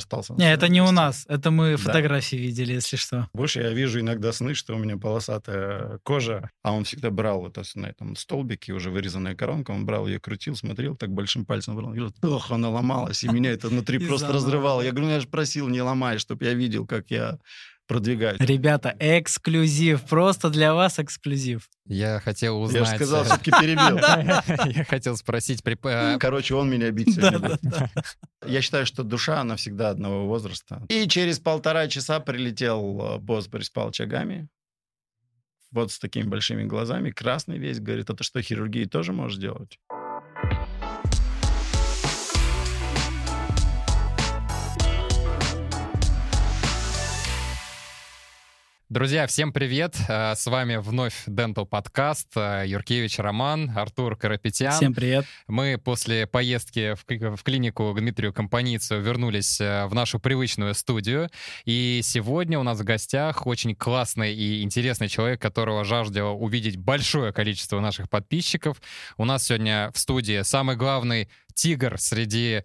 остался. Не, это не у нас. Это мы Да. фотографии видели, если что. Больше я вижу иногда сны, что у меня полосатая кожа, а он всегда брал это на этом столбике, уже вырезанная коронка, он брал ее, крутил, смотрел, так большим пальцем брал, говорил, ох, она ломалась, и меня это внутри И просто заново, разрывало. да. Я говорю, ну я же просил, не ломай, чтобы я видел, как я продвигаюсь. Ребята, эксклюзив. Просто для вас эксклюзив. Я хотел Я узнать... же сказал, все-таки перебил. Я хотел спросить... Короче, он меня бить сегодня будет. Да. Я считаю, что душа, она всегда одного возраста. И через 1,5 часа прилетел босс Борис Павлович Агами. Вот с такими большими глазами, красный весь, говорит, а ты что, хирургии тоже можешь делать? Друзья, всем привет! С вами вновь Dental подкаст. Юркевич Роман, Артур Карапетян. Всем привет. Мы после поездки в клинику к Дмитрию Компаницу вернулись в нашу привычную студию. И сегодня у нас в гостях очень классный и интересный человек, которого жаждало увидеть большое количество наших подписчиков. У нас сегодня в студии самый главный тигр среди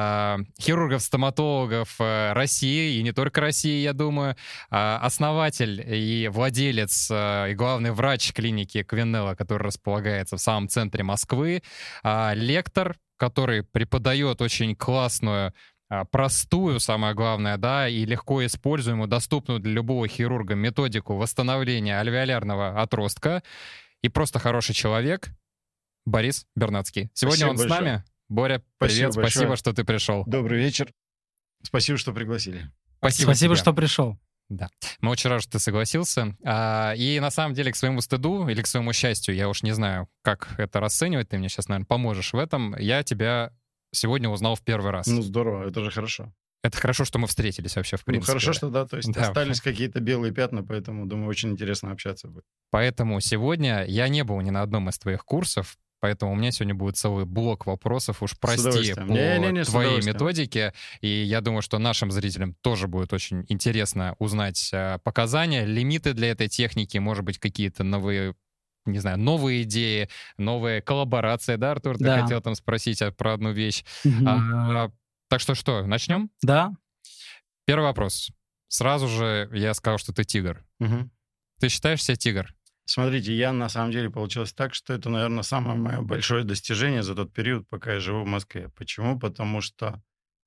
хирургов-стоматологов России, и не только России, я думаю, основатель и владелец и главный врач клиники Квинелла, который располагается в самом центре Москвы, лектор, который преподает очень классную, простую, самое главное, да, и легко используемую, доступную для любого хирурга методику восстановления альвеолярного отростка, и просто хороший человек Борис Бернацкий. Сегодня Спасибо он с большое. нами. Боря, привет, Спасибо спасибо, большое. что ты пришел. Добрый вечер. Спасибо, что пригласили. Спасибо, тебе. что пришел. Да. Мы очень рады, что ты согласился. И на самом деле, к своему стыду или к своему счастью, я уж не знаю, как это расценивать, ты мне сейчас, наверное, поможешь в этом, я тебя сегодня узнал в первый раз. Ну, здорово, это же хорошо. Это хорошо, что мы встретились вообще, в Ну, принципе. хорошо, что да, то есть Да. остались какие-то белые пятна, поэтому, думаю, очень интересно общаться будет. Поэтому сегодня я не был ни на одном из твоих курсов, поэтому у меня сегодня будет целый блок вопросов, уж прости, удовольствием. по Не-не-не, с твоей удовольствием. методике. И я думаю, что нашим зрителям тоже будет очень интересно узнать показания, лимиты для этой техники, может быть, какие-то новые, не знаю, новые идеи, новые коллаборации, да, Артур? Ты Да. хотел там спросить про одну вещь. Мгм. Так что, начнем? Да. Первый вопрос. Сразу же я сказал, что ты тигр. Мгм. Ты считаешь себя тигр? Смотрите, я на самом деле получилось так, что это, наверное, самое мое большое достижение за тот период, пока я живу в Москве. Почему? Потому что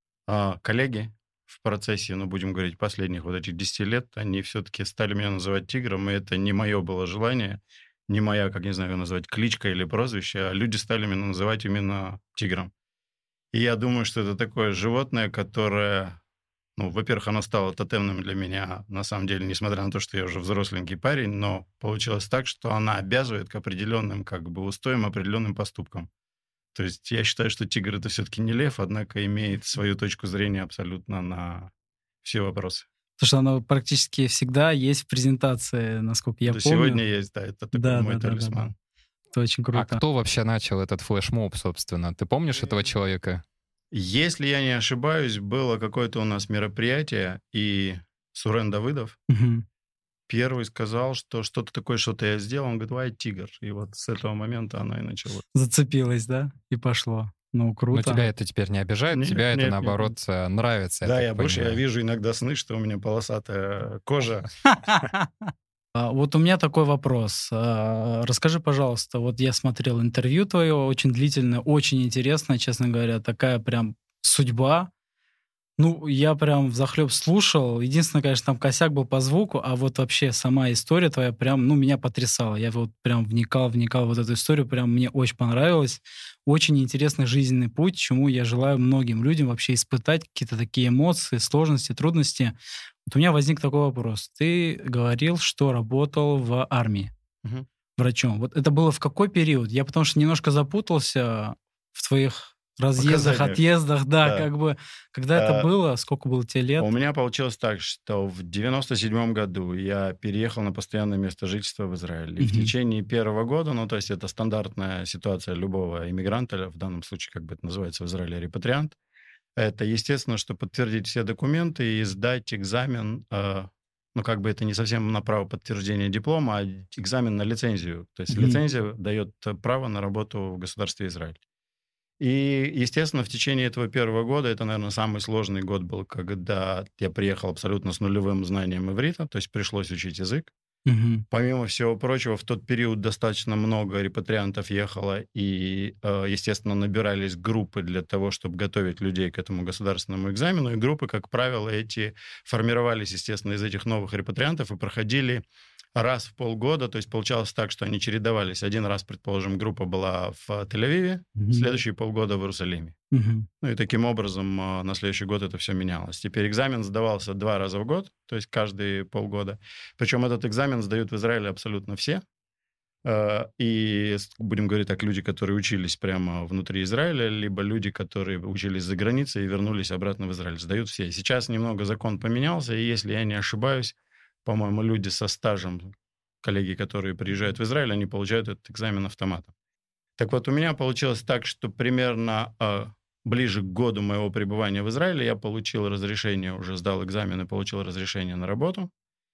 коллеги в процессе, ну, будем говорить, последних вот этих 10 лет, они все-таки стали меня называть тигром, и это не мое было желание, не моя, как не знаю, ее назвать, кличка или прозвище, а люди стали меня называть именно тигром. И я думаю, что это такое животное, которое... Ну, во-первых, оно стало тотемным для меня, на самом деле, несмотря на то, что я уже взросленький парень, но получилось так, что она обязывает к определенным как бы устоям, определенным поступкам. То есть я считаю, что тигр — это все-таки не лев, однако имеет свою точку зрения абсолютно на все вопросы. Потому что оно практически всегда есть в презентации, насколько я До помню. сегодня есть, да, это такой Да, мой да, да, да, талисман. да. Это очень А круто. кто вообще начал этот флешмоб, собственно? Ты помнишь этого человека? Если я не ошибаюсь, было какое-то у нас мероприятие, и Сурен Давыдов Мгм. первый сказал, что что-то такое, что-то я сделал. Он говорит, давай, тигр. И вот с этого момента оно и началось. Зацепилось, да? И пошло. Ну, Но круто. тебя это теперь не обижает, Нет, тебя это, нет, наоборот, нравится. Да, так я больше я понимаю. вижу иногда сны, что у меня полосатая кожа. Вот у меня такой вопрос. Расскажи, пожалуйста, вот я смотрел интервью твое, очень длительное, очень интересное, честно говоря, такая прям судьба. Ну, я прям взахлеб слушал. Единственное, конечно, там косяк был по звуку, а вот вообще сама история твоя прям, ну, меня потрясала. Я вот прям вникал в вот эту историю, прям мне очень понравилось. Очень интересный жизненный путь, чему я желаю многим людям вообще испытать какие-то такие эмоции, сложности, трудности. Вот у меня возник такой вопрос. Ты говорил, что работал в армии Мгм. врачом. Вот это было в какой период? Я потому что немножко запутался в твоих разъездах, Показаниях. отъездах, да, Да. как бы, когда это А, было, сколько было тебе лет? У меня получилось так, что в 97 году я переехал на постоянное место жительства в Израиль. И в Мгм. течение первого года, ну, то есть это стандартная ситуация любого иммигранта, в данном случае, как бы это называется в Израиле, репатриант, это, естественно, что подтвердить все документы и сдать экзамен, ну, как бы это не совсем на право подтверждения диплома, а экзамен на лицензию. То есть Мгм. лицензия дает право на работу в государстве Израиль. И, естественно, в течение этого первого года, это, наверное, самый сложный год был, когда я приехал абсолютно с нулевым знанием иврита, то есть пришлось учить язык. Мгм. Помимо всего прочего, в тот период достаточно много репатриантов ехало, и, естественно, набирались группы для того, чтобы готовить людей к этому государственному экзамену. И группы, как правило, эти формировались, естественно, из этих новых репатриантов и проходили раз в полгода. То есть получалось так, что они чередовались. Один раз, предположим, группа была в Тель-Авиве, Мгм. следующие полгода в Иерусалиме. Мгм. Ну и таким образом на следующий год это все менялось. Теперь экзамен сдавался 2 раза в год, то есть каждые полгода. Причем этот экзамен сдают в Израиле абсолютно все. И, будем говорить так, люди, которые учились прямо внутри Израиля, либо люди, которые учились за границей и вернулись обратно в Израиль, сдают все. Сейчас немного закон поменялся, и если я не ошибаюсь, по-моему, люди со стажем, коллеги, которые приезжают в Израиль, они получают этот экзамен автоматом. Так вот, у меня получилось так, что примерно ближе к году моего пребывания в Израиле я получил разрешение, уже сдал экзамен и получил разрешение на работу.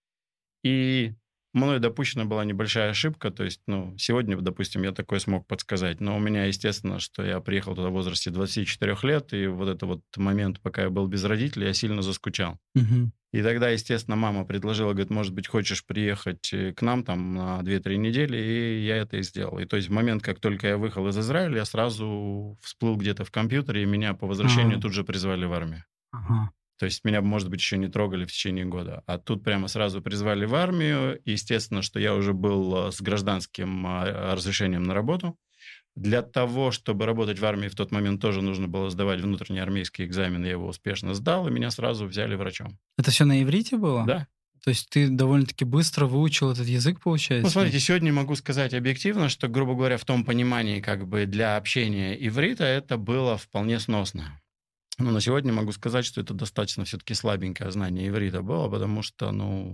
И мной допущена была небольшая ошибка, то есть, сегодня, допустим, я такое смог подсказать, но у меня, естественно, что я приехал туда в возрасте 24 лет, и вот этот вот момент, пока я был без родителей, я сильно заскучал. Мгм. И тогда, естественно, мама предложила, говорит, может быть, хочешь приехать к нам там на 2-3 недели, и я это и сделал. И то есть в момент, как только я выехал из Израиля, я сразу всплыл где-то в компьютере, и меня по возвращению Ага. тут же призвали в армию. Ага. То есть меня, может быть, еще не трогали в течение года. А тут прямо сразу призвали в армию. И, естественно, что я уже был с гражданским разрешением на работу. Для того, чтобы работать в армии в тот момент тоже нужно было сдавать внутренний армейский экзамен. Я его успешно сдал, и меня сразу взяли врачом. Это все на иврите было? Да. То есть ты довольно-таки быстро выучил этот язык, получается? Ну, смотрите, сегодня могу сказать объективно, что, грубо говоря, в том понимании, как бы для общения иврита это было вполне сносно. Но на сегодня могу сказать, что это достаточно все-таки слабенькое знание иврита было, потому что,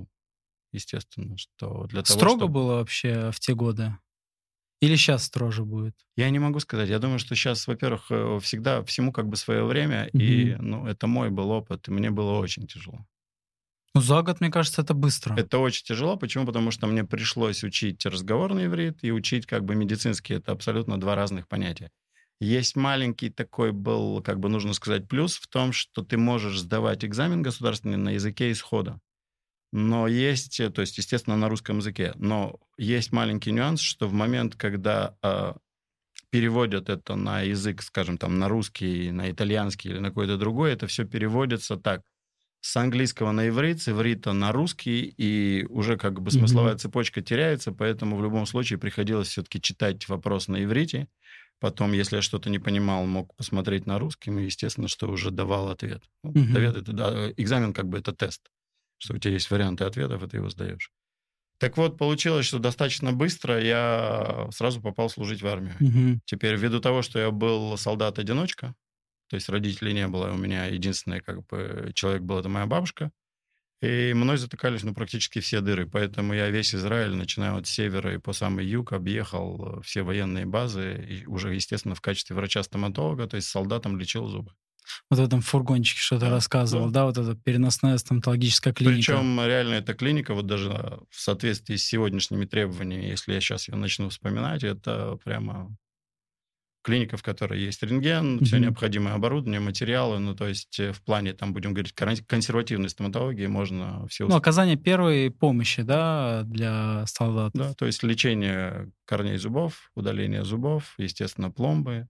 естественно, что для того, Строго чтобы... было вообще в те годы? Или сейчас строже будет? Я не могу сказать. Я думаю, что сейчас, во-первых, всегда всему как бы свое время, и, это мой был опыт, и мне было очень тяжело. Ну, за год, мне кажется, это быстро. Это очень тяжело. Почему? Потому что мне пришлось учить разговорный иврит и учить как бы медицинский. Это абсолютно два разных понятия. Есть маленький такой был, как бы нужно сказать, плюс в том, что ты можешь сдавать экзамен государственный на языке исхода. Но есть, то есть, естественно, на русском языке. Но есть маленький нюанс, что в момент, когда переводят это на язык, скажем, там, на русский, на итальянский или на какой-то другой, это все переводится так. С английского на иврит, с иврита на русский, и уже как бы смысловая цепочка теряется, поэтому в любом случае приходилось все-таки читать вопрос на иврите. Потом, если я что-то не понимал, мог посмотреть на русском, и, естественно, что уже давал ответ. Ответ это, да, экзамен как бы это тест, что у тебя есть варианты ответов, и ты его сдаешь. Так вот, получилось, что достаточно быстро я сразу попал служить в армию. Теперь, ввиду того, что я был солдат-одиночка, то есть родителей не было, у меня единственный как бы человек был, это моя бабушка, и мной затыкались практически все дыры, поэтому я весь Израиль, начиная от севера и по самый юг, объехал все военные базы, и уже, естественно, в качестве врача-стоматолога, то есть солдатам лечил зубы. Вот в этом фургончике что-то рассказывал, да, вот эта переносная стоматологическая клиника. Причем реально эта клиника, вот даже в соответствии с сегодняшними требованиями, если я сейчас ее начну вспоминать, это прямо клиника, в которой есть рентген, все необходимое оборудование, материалы, то есть в плане, там, будем говорить, консервативной стоматологии можно все... оказание первой помощи, да, для солдат. Да, то есть лечение корней зубов, удаление зубов, естественно, пломбы,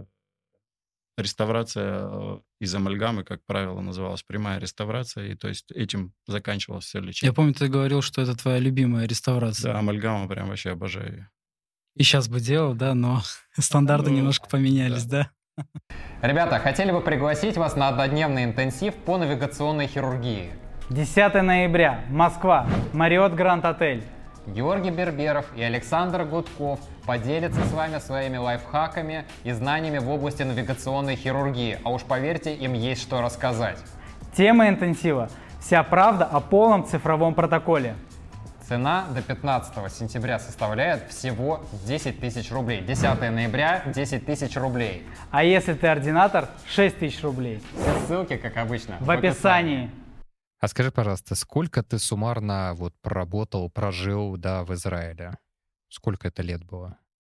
реставрация из амальгамы, как правило, называлась прямая реставрация, и то есть этим заканчивалось все лечение. Я помню, ты говорил, что это твоя любимая реставрация. Да, амальгама прям вообще обожаю ее. И сейчас бы делал, да, но стандарты немножко поменялись, да? Ребята, хотели бы пригласить вас на однодневный интенсив по навигационной хирургии. 10 ноября, Москва, Marriott Grand Отель. Георгий Берберов и Александр Гудков поделятся с вами своими лайфхаками и знаниями в области навигационной хирургии, а уж поверьте, им есть что рассказать. Тема интенсива – вся правда о полном цифровом протоколе. Цена до 15 сентября составляет всего 10 тысяч рублей. 10 ноября 10 тысяч рублей. А если ты ординатор – 6 тысяч рублей. Все ссылки, как обычно, В описании. А скажи, пожалуйста, сколько ты суммарно проработал, прожил, да, в Израиле? Сколько это лет было?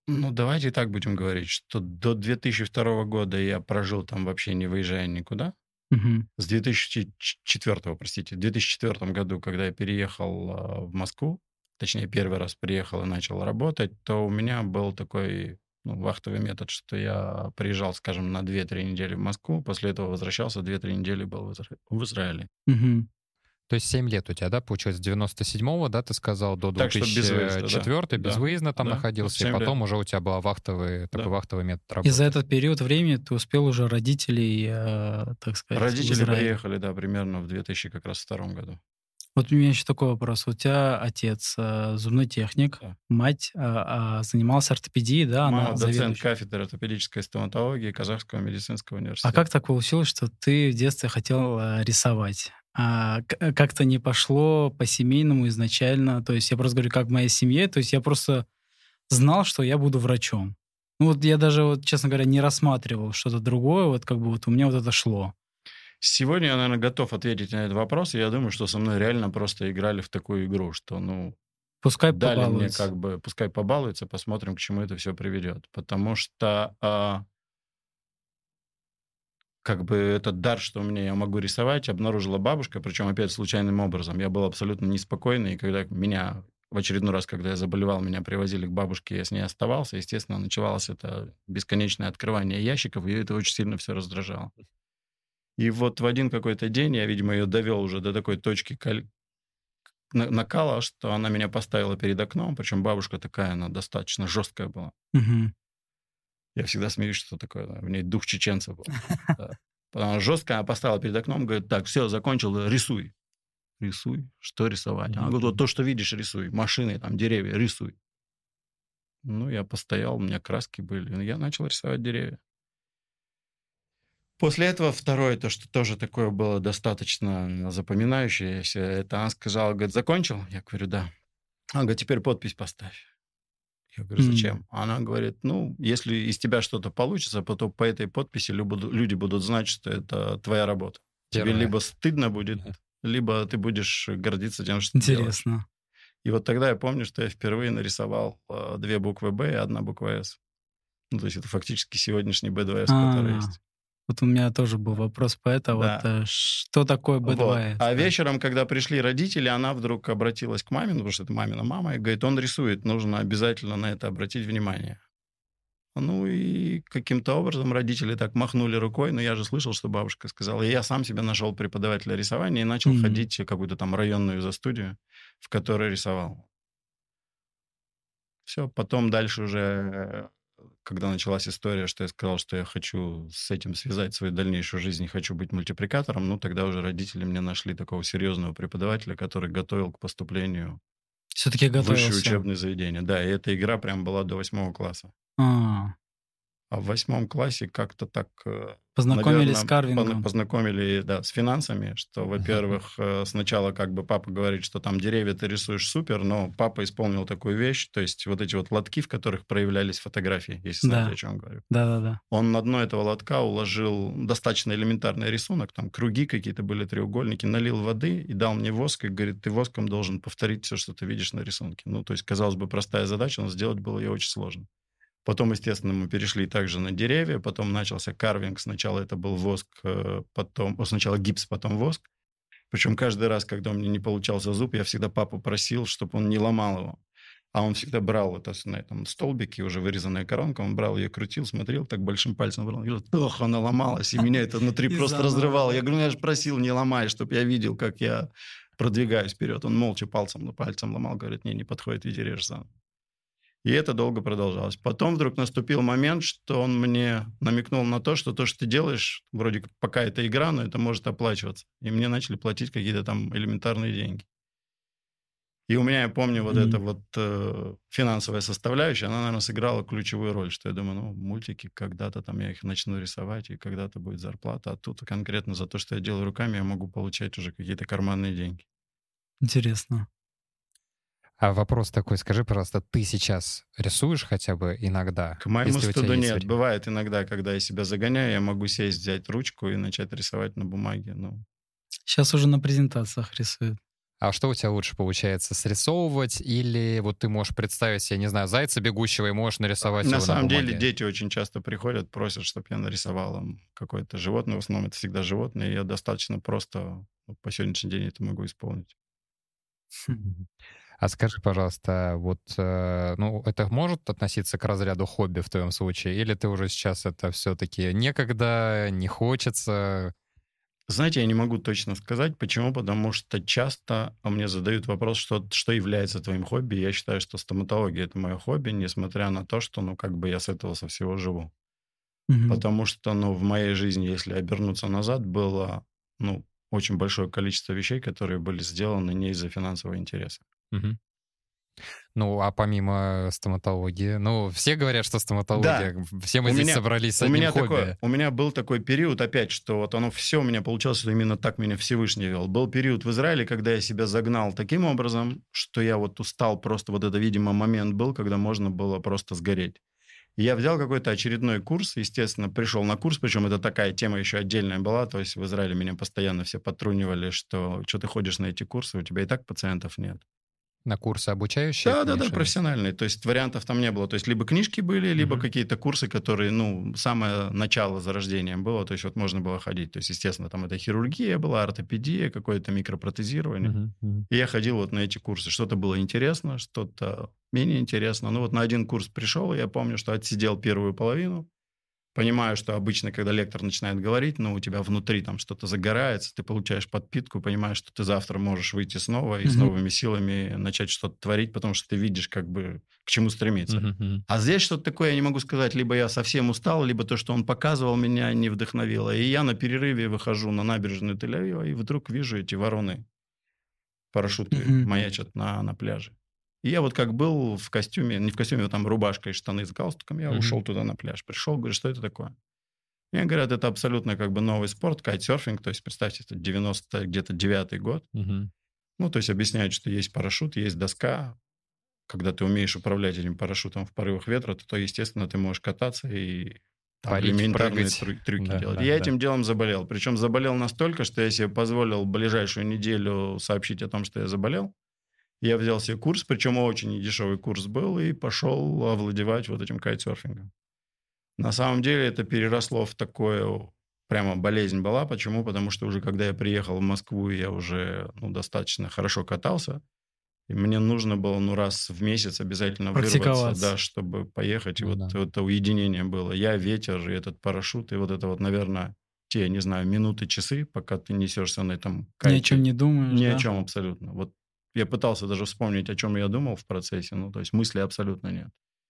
Ну, давайте так будем говорить, что до 2002 года я прожил там вообще не выезжая никуда. Мгм. С 2004, простите, в 2004 году, когда я переехал в Москву, точнее, первый раз приехал и начал работать, то у меня был такой вахтовый метод, что я приезжал, скажем, на 2-3 недели в Москву, после этого возвращался, 2-3 недели был в Израиле. Мгм. То есть 7 лет у тебя, да, получается, с 97-го, да, ты сказал, до Так что без выезда, да. 2004 Да. безвыездно там Да. находился, и 7 лет. потом уже у тебя был такой Да. вахтовый метод И работы. за этот период времени ты успел уже родителей, так сказать, в Родители Израиле. приехали, да, примерно в 2002 году. Вот у меня еще такой вопрос. У тебя отец зубной техник, Да. мать занималась ортопедией, да, Мама она доцент заведующая. кафедры ортопедической стоматологии Казахского медицинского университета. А как так получилось, что ты в детстве хотел рисовать? Как-то не пошло по-семейному изначально? То есть я просто говорю, как в моей семье, то есть я просто знал, что я буду врачом. Ну вот я даже, вот, честно говоря, не рассматривал что-то другое, вот как бы вот у меня вот это шло. Сегодня я, наверное, готов ответить на этот вопрос, и я думаю, что со мной реально просто играли в такую игру, что, Пускай дали мне побалуется. пускай побалуется, посмотрим, к чему это все приведет. Потому что этот дар, что у меня я могу рисовать, обнаружила бабушка, причем опять случайным образом. Я был абсолютно неспокойный, и когда меня в очередной раз, когда я заболевал, меня привозили к бабушке, я с ней оставался, естественно, началось это бесконечное открывание ящиков, и это очень сильно все раздражало. И вот в один какой-то день я, видимо, ее довел уже до такой точки накала, что она меня поставила перед окном, причем бабушка такая, она достаточно жесткая была. Мгм. Я всегда смеюсь, что такое, в ней дух чеченца был. Да. Она жесткая, она поставила перед окном, говорит, так, все, закончил, рисуй. Рисуй? Что рисовать? Она говорит, вот то, что видишь, рисуй. Машины, там, деревья, рисуй. Я постоял, у меня краски были, и я начал рисовать деревья. После этого второе, то, что тоже такое было достаточно запоминающееся, это она сказала, говорит, закончил? Я говорю, да. Она говорит, теперь подпись поставь. Я говорю, зачем? Она говорит, если из тебя что-то получится, то по этой подписи люди будут знать, что это твоя работа. Тебе Первое. либо стыдно будет, либо ты будешь гордиться тем, что ты делаешь. Интересно. И вот тогда я помню, что я впервые нарисовал 2 буквы «Б» и 1 буква «С». То есть это фактически сегодняшний B2S, который есть. Вот у меня тоже был вопрос по этому. Да. Вот что такое B2S? Вот. А да? вечером, когда пришли родители, она вдруг обратилась к маме, потому что это мамина мама, и говорит, он рисует, нужно обязательно на это обратить внимание. И каким-то образом родители так махнули рукой, но я же слышал, что бабушка сказала. И я сам себе нашел преподавателя рисования и начал ходить в какую-то там районную студию, в которой рисовал. Все, потом дальше уже, когда началась история, что я сказал, что я хочу с этим связать свою дальнейшую жизнь, хочу быть мультипликатором, тогда уже родители мне нашли такого серьезного преподавателя, который готовил к поступлению Все-таки в высшее готовился. учебное заведение. Да, и эта игра прям была до 8 класса. А в 8 классе как-то так, Познакомились с наверное, карвингом. познакомили, да, с финансами, что, во-первых, сначала как бы папа говорит, что там деревья ты рисуешь супер, но папа исполнил такую вещь, то есть вот эти вот лотки, в которых проявлялись фотографии, если знаете, Да. о чем говорю. Да-да-да. Он на дно этого лотка уложил достаточно элементарный рисунок, там круги какие-то были, треугольники, налил воды и дал мне воск, и говорит, ты воском должен повторить все, что ты видишь на рисунке. То есть, казалось бы, простая задача, но сделать было ее очень сложно. Потом, естественно, мы перешли также на деревья, потом начался карвинг. Сначала это был воск, сначала гипс, потом воск. Причем каждый раз, когда у меня не получался зуб, я всегда папу просил, чтобы он не ломал его. А он всегда брал это на этом столбике, уже вырезанная коронка, он брал ее, крутил, смотрел, так большим пальцем брал. И говорит, она ломалась, и меня это внутри И просто заново. разрывало. Я говорю, я же просил, не ломай, чтобы я видел, как я продвигаюсь вперед. Он молча пальцем ломал, говорит, не подходит, иди режь заново. И это долго продолжалось. Потом вдруг наступил момент, что он мне намекнул на то, что ты делаешь, вроде как пока это игра, но это может оплачиваться. И мне начали платить какие-то там элементарные деньги. И у меня, я помню, вот эта вот финансовая составляющая, она, наверное, сыграла ключевую роль, что я думаю, мультики, когда-то там я их начну рисовать, и когда-то будет зарплата. А тут конкретно за то, что я делаю руками, я могу получать уже какие-то карманные деньги. Интересно. А вопрос такой, скажи, пожалуйста, ты сейчас рисуешь хотя бы иногда? К моему если у тебя стыду есть нет. время? Бывает иногда, когда я себя загоняю, я могу сесть, взять ручку и начать рисовать на бумаге. Сейчас уже на презентациях рисуют. А что у тебя лучше получается, срисовывать или вот ты можешь представить себе, не знаю, зайца бегущего и можешь нарисовать На его на самом деле бумаге? дети очень часто приходят, просят, чтобы я нарисовал им какое-то животное. В основном это всегда животное. И я достаточно просто по сегодняшний день это могу исполнить. Мгм. А скажи, пожалуйста, вот, ну, это может относиться к разряду хобби в твоем случае, или ты уже сейчас это все-таки некогда, не хочется? Знаете, я не могу точно сказать. Почему? Потому что часто мне задают вопрос, что является твоим хобби. Я считаю, что стоматология — это мое хобби, несмотря на то, что, ну, как бы я с этого со всего живу. Мгм. Потому что, ну, в моей жизни, если обернуться назад, было, ну, очень большое количество вещей, которые были сделаны не из-за финансового интереса. Мгм. Ну, а помимо стоматологии, ну, все говорят, что Да, стоматология, все мы у здесь меня, собрались с у одним меня хобби. у меня был такой период, опять, что вот оно все у меня получалось, что именно так меня Всевышний вел. Был период в Израиле, когда я себя загнал таким образом, что я вот устал, просто вот это, видимо, момент был, когда можно было просто сгореть. И я взял какой-то очередной курс, естественно, пришел на курс, причем это такая тема еще отдельная была, то есть в Израиле меня постоянно все подтрунивали, что ты ходишь на эти курсы, у тебя и так пациентов нет. На курсы обучающие, ты Да, имеешь в виду? профессиональные. То есть вариантов там не было. То есть либо книжки были, либо Мгм. какие-то курсы, которые, ну, самое начало зарождения было. То есть вот можно было ходить. То есть, естественно, там это хирургия была, ортопедия, какое-то микропротезирование. Мгм. Мгм. И я ходил вот на эти курсы. Что-то было интересно, что-то менее интересно. Ну вот на один курс пришел, и я помню, что отсидел первую половину. Понимаю, что обычно, когда лектор начинает говорить, ну, у тебя внутри там что-то загорается, ты получаешь подпитку, понимаешь, что ты завтра можешь выйти снова и с Мгм. новыми силами начать что-то творить, потому что ты видишь, как бы, к чему стремиться. Мгм. Мгм. А здесь что-то такое, я не могу сказать, либо я совсем устал, либо то, что он показывал, меня не вдохновило. И я на перерыве выхожу на набережную Тель-Авива, и вдруг вижу эти вороны, парашюты Мгм. маячат на пляже. И я вот как был в костюме, не в костюме, а там рубашка и штаны с галстуком, я Мгм. ушел туда на пляж. Пришел, говорю, что это такое? Мне говорят, это абсолютно как бы новый спорт, кайтсерфинг, то есть представьте, это 90 где-то 9-й год. Мгм. Ну, то есть объясняют, что есть парашют, есть доска. Когда ты умеешь управлять этим парашютом в порывах ветра, то естественно, ты можешь кататься и там Парить, элементарные прыгать. трюки Да, делать. да, Я да. этим делом заболел. Причем заболел настолько, что я себе позволил ближайшую неделю сообщить о том, что я заболел. Я взял себе курс, причем очень недешевый курс был, и пошел овладевать вот этим кайтсерфингом. На самом деле это переросло в такое, прямо болезнь была. Почему? Потому что уже когда я приехал в Москву, я уже достаточно хорошо катался. И мне нужно было раз в месяц обязательно вырваться, Практиковаться. да, чтобы поехать. И Ну вот да. это уединение было. Я, ветер, и этот парашют, и вот это вот, наверное, те, не знаю, минуты, часы, пока ты несешься на этом Ни о чем кайте. не думаешь, Ни о да? чем абсолютно. Вот я пытался даже вспомнить, о чем я думал в процессе. Ну, то есть мыслей абсолютно нет.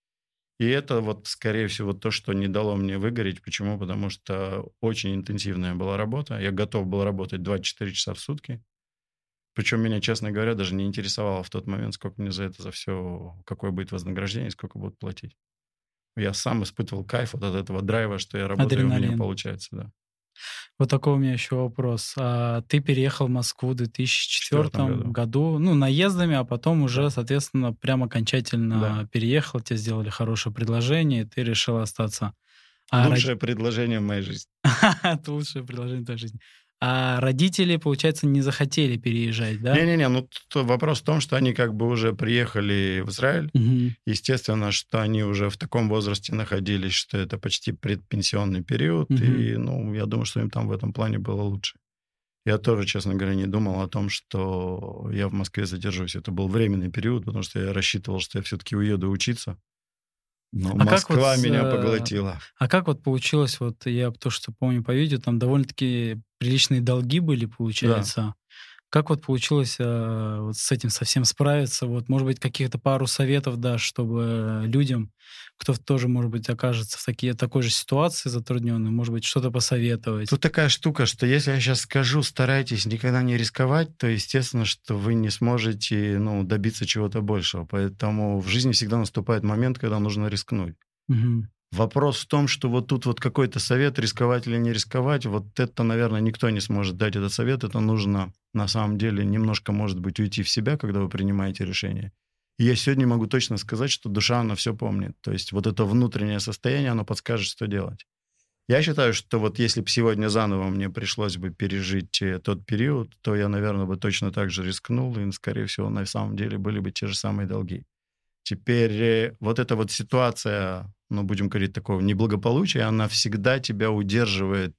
И это вот, скорее всего, то, что не дало мне выгореть. Почему? Потому что очень интенсивная была работа. Я готов был работать 24 часа в сутки. Причем меня, честно говоря, даже не интересовало в тот момент, сколько мне за все, какое будет вознаграждение, сколько будут платить. Я сам испытывал кайф вот от этого драйва, что я работаю, и у меня Адреналин. получается, да. Вот такой у меня еще вопрос. Ты переехал в Москву в 2004 году. году, ну, наездами, а потом уже, Да. соответственно, прям окончательно Да. переехал, тебе сделали хорошее предложение, и ты решил остаться. Лучшее предложение в моей жизни. Это лучшее предложение в твоей жизни. А родители, получается, не захотели переезжать, да? Не-не-не, ну тут вопрос в том, что они как бы уже приехали в Израиль. Мгм. Естественно, что они уже в таком возрасте находились, что это почти предпенсионный период. Мгм. И, ну, я думаю, что им там в этом плане было лучше. Я тоже, честно говоря, не думал о том, что я в Москве задержусь. Это был временный период, потому что я рассчитывал, что я все-таки уеду учиться. Но А как вот Москва меня поглотила. А как вот получилось, вот я то, что помню по видео, там довольно-таки приличные долги были, получается. Как вот получилось вот с этим совсем справиться? Вот, может быть, каких-то пару советов дашь, чтобы людям, кто тоже, может быть, окажется в такой же ситуации затрудненной, может быть, что-то посоветовать? Тут такая штука, что если я сейчас скажу, старайтесь никогда не рисковать, то, естественно, что вы не сможете добиться чего-то большего. Поэтому в жизни всегда наступает момент, когда нужно рискнуть. Мгм. Вопрос в том, что вот тут вот какой-то совет, рисковать или не рисковать, вот это, наверное, никто не сможет дать этот совет. Это нужно, на самом деле, немножко, может быть, уйти в себя, когда вы принимаете решение. И я сегодня могу точно сказать, что душа, она все помнит. То есть вот это внутреннее состояние, оно подскажет, что делать. Я считаю, что вот если бы сегодня заново мне пришлось бы пережить тот период, то я, наверное, бы точно так же рискнул, и, скорее всего, на самом деле были бы те же самые долги. Теперь вот эта вот ситуация, ну, будем говорить, такого неблагополучия, она всегда тебя удерживает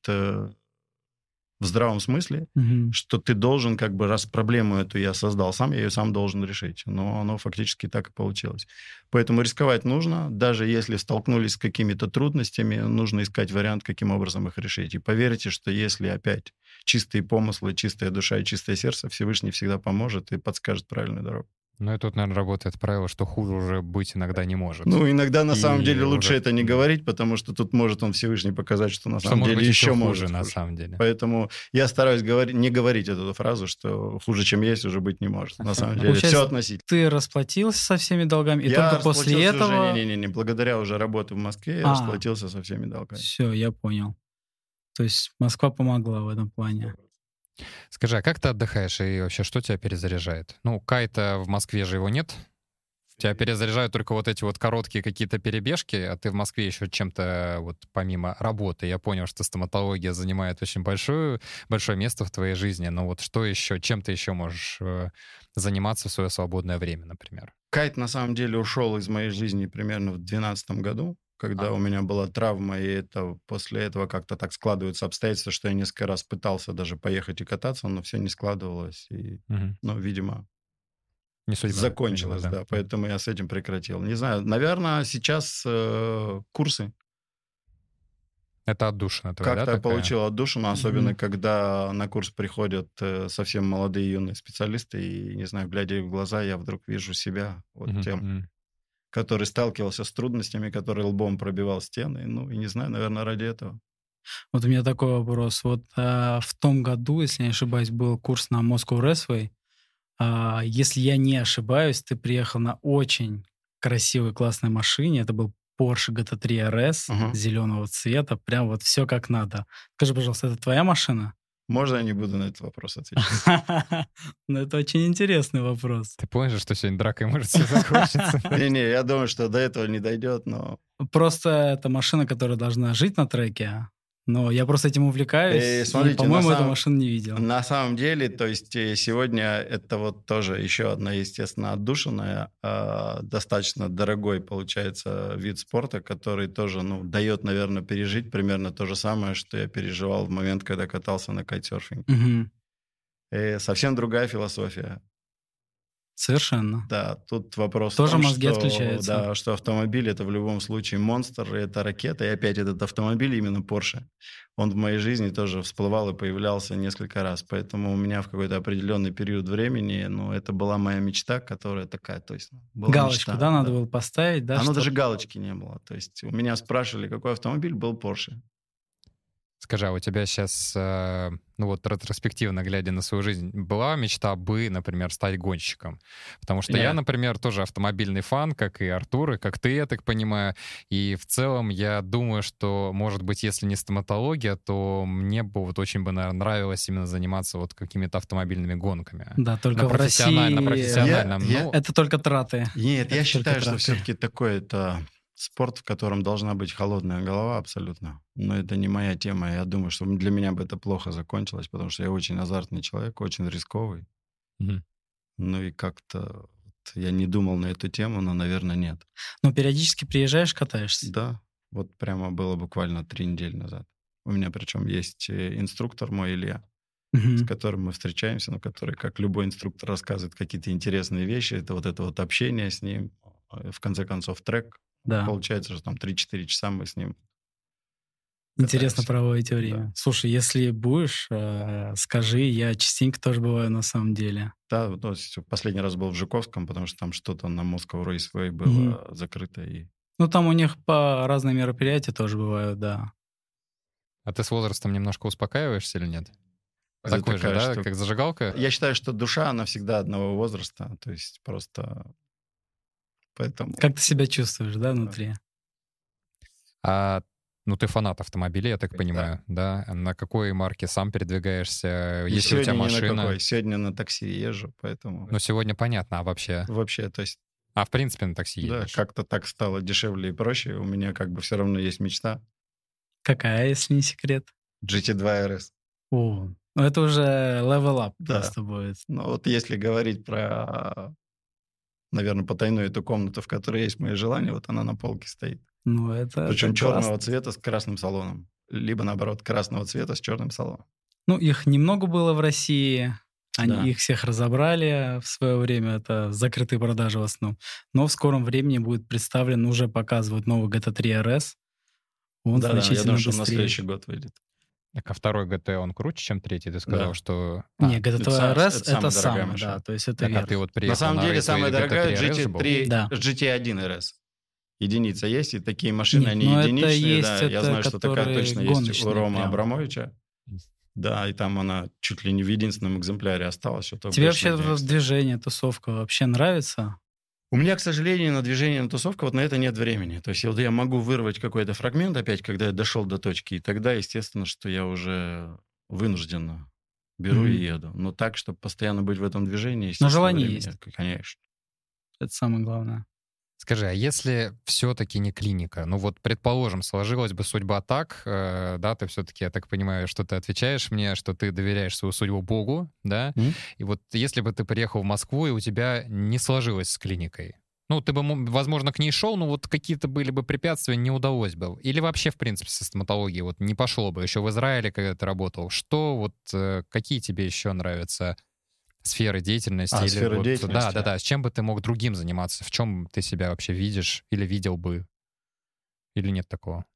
в здравом смысле, что ты должен, как бы, раз проблему эту я создал сам, я ее сам должен решить. Но оно фактически так и получилось. Поэтому рисковать нужно. Даже если столкнулись с какими-то трудностями, нужно искать вариант, каким образом их решить. И поверьте, что если опять чистые помыслы, чистая душа и чистое сердце, Всевышний всегда поможет и подскажет правильную дорогу. Ну и тут, наверное, работает правило, что хуже уже быть иногда не может. Ну, иногда на самом деле лучше уже... это не говорить, потому что тут может он Всевышний показать, что на что самом деле быть еще хуже, может на хуже. самом деле. Поэтому я стараюсь не говорить эту фразу, что хуже, чем есть, уже быть не может. На самом деле все относительно. Ты расплатился со всеми долгами, и Я только после этого... Не, благодаря уже работе в Москве я расплатился со всеми долгами. Все, я понял. То есть Москва помогла в этом плане. Скажи, а как ты отдыхаешь и вообще что тебя перезаряжает? Ну, кайта в Москве же его нет. Тебя перезаряжают только вот эти вот короткие какие-то перебежки, а ты в Москве еще чем-то, вот помимо работы, я понял, что стоматология занимает очень большое место в твоей жизни, но вот что еще, чем ты еще можешь заниматься в свое свободное время, например? Кайт, на самом деле, ушел из моей жизни примерно в 2012 году, когда у меня была травма, и после этого как-то так складываются обстоятельства, что я несколько раз пытался даже поехать и кататься, но все не складывалось, и, ну, видимо... Не судьба, закончилось, видимо, да, поэтому я с этим прекратил. Не знаю, наверное, сейчас курсы. Это отдушина твоя, как-то да, я получил отдушину, особенно когда на курс приходят совсем молодые юные специалисты, и, не знаю, глядя их в глаза, я вдруг вижу себя вот тем, который сталкивался с трудностями, который лбом пробивал стены, ну, и не знаю, наверное, ради этого. Вот у меня такой вопрос. Вот в том году, если не ошибаюсь, был курс на Moscow Raceway. Если я не ошибаюсь, ты приехал на очень красивой, классной машине. Это был Porsche GT3 RS зеленого цвета. Прям вот все как надо. Скажи, пожалуйста, это твоя машина? Можно я не буду на этот вопрос отвечать? Ну, это очень интересный вопрос. Ты понял, что сегодня дракой может все закончиться? Не-не, я думаю, что до этого не дойдет, но... Просто это машина, которая должна жить на треке. Но я просто этим увлекаюсь, смотрите, и, по-моему, эту машину не видел. На самом деле, то есть сегодня это вот тоже еще одна, естественно, отдушинная, достаточно дорогой, получается, вид спорта, который тоже, ну, дает, наверное, пережить примерно то же самое, что я переживал в момент, когда катался на кайтсерфинге. Совсем другая философия. Совершенно. Да, тут вопрос тоже в том, мозги что, отключаются. Да, что автомобиль — это в любом случае монстр, это ракета. И опять этот автомобиль, именно Porsche, он в моей жизни тоже всплывал и появлялся несколько раз. Поэтому у меня в какой-то определенный период времени, ну, это была моя мечта, которая такая, то есть... Галочку, мечта, да, надо было поставить, да? Оно даже галочки не было. То есть у меня спрашивали, какой автомобиль, был Porsche. Скажи, а у тебя сейчас, ну вот ретроспективно глядя на свою жизнь, была мечта бы, например, стать гонщиком? Потому что я, например, тоже автомобильный фан, как и Артур, и как ты, я так понимаю. И в целом я думаю, что, может быть, если не стоматология, то мне бы вот очень бы, наверное, нравилось именно заниматься вот какими-то автомобильными гонками. Да, только в России... На профессиональном. Это только траты. Нет, я считаю, что все-таки такое-то... Спорт, в котором должна быть холодная голова абсолютно. Но это не моя тема. Я думаю, что для меня бы это плохо закончилось, потому что я очень азартный человек, очень рисковый. Ну и как-то я не думал на эту тему, но, наверное, нет. Но периодически приезжаешь, катаешься? Да. Вот прямо было буквально 3 недели назад. У меня причем есть инструктор мой, Илья, с которым мы встречаемся, но который, как любой инструктор, рассказывает какие-то интересные вещи. Это вот общение с ним. В конце концов, трек. Да. Получается, что там 3-4 часа мы с ним интересно проводите время. Да. Слушай, если будешь, скажи, я частенько тоже бываю на самом деле. Да, то есть последний раз был в Жуковском, потому что там что-то на Moscow Raceway было закрыто. Ну, там у них по разные мероприятия тоже бывают, да. А ты с возрастом немножко успокаиваешься или нет? Такой же, да, как зажигалка? Я считаю, что душа, она всегда одного возраста, то есть просто... Поэтому... Как ты себя чувствуешь, да, внутри? Ну, ты фанат автомобиля, я так понимаю, да? На какой марке сам передвигаешься? Есть ли у тебя машина? На какой. Сегодня на такси езжу, поэтому... Ну, сегодня понятно, а вообще? Вообще, то есть... В принципе, на такси едешь? Да, как-то так стало дешевле и проще. У меня как бы все равно есть мечта. Какая, если не секрет? GT2 RS. О, ну это уже level up Да. просто будет. Ну вот если говорить про, наверное, потайную эту комнату, в которой есть мои желания, вот она на полке стоит. Ну, это Причем черного классно. цвета с красным салоном. Либо, наоборот, красного цвета с черным салоном. Ну, их немного было в России. Да. Их всех разобрали в свое время. Это закрытые продажи в основном. Но в скором времени будет представлен, уже показывают новый GT3 RS. Он Да, я значительно думаю, что он на быстрее. следующий год выйдет. Так, а второй GT, он круче, чем третий? Ты сказал, Да. что... Не, GT3 это RS это самая это дорогая самый, машина. да. То есть это Так, а верх. ты вот приехал На самом деле рейс, самая и дорогая GT3 RS же был? GT3, Да. GT1 RS. Единица есть, и такие машины, Нет, они ну это единичные. есть Да, я это, знаю, что такая которые точно есть у гоночные Рома прям. Абрамовича. Да, и там она чуть ли не в единственном экземпляре осталась. Что-то Тебе больше вообще денег это стоит. движение, тусовка вообще нравится? У меня, к сожалению, на движение, на тусовку, вот на это нет времени. То есть вот я могу вырвать какой-то фрагмент опять, когда я дошел до точки, и тогда, естественно, что я уже вынужденно беру и еду. Но так, чтобы постоянно быть в этом движении, естественно, желание времени есть. нет, конечно. Это самое главное. Скажи, а если все-таки не клиника, ну вот, предположим, сложилась бы судьба так, да, ты все-таки, я так понимаю, что ты отвечаешь мне, что ты доверяешь свою судьбу Богу, да, и вот если бы ты приехал в Москву, и у тебя не сложилось с клиникой, ну, ты бы, возможно, к ней шел, но вот какие-то были бы препятствия, не удалось бы. Или вообще, в принципе, со стоматологией вот не пошло бы еще в Израиле, когда ты работал. Что вот, какие тебе еще нравятся сферы деятельности? Или сферы вот, деятельности? Да. С чем бы ты мог другим заниматься? В чем ты себя вообще видишь или видел бы? Или нет такого?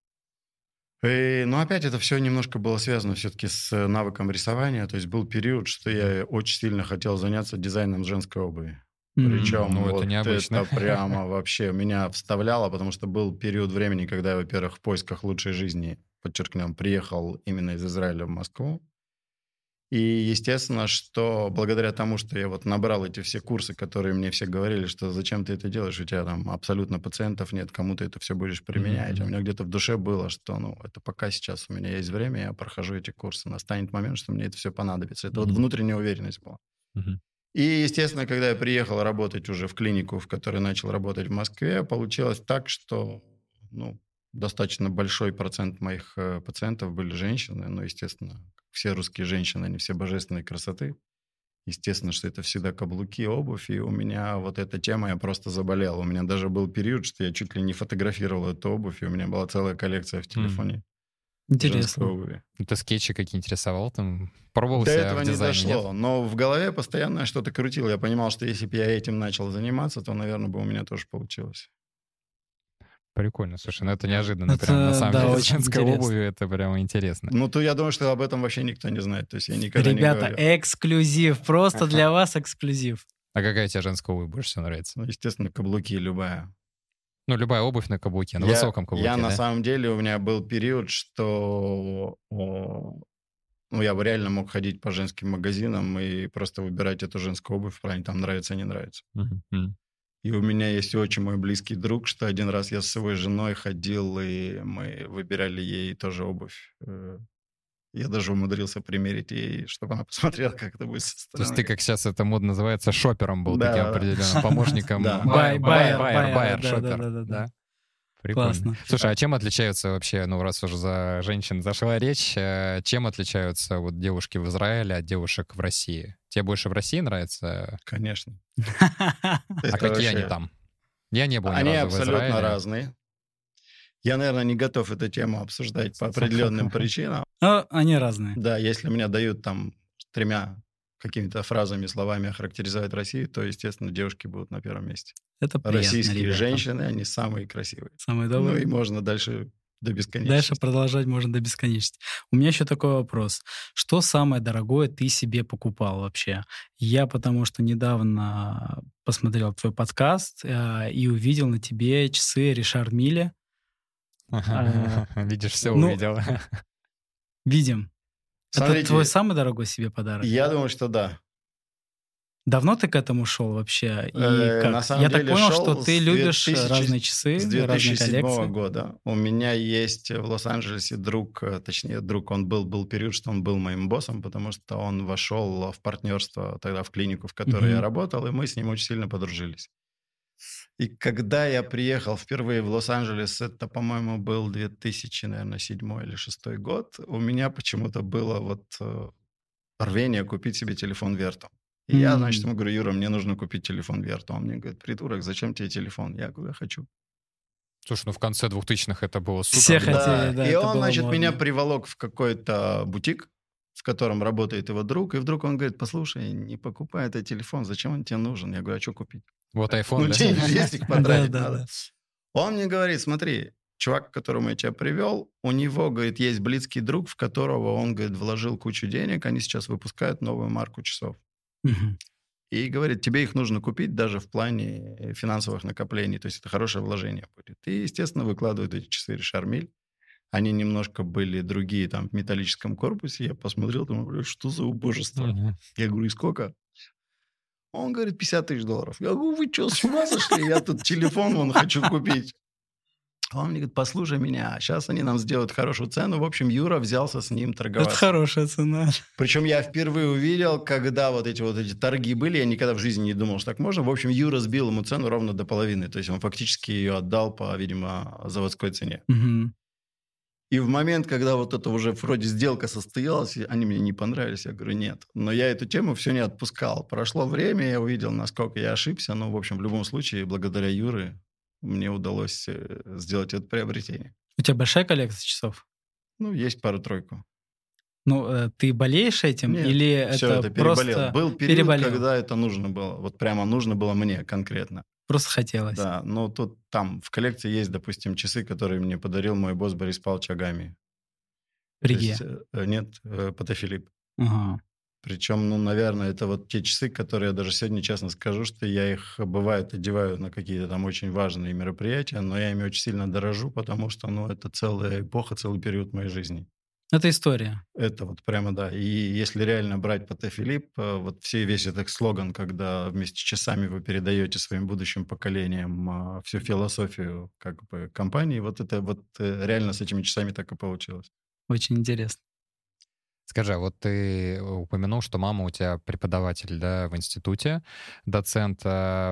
Но опять это все немножко было связано все-таки с навыком рисования. То есть был период, что я очень сильно хотел заняться дизайном женской обуви. Причем Ну, это вот необычно. это прямо вообще меня вставляло, потому что был период времени, когда я, во-первых, в поисках лучшей жизни, подчеркнем, приехал именно из Израиля в Москву. И естественно, что благодаря тому, что я вот набрал эти все курсы, которые мне все говорили, что зачем ты это делаешь, у тебя там абсолютно пациентов нет, кому ты это все будешь применять. А у меня где-то в душе было, что ну это пока сейчас у меня есть время, я прохожу эти курсы, настанет момент, что мне это все понадобится. Это вот внутренняя уверенность была. И, естественно, когда я приехал работать уже в клинику, в которой начал работать в Москве, получилось так, что достаточно большой процент моих пациентов были женщины. Ну, естественно, все русские женщины, они все божественной красоты. Естественно, что это всегда каблуки, обувь. И у меня вот эта тема, я просто заболел. У меня даже был период, что я чуть ли не фотографировал эту обувь, и у меня была целая коллекция в телефоне. Интересно. Обуви. Ты скетчи какие-нибудь рисовал там? Пробовал До себя этого в не дизайне, дошло, нет? но в голове постоянно что-то крутил. Я понимал, что если бы я этим начал заниматься, то, наверное, бы у меня тоже получилось. Прикольно, слушай, ну это неожиданно. Это, Прям, на самом да, деле, очень женской интересно. обувью это прямо интересно. Ну, то я думаю, что об этом вообще никто не знает. То есть я никогда Ребята, не говорил. эксклюзив. Просто для вас эксклюзив. А какая тебе женская обувь больше всего нравится? Ну, естественно, каблуки любая. Ну, любая обувь на каблуке, на высоком каблуке, Я да? на самом деле, у меня был период, что я бы реально мог ходить по женским магазинам и просто выбирать эту женскую обувь, в плане там нравится, не нравится. Мгм. И у меня есть очень мой близкий друг, что один раз я с своей женой ходил, и мы выбирали ей тоже обувь. Я даже умудрился примерить ей, чтобы она посмотрела, как это будет со То стороны. есть ты, как сейчас это модно называется, шопером был, Да, таким да. определенным помощником. Да. Байер, да, шопер. да. Прикольно. Классно. Слушай, а чем отличаются вообще, ну, раз уже за женщин зашла речь, чем отличаются вот девушки в Израиле от девушек в России? Тебе больше в России нравится? Конечно. А какие они там? Я не был ни Они разу в абсолютно Израиле. разные. Я, наверное, не готов эту тему обсуждать по определенным причинам. Ну, они разные. Да, если меня дают там 3 какими-то фразами, словами охарактеризовать Россию, то, естественно, девушки будут на первом месте. Это приятно, Российские ребята. женщины, они самые красивые. Самые Ну добрые. и можно дальше до бесконечности. Дальше продолжать можно до бесконечности. У меня еще такой вопрос. Что самое дорогое ты себе покупал вообще? Я потому что недавно посмотрел твой подкаст и увидел на тебе часы Ришар Милле. Видишь, все ну, увидел. Видим. Смотрите, Это твой самый дорогой себе подарок? Я думаю, что да. Давно ты к этому шел вообще? И как? На самом Я деле так понял, шел что ты с любишь 2000 разные часы, С разные 2007 коллекции. года. У меня есть в Лос-Анджелесе друг, точнее, друг, он был период, что он был моим боссом, потому что он вошел в партнерство тогда в клинику, в которой я работал, и мы с ним очень сильно подружились. И когда я приехал впервые в Лос-Анджелес, это, по-моему, был 2007 или 2006 год, у меня почему-то было вот рвение купить себе телефон Верту. И я, значит, ему говорю: Юра, мне нужно купить телефон Верту. Он мне говорит: придурок, зачем тебе телефон? Я говорю: я хочу. Слушай, ну в конце 2000-х это было супер. Все хотели, да. И это он, было значит, модно. меня приволок в какой-то бутик, в котором работает его друг, и вдруг он говорит: послушай, не покупай этот телефон, зачем он тебе нужен? Я говорю: а что купить? Вот iPhone, Ну, да? деньги есть, их потратить Да, надо. да. Он мне говорит: смотри, чувак, к которому я тебя привел, у него, говорит, есть близкий друг, в которого он, говорит, вложил кучу денег, они сейчас выпускают новую марку часов. Мгм. И говорит, тебе их нужно купить даже в плане финансовых накоплений, то есть это хорошее вложение будет. И, естественно, выкладывают эти часы Ришар Миль. Они немножко были другие, там, в металлическом корпусе. Я посмотрел, думаю: что за убожество? Мгм. Я говорю: и сколько? Он говорит: $50 000. Я говорю: вы что, с ума сошли? Я тут телефон вон хочу купить. Он мне говорит: послушай меня, сейчас они нам сделают хорошую цену. В общем, Юра взялся с ним Это торговаться. хорошая цена. Причем я впервые увидел, когда вот эти торги были, я никогда в жизни не думал, что так можно. В общем, Юра сбил ему цену ровно до половины. То есть он фактически ее отдал по, видимо, заводской цене. Мгм. И в момент, когда вот это уже вроде сделка состоялась, и они мне не понравились, я говорю: нет. Но я эту тему все не отпускал. Прошло время, я увидел, насколько я ошибся. Но, в общем, в любом случае, благодаря Юре мне удалось сделать это приобретение. У тебя большая коллекция часов? Ну, есть пару-тройку. Ну, ты болеешь этим? Нет, или все это это переболел. просто Был период, переболел? когда это нужно было. Вот прямо нужно было мне конкретно. Просто хотелось? Да, но тут там в коллекции есть, допустим, часы, которые мне подарил мой босс Борис Павлович Агами. То Риге? есть, нет, Патэ Филипп. Ага. Причем, ну, наверное, это вот те часы, которые я даже сегодня честно скажу, что я их, бывает, одеваю на какие-то там очень важные мероприятия, но я ими очень сильно дорожу, потому что, ну, это целая эпоха, целый период моей жизни. Это история. Это вот прямо, да. И если реально брать Патэ Филипп, вот весь этот слоган, когда вместе с часами вы передаете своим будущим поколениям всю философию как бы компании, вот это вот реально с этими часами так и получилось. Очень интересно. Скажи, а вот ты упомянул, что мама у тебя преподаватель, да, в институте, доцент.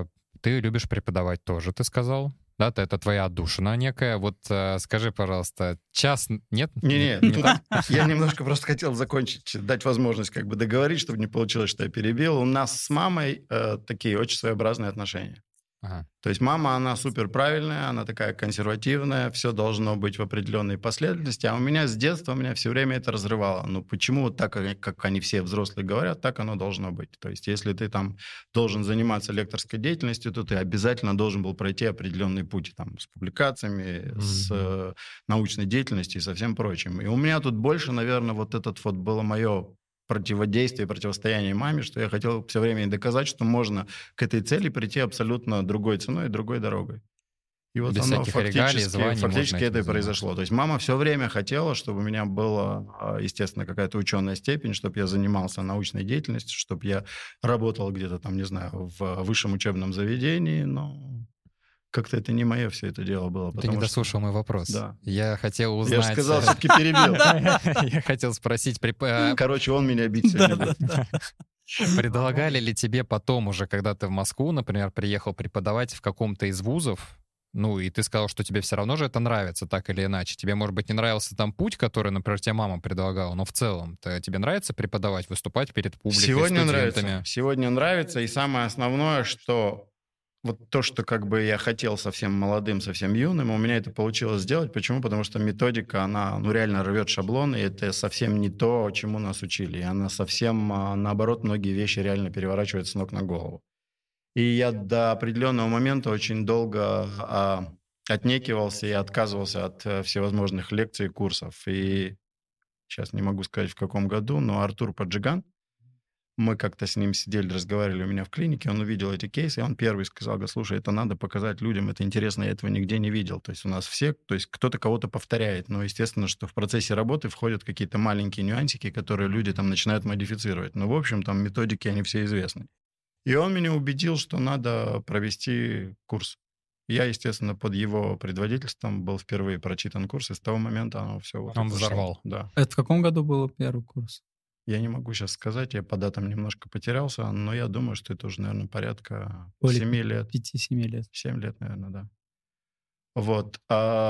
Ты любишь преподавать тоже, ты сказал? Да, это твоя отдушина некая. Вот скажи, пожалуйста, час нет? Не-не, Не так? я немножко просто хотел закончить, дать возможность как бы договорить, чтобы не получилось, что я перебил. У нас с мамой такие очень своеобразные отношения. Ага. То есть мама, она супер правильная, она такая консервативная, все должно быть в определенной последовательности, а у меня с детства, меня все время это разрывало. Ну, почему вот так, как они все взрослые говорят, так оно должно быть. То есть если ты там должен заниматься лекторской деятельностью, то ты обязательно должен был пройти определенные пути там с публикациями, с научной деятельностью и со всем прочим. И у меня тут больше, наверное, вот этот вот было мое противодействие, противостояние маме, что я хотел все время ей доказать, что можно к этой цели прийти абсолютно другой ценой и другой дорогой. И вот Без оно всяких регалий, званий фактически можно это и этим произошло. То есть мама все время хотела, чтобы у меня была, естественно, какая-то ученая степень, чтобы я занимался научной деятельностью, чтобы я работал где-то там, не знаю, в высшем учебном заведении, но как-то это не мое все это дело было. Ты не дослушал мой вопрос. Да. Я хотел узнать... Я же сказал, все-таки перебил. Я хотел спросить, Короче, он меня бить сегодня будет. предлагали ли тебе потом уже, когда ты в Москву, например, приехал преподавать в каком-то из вузов, ну, и ты сказал, что тебе все равно же это нравится, так или иначе. Тебе, может быть, не нравился там путь, который, например, тебе мама предлагала, но в целом тебе нравится преподавать, выступать перед публикой, Сегодня студентами? нравится. Сегодня нравится. И самое основное, что вот то, что как бы я хотел совсем молодым, совсем юным, у меня это получилось сделать. Почему? Потому что методика, она реально рвет шаблон, и это совсем не то, чему нас учили. И она совсем, наоборот, многие вещи реально переворачивает с ног на голову. И я до определенного момента очень долго отнекивался и отказывался от всевозможных лекций и курсов. И сейчас не могу сказать, в каком году, но Артур Паджиган, мы как-то с ним сидели, разговаривали у меня в клинике, он увидел эти кейсы, и он первый сказал: говорит, слушай, это надо показать людям, это интересно, я этого нигде не видел. То есть у нас все, то есть кто-то кого-то повторяет, но естественно, что в процессе работы входят какие-то маленькие нюансики, которые люди там начинают модифицировать. Но в общем там методики, они все известны. И он меня убедил, что надо провести курс. Я, естественно, под его предводительством был впервые прочитан курс, и с того момента оно все... Он взорвал. Да. Это в каком году был первый курс? Я не могу сейчас сказать, я по датам немножко потерялся, но я думаю, что это уже, наверное, порядка Более 7 лет. 5-7 лет. 7 лет, наверное, да. Вот.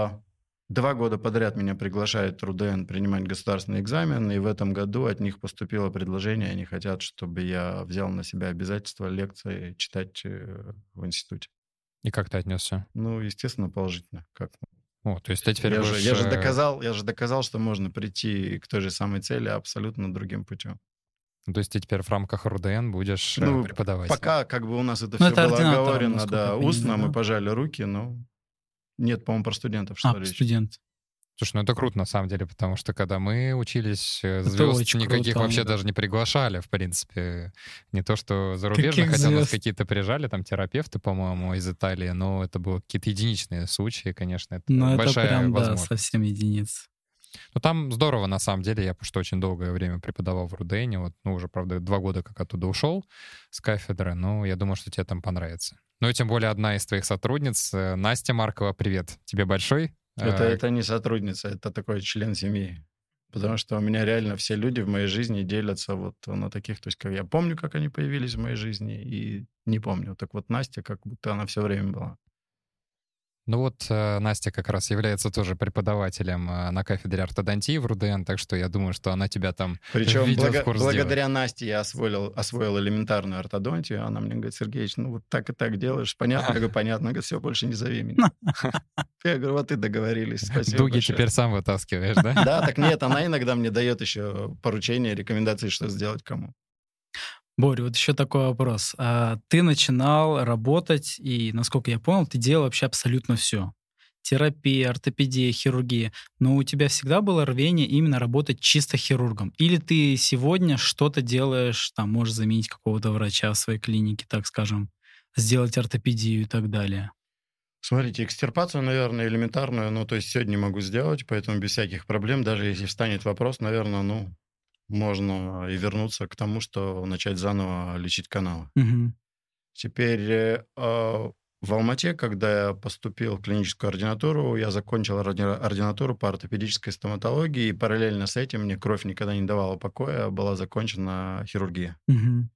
2 года подряд меня приглашает РУДН принимать государственный экзамен, и в этом году от них поступило предложение, они хотят, чтобы я взял на себя обязательство лекции читать в институте. И как ты отнесся? Ну, естественно, положительно. Как? О, то есть ты теперь Я будешь... же доказал, что можно прийти к той же самой цели абсолютно другим путем. То есть ты теперь в рамках РУДН будешь преподавать? Пока как бы у нас это все было оговорено, да, устно, мы пожали руки, но нет, по-моему, про студентов что речь. Студент. Слушай, ну это круто на самом деле, потому что когда мы учились, звезд никаких круто, вообще даже не приглашали, в принципе. Не то, что зарубежных, хотя нас какие-то приезжали, там терапевты, по-моему, из Италии, но это были какие-то единичные случаи, конечно. Это большая это прям, возможность. Да, совсем единиц. Ну там здорово, на самом деле. Я просто очень долгое время преподавал в РУДНе. Вот, ну, уже, правда, 2 года как оттуда ушел с кафедры. Но я думаю, что тебе там понравится. Ну и тем более одна из твоих сотрудниц, Настя Маркова, привет. Тебе большой. Это не сотрудница, это такой член семьи. Потому что у меня реально все люди в моей жизни делятся вот на таких... То есть я помню, как они появились в моей жизни, и не помню. Так вот Настя, как будто она все время была. Ну вот Настя как раз является тоже преподавателем на кафедре ортодонтии в РУДН, так что я думаю, что она тебя там Причем введет в курс благодаря дела. Насте я освоил элементарную ортодонтию. Она мне говорит: Сергеич, ну вот так и так делаешь. Понятно? Я говорю: понятно. Она говорит: все, больше не зови меня. Я говорю: вот и договорились. Спасибо Дуги большое. теперь сам вытаскиваешь, да? Да, так нет, она иногда мне дает еще поручения, рекомендации, что сделать кому. Боря, вот еще такой вопрос. Ты начинал работать, и, насколько я понял, ты делал вообще абсолютно все. Терапия, ортопедия, хирургия. Но у тебя всегда было рвение именно работать чисто хирургом? Или ты сегодня что-то делаешь, там, можешь заменить какого-то врача в своей клинике, так скажем, сделать ортопедию и так далее? Смотрите, экстирпацию, наверное, элементарную, ну, то есть сегодня могу сделать, поэтому без всяких проблем, даже если встанет вопрос, наверное, ну, можно и вернуться к тому, что начать заново лечить каналы. Угу. Теперь в Алмате, когда я поступил в клиническую ординатуру, я закончил ординатуру по ортопедической стоматологии, и параллельно с этим мне кровь никогда не давала покоя, была закончена хирургия. Угу.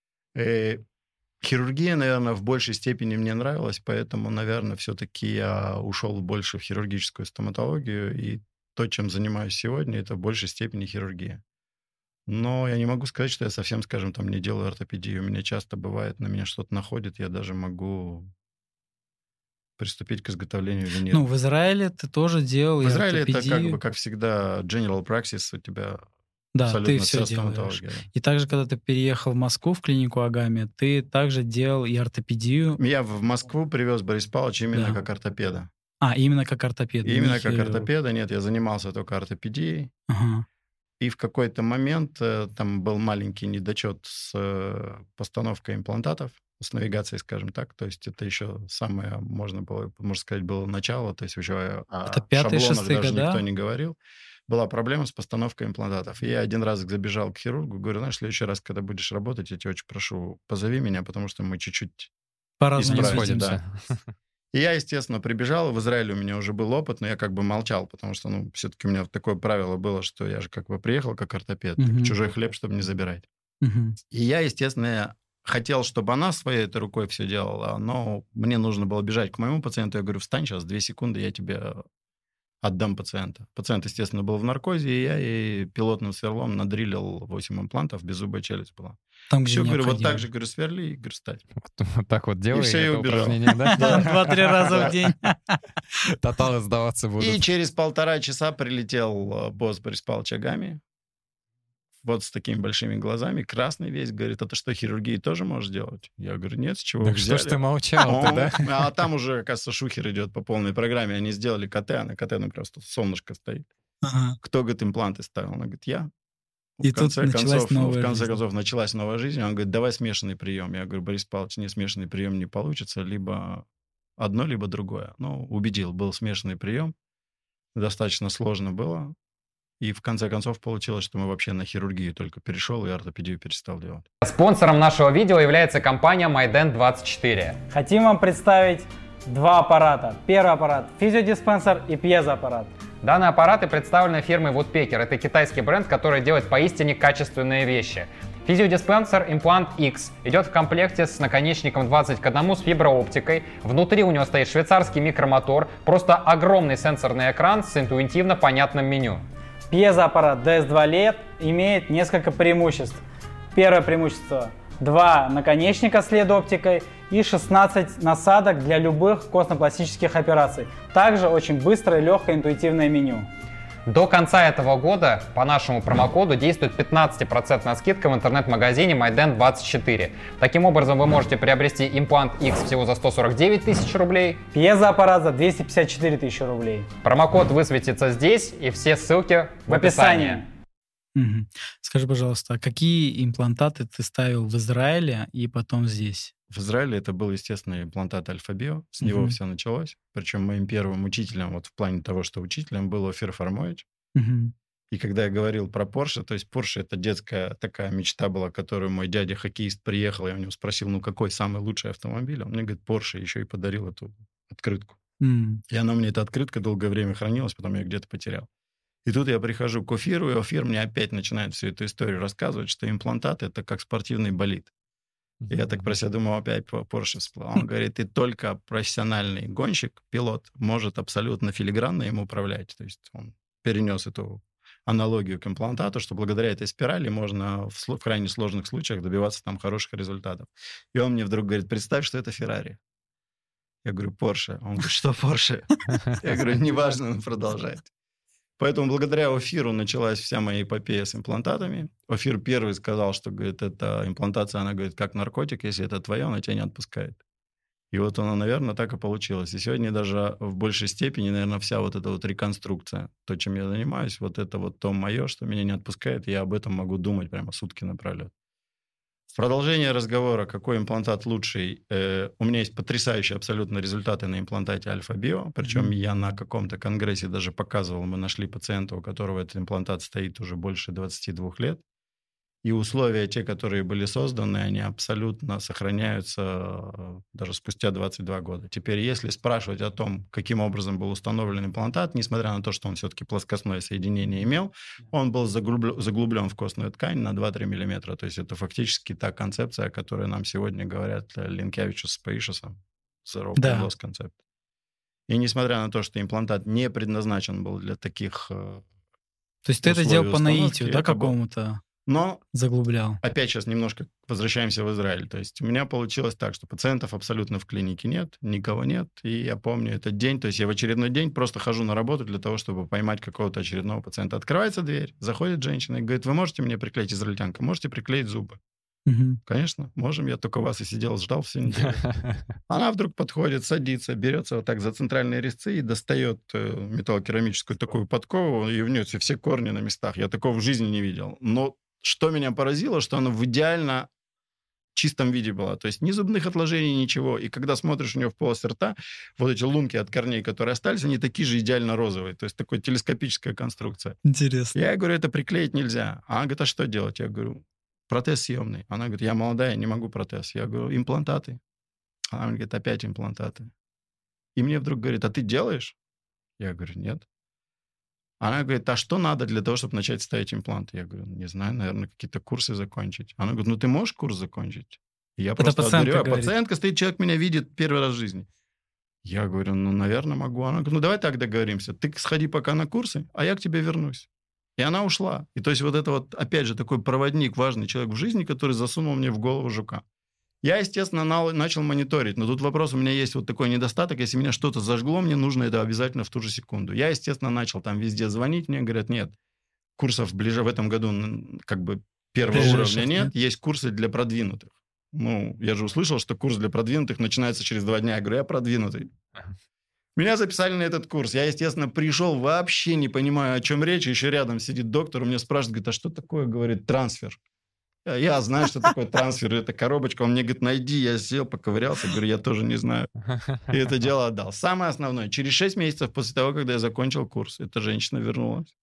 И хирургия, наверное, в большей степени мне нравилась, поэтому, наверное, все-таки я ушел больше в хирургическую стоматологию, и то, чем занимаюсь сегодня, это в большей степени хирургия. Но я не могу сказать, что я совсем, скажем, там не делаю ортопедию. У меня часто бывает, на меня что-то находит, я даже могу приступить к изготовлению виниров. Ну, в Израиле ты тоже делал в Израиле ортопедию. Это как бы, как всегда, general practice, у тебя да, абсолютно ты все делаешь. стоматология. И также, когда ты переехал в Москву, в клинику Агами, ты также делал и ортопедию. Я в Москву привез Бориса Павловича именно как ортопеда. Именно как ортопед. Именно как ортопеда. Нет, я занимался только ортопедией. Ага. И в какой-то момент там был маленький недочет с постановкой имплантатов, с навигацией, скажем так. То есть это еще самое, можно сказать, было начало. То есть еще о шаблонах даже никто не говорил. Была проблема с постановкой имплантатов. И я один раз забежал к хирургу, говорю: знаешь, в следующий раз, когда будешь работать, я тебя очень прошу, позови меня, потому что мы чуть-чуть по-разному сходимся. Да. И я, естественно, прибежал. В Израиле у меня уже был опыт, но я как бы молчал, потому что, ну, все-таки у меня такое правило было, что я же как бы приехал как ортопед, чужой хлеб, чтобы не забирать. И я, естественно, хотел, чтобы она своей этой рукой все делала, но мне нужно было бежать к моему пациенту. Я говорю: встань сейчас, 2 секунды, я тебе отдам пациента. Пациент, естественно, был в наркозе, и я ей пилотным сверлом надрилил 8 имплантов, беззубая челюсть была. Там, все, говорю, вот так же, говорю, сверли, и говорю, стать. Вот так вот делай, и все, это и убежал. упражнение, да? 2-3 раза в день. Тоталы сдаваться будут. И через 1,5 часа прилетел босс Борис Павлович Агами, вот с такими большими глазами, красный весь, говорит: а ты что, хирургии тоже можешь делать? Я говорю: нет, с чего вы взяли? Что ж ты молчал-то, да? А там уже, оказывается, шухер идет по полной программе. Они сделали КТ, а на КТ, ну, просто солнышко стоит. Кто, говорит, импланты ставил? Она говорит: я. И в конце концов началась новая жизнь. Он говорит: давай смешанный прием. Я говорю: Борис Павлович, не, смешанный прием не получится, либо одно, либо другое. Ну, убедил, был смешанный прием. Достаточно сложно было. И в конце концов получилось, что мы вообще на хирургию только перешел и ортопедию перестал делать. Спонсором нашего видео является компания MyDent24. Хотим вам представить 2 аппарата. Первый аппарат — физиодиспенсер и пьезоаппарат. Данные аппараты представлены фирмой Woodpecker. Это китайский бренд, который делает поистине качественные вещи. Физиодиспенсер Implant X идет в комплекте с наконечником 20 к 1 с фиброоптикой. Внутри у него стоит швейцарский микромотор, просто огромный сенсорный экран с интуитивно понятным меню. Пьезоаппарат DS2 LED имеет несколько преимуществ. Первое преимущество – 2 наконечника с LED-оптикой и 16 насадок для любых костно-пластических операций. Также очень быстрое, легкое, интуитивное меню. До конца этого года по нашему промокоду действует 15% скидка в интернет-магазине MyDent24. Таким образом, вы можете приобрести Implant X всего за 149 тысяч рублей. Пьезоаппарат за 254 тысячи рублей. Промокод высветится здесь, и все ссылки в описании. Мгм. Скажи, пожалуйста, а какие имплантаты ты ставил в Израиле и потом здесь? В Израиле это был, естественно, имплантат Альфа-Био. С него Мгм. все началось. Причем моим первым учителем, вот в плане того, что учителем, был Офир Фармович. Мгм. И когда я говорил про Porsche, то есть Porsche это детская такая мечта была, которую мой дядя хоккеист приехал, я у него спросил, ну какой самый лучший автомобиль? Он мне говорит, Porsche, еще и подарил эту открытку. И она у меня, эта открытка, долгое время хранилась, потом я ее где-то потерял. И тут я прихожу к Офиру, и Офир мне опять начинает всю эту историю рассказывать, что имплантат это как спортивный болид. И я так про себя думал, опять по Porsche всплыл. Он говорит, и только профессиональный гонщик, пилот, может абсолютно филигранно им управлять. То есть он перенес эту аналогию к имплантату, что благодаря этой спирали можно в крайне сложных случаях добиваться там хороших результатов. И он мне вдруг говорит, представь, что это Феррари. Я говорю, Porsche. Он говорит, что Porsche? Я говорю, неважно, он продолжает. Поэтому благодаря Офиру началась вся моя эпопея с имплантатами. Офир первый сказал, что, говорит, эта имплантация, она, говорит, как наркотик, если это твое, она тебя не отпускает. И вот она, наверное, так и получилось. И сегодня даже в большей степени, наверное, вся вот эта вот реконструкция, то, чем я занимаюсь, вот это вот то мое, что меня не отпускает, я об этом могу думать прямо сутки напролет. В продолжение разговора, какой имплантат лучший, у меня есть потрясающие абсолютно результаты на имплантате Альфа-Био, причем я на каком-то конгрессе даже показывал, мы нашли пациента, у которого этот имплантат стоит уже больше 22 лет, и условия те, которые были созданы, они абсолютно сохраняются даже спустя 22 года. Теперь, если спрашивать о том, каким образом был установлен имплантат, несмотря на то, что он все-таки плоскостное соединение имел, он был заглублен в костную ткань на 2-3 мм. То есть это фактически та концепция, о которой нам сегодня говорят Линкевичус с Паишесом, Zero Да. Loss концепт. И несмотря на то, что имплантат не предназначен был для таких То есть ты это условий делал по установки, наитию, да, это был- какому-то? Но Заглублял. опять сейчас немножко возвращаемся в Израиль. То есть у меня получилось так, что пациентов абсолютно в клинике нет, никого нет. И я помню этот день, то есть я в очередной день просто хожу на работу для того, чтобы поймать какого-то очередного пациента. Открывается дверь, заходит женщина и говорит, вы можете мне приклеить, израильтянка, можете приклеить зубы? Мгм. Конечно, можем, я только вас и сидел, ждал всю неделю. Она вдруг подходит, садится, берется вот так за центральные резцы и достает металлокерамическую такую подкову, и в нее все корни на местах. Я такого в жизни не видел. Но что меня поразило, что она в идеально чистом виде была. То есть ни зубных отложений, ничего. И когда смотришь у нее в полость рта, вот эти лунки от корней, которые остались, они такие же идеально розовые. То есть такая телескопическая конструкция. Интересно. Я говорю, это приклеить нельзя. А она говорит, а что делать? Я говорю, протез съемный. Она говорит, я молодая, не могу протез. Я говорю, имплантаты. Она мне говорит, опять имплантаты. И мне вдруг говорит, а ты делаешь? Я говорю, нет. Она говорит, а что надо для того, чтобы начать ставить импланты? Я говорю, не знаю, наверное, какие-то курсы закончить. Она говорит, ну ты можешь курс закончить? И я просто пациентка одарю. говорит. Пациентка стоит, человек меня видит первый раз в жизни. Я говорю, ну, наверное, могу. Она говорит, ну давай так договоримся. Ты сходи пока на курсы, а я к тебе вернусь. И она ушла. И то есть вот это вот, опять же, такой проводник, важный человек в жизни, который засунул мне в голову жука. Я, естественно, начал мониторить, но тут вопрос, у меня есть вот такой недостаток, если меня что-то зажгло, мне нужно это обязательно в ту же секунду. Я, естественно, начал там везде звонить, мне говорят, нет, курсов в этом году как бы первого Ближайших уровня нет, нет. есть курсы для продвинутых. Ну, я же услышал, что курс для продвинутых начинается через 2 дня. Я говорю, я продвинутый. Меня записали на этот курс. Я, естественно, пришел, вообще не понимаю, о чем речь. Еще рядом сидит доктор, у меня спрашивает, говорит, а что такое, говорит, трансфер? Я знаю, что такое трансфер, это коробочка. Он мне говорит, найди. Я сел, поковырялся, говорю, я тоже не знаю. И это дело отдал. Самое основное, через 6 месяцев после того, когда я закончил курс, эта женщина вернулась.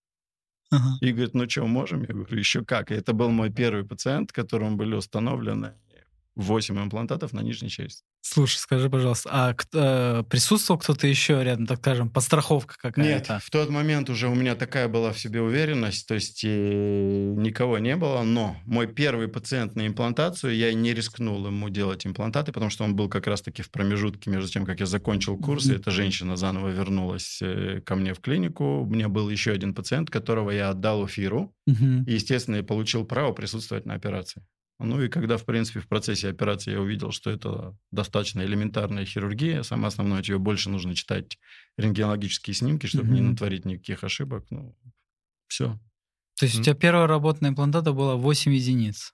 Ага. И говорит, ну что, можем? Я говорю, еще как. И это был мой первый пациент, которому были установлены 8 имплантатов на нижней челюсти. Слушай, скажи, пожалуйста, а присутствовал кто-то еще рядом, так скажем, подстраховка какая-то? Нет, в тот момент уже у меня такая была в себе уверенность, то есть никого не было, но мой первый пациент на имплантацию, я не рискнул ему делать имплантаты, потому что он был как раз-таки в промежутке между тем, как я закончил курс, и эта женщина заново вернулась ко мне в клинику. У меня был еще один пациент, которого я отдал эфиру, и, естественно, я получил право присутствовать на операции. Ну и когда, в принципе, в процессе операции я увидел, что это достаточно элементарная хирургия, самое основное, тебе больше нужно читать рентгенологические снимки, чтобы не натворить никаких ошибок, ну, все. То есть у тебя первая работа на имплантатах была 8 единиц?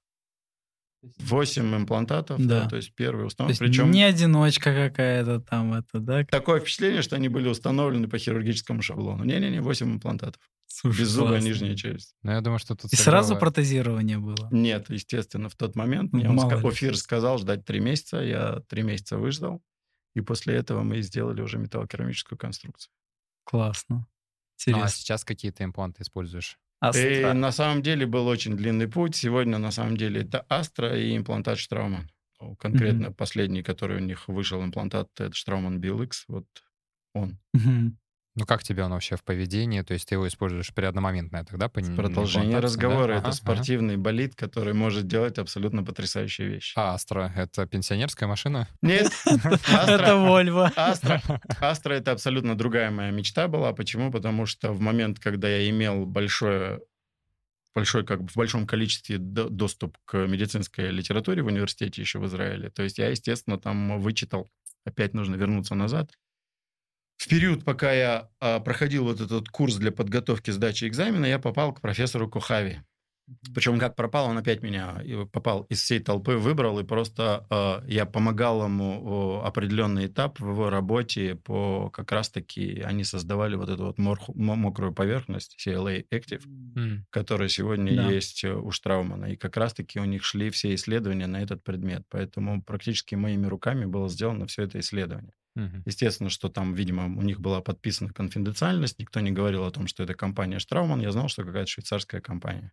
8 имплантатов, да, то есть первый установлен. Причем не одиночка какая-то там, это, да? Такое впечатление, что они были установлены по хирургическому шаблону. Не-не-не, 8 имплантатов. Слушай, беззубая нижняя челюсть. Ну, я думаю, что тут... И сразу протезирование было? Нет, естественно, в тот момент мне Офир сказал ждать 3 месяца, я 3 месяца выждал, и после этого мы сделали уже металлокерамическую конструкцию. Классно. Интересно. Ну, а сейчас какие-то импланты используешь? И на самом деле был очень длинный путь. Сегодня на самом деле это Астра и имплантат Штрауман. Конкретно последний, который у них вышел имплантат, это Штрауман BLX, вот он. Ну, как тебе он вообще в поведении? То есть ты его используешь при одномоментное тогда? Продолжение разговора. Да? Это спортивный болид, который может делать абсолютно потрясающие вещи. А Астра — это пенсионерская машина? Нет. Это Volvo. Астра — это абсолютно другая моя мечта была. Почему? Потому что в момент, когда я имел большой, как бы в большом количестве доступ к медицинской литературе в университете еще в Израиле, то есть я, естественно, там вычитал, опять нужно вернуться назад. В период, пока я проходил вот этот курс для подготовки сдачи экзамена, я попал к профессору Кохави. Причем как пропал, он опять меня попал из всей толпы, выбрал, и просто я помогал ему определенный этап в его работе по как раз-таки они создавали вот эту вот мокрую поверхность, CLA Active, которая сегодня есть у Штраумана. И как раз-таки у них шли все исследования на этот предмет. Поэтому практически моими руками было сделано все это исследование. Естественно, что там, видимо, у них была подписана конфиденциальность, никто не говорил о том, что это компания Штрауман, я знал, что какая-то швейцарская компания.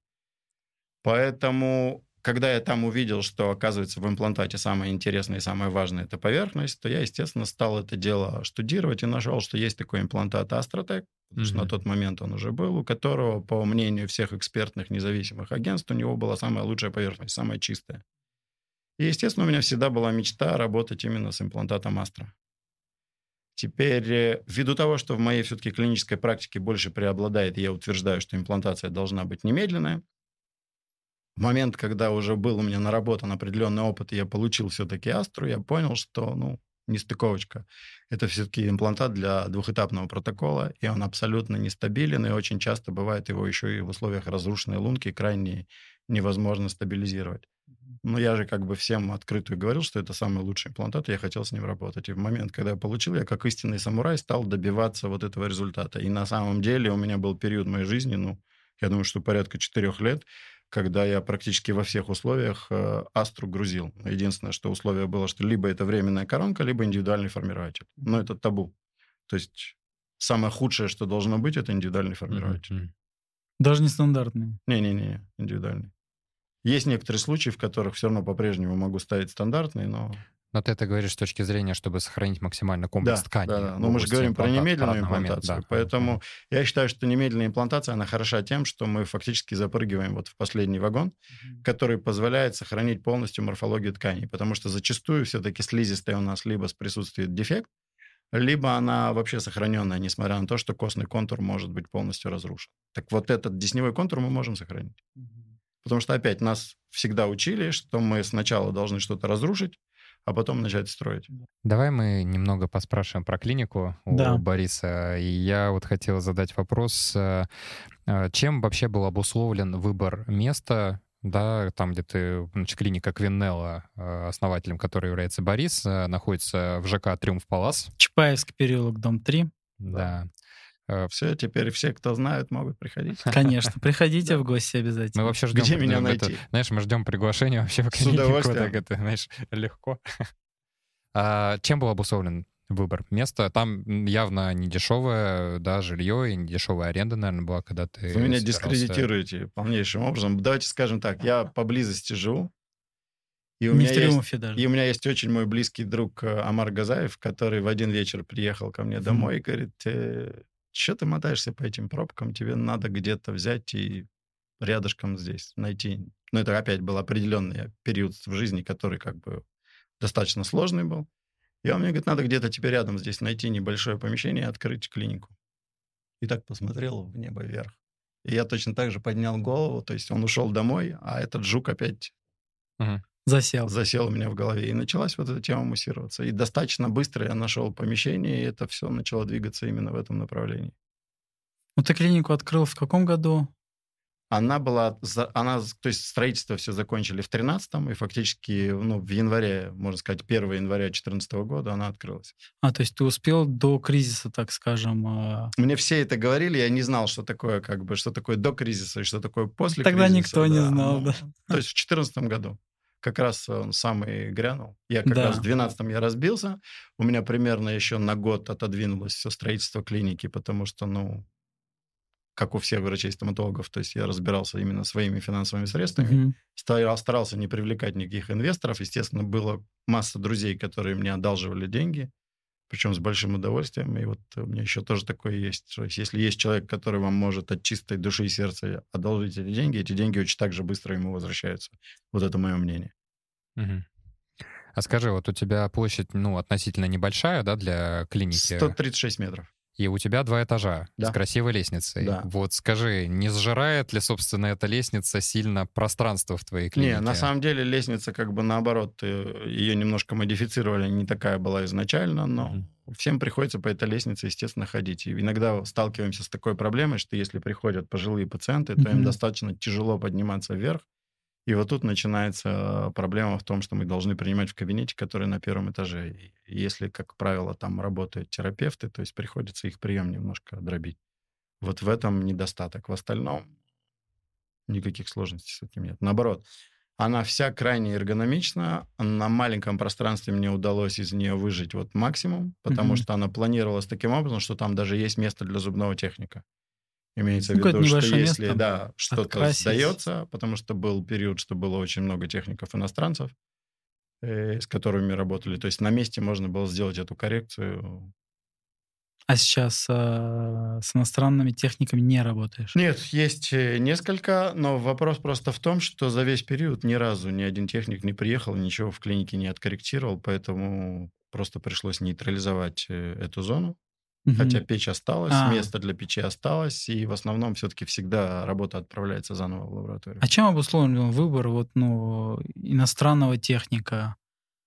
Поэтому, когда я там увидел, что, оказывается, в имплантате самое интересное и самое важное — это поверхность, то я, естественно, стал это дело штудировать и нашел, что есть такой имплантат Астротек, потому что на тот момент он уже был, у которого, по мнению всех экспертных независимых агентств, у него была самая лучшая поверхность, самая чистая. И, естественно, у меня всегда была мечта работать именно с имплантатом Астра. Теперь, ввиду того, что в моей все-таки клинической практике больше преобладает, я утверждаю, что имплантация должна быть немедленная. В момент, когда уже был у меня наработан определенный опыт, и я получил все-таки Астру, я понял, что, нестыковочка. Это все-таки имплантат для двухэтапного протокола, и он абсолютно нестабилен, и очень часто бывает его еще и в условиях разрушенной лунки крайне невозможно стабилизировать. Но я же как бы всем открыто говорил, что это самый лучший имплантат, и я хотел с ним работать. И в момент, когда я получил, я как истинный самурай стал добиваться вот этого результата. И на самом деле у меня был период моей жизни, я думаю, что порядка 4 лет, когда я практически во всех условиях Астру грузил. Единственное, что условие было, что либо это временная коронка, либо индивидуальный формирователь. Но это табу. То есть самое худшее, что должно быть, это индивидуальный формирователь. Даже не стандартный? Не-не-не, индивидуальный. Есть некоторые случаи, в которых все равно по-прежнему могу ставить стандартный, но... Но ты это говоришь с точки зрения, чтобы сохранить максимально комплекс ткани. Да. Но мы же говорим про немедленную имплантацию. Поэтому я считаю, что немедленная имплантация, она хороша тем, что мы фактически запрыгиваем вот в последний вагон, который позволяет сохранить полностью морфологию тканей. Потому что зачастую все-таки слизистая у нас либо присутствует дефект, либо она вообще сохраненная, несмотря на то, что костный контур может быть полностью разрушен. Так вот этот десневой контур мы можем сохранить. Потому что, опять, нас всегда учили, что мы сначала должны что-то разрушить, а потом начать строить. Давай мы немного поспрашиваем про клинику у Бориса. И я вот хотел задать вопрос, чем вообще был обусловлен выбор места, да, там, где ты, значит, клиника Квиннелла, основателем которой является Борис, находится в ЖК «Триумф Палас». Чапаевский переулок, дом 3. Да. Все, теперь все, кто знают, могут приходить. Конечно, приходите в гости обязательно. Мы вообще ждем. Где меня найти? Знаешь, мы ждем приглашения вообще в клинику. С удовольствием. Так это, знаешь, легко. Чем был обусловлен выбор места? Там явно не дешевое, да, жилье и не дешевая аренда, наверное, была, когда ты... Вы меня дискредитируете полнейшим образом. Давайте скажем так, я поблизости живу, И у Не меня в есть, Триумфе даже. и у меня есть очень мой близкий друг Амар Газаев, который в один вечер приехал ко мне домой и говорит, что ты мотаешься по этим пробкам, тебе надо где-то взять и рядышком здесь найти. Но это опять был определенный период в жизни, который как бы достаточно сложный был. И он мне говорит, надо где-то тебе рядом здесь найти небольшое помещение и открыть клинику. И так посмотрел в небо вверх. И я точно так же поднял голову, то есть он ушел домой, а этот жук опять засел у меня в голове. И началась вот эта тема муссироваться. И достаточно быстро я нашел помещение, и это все начало двигаться именно в этом направлении. Ну, ты клинику открыл в каком году? То есть строительство все закончили в 13-м, и фактически, в январе, можно сказать, 1 января 2014 года она открылась. То есть ты успел до кризиса, так скажем... Мне все это говорили, я не знал, что такое, что такое до кризиса и что такое после Тогда кризиса. Никто не знал, да. То есть в 2014 году. Как раз он самый грянул. Я как раз в 2012-м я разбился. У меня примерно еще на год отодвинулось все строительство клиники, потому что, как у всех врачей-стоматологов, то есть я разбирался именно своими финансовыми средствами, старался не привлекать никаких инвесторов. Естественно, была масса друзей, которые мне одалживали деньги, причем с большим удовольствием. И вот у меня еще тоже такое есть. То есть если есть человек, который вам может от чистой души и сердца одолжить эти деньги очень так же быстро ему возвращаются. Вот это мое мнение. А скажи, вот у тебя площадь, относительно небольшая, да, для клиники? 136 метров. И у тебя 2 этажа с красивой лестницей. Да. Вот скажи, не сжирает ли, собственно, эта лестница сильно пространство в твоей клинике? Не, на самом деле лестница как бы наоборот, ее немножко модифицировали, не такая была изначально, но всем приходится по этой лестнице, естественно, ходить. И иногда сталкиваемся с такой проблемой, что если приходят пожилые пациенты, то им достаточно тяжело подниматься вверх. И вот тут начинается проблема в том, что мы должны принимать в кабинете, который на 1 этаже. И если, как правило, там работают терапевты, то есть приходится их прием немножко дробить. Вот в этом недостаток. В остальном никаких сложностей с этим нет. Наоборот, она вся крайне эргономична. На маленьком пространстве мне удалось из нее выжить вот максимум, потому что она планировалась таким образом, что там даже есть место для зубного техника. Имеется в виду, что если что-то сдается, потому что был период, что было очень много техников-иностранцев, с которыми мы работали. То есть на месте можно было сделать эту коррекцию. А сейчас с иностранными техниками не работаешь? Нет, есть несколько, но вопрос просто в том, что за весь период ни разу ни один техник не приехал, ничего в клинике не откорректировал, поэтому просто пришлось нейтрализовать эту зону. Хотя печь осталась, место для печи осталось, и в основном все-таки всегда работа отправляется заново в лабораторию. А чем обусловлен выбор иностранного техника?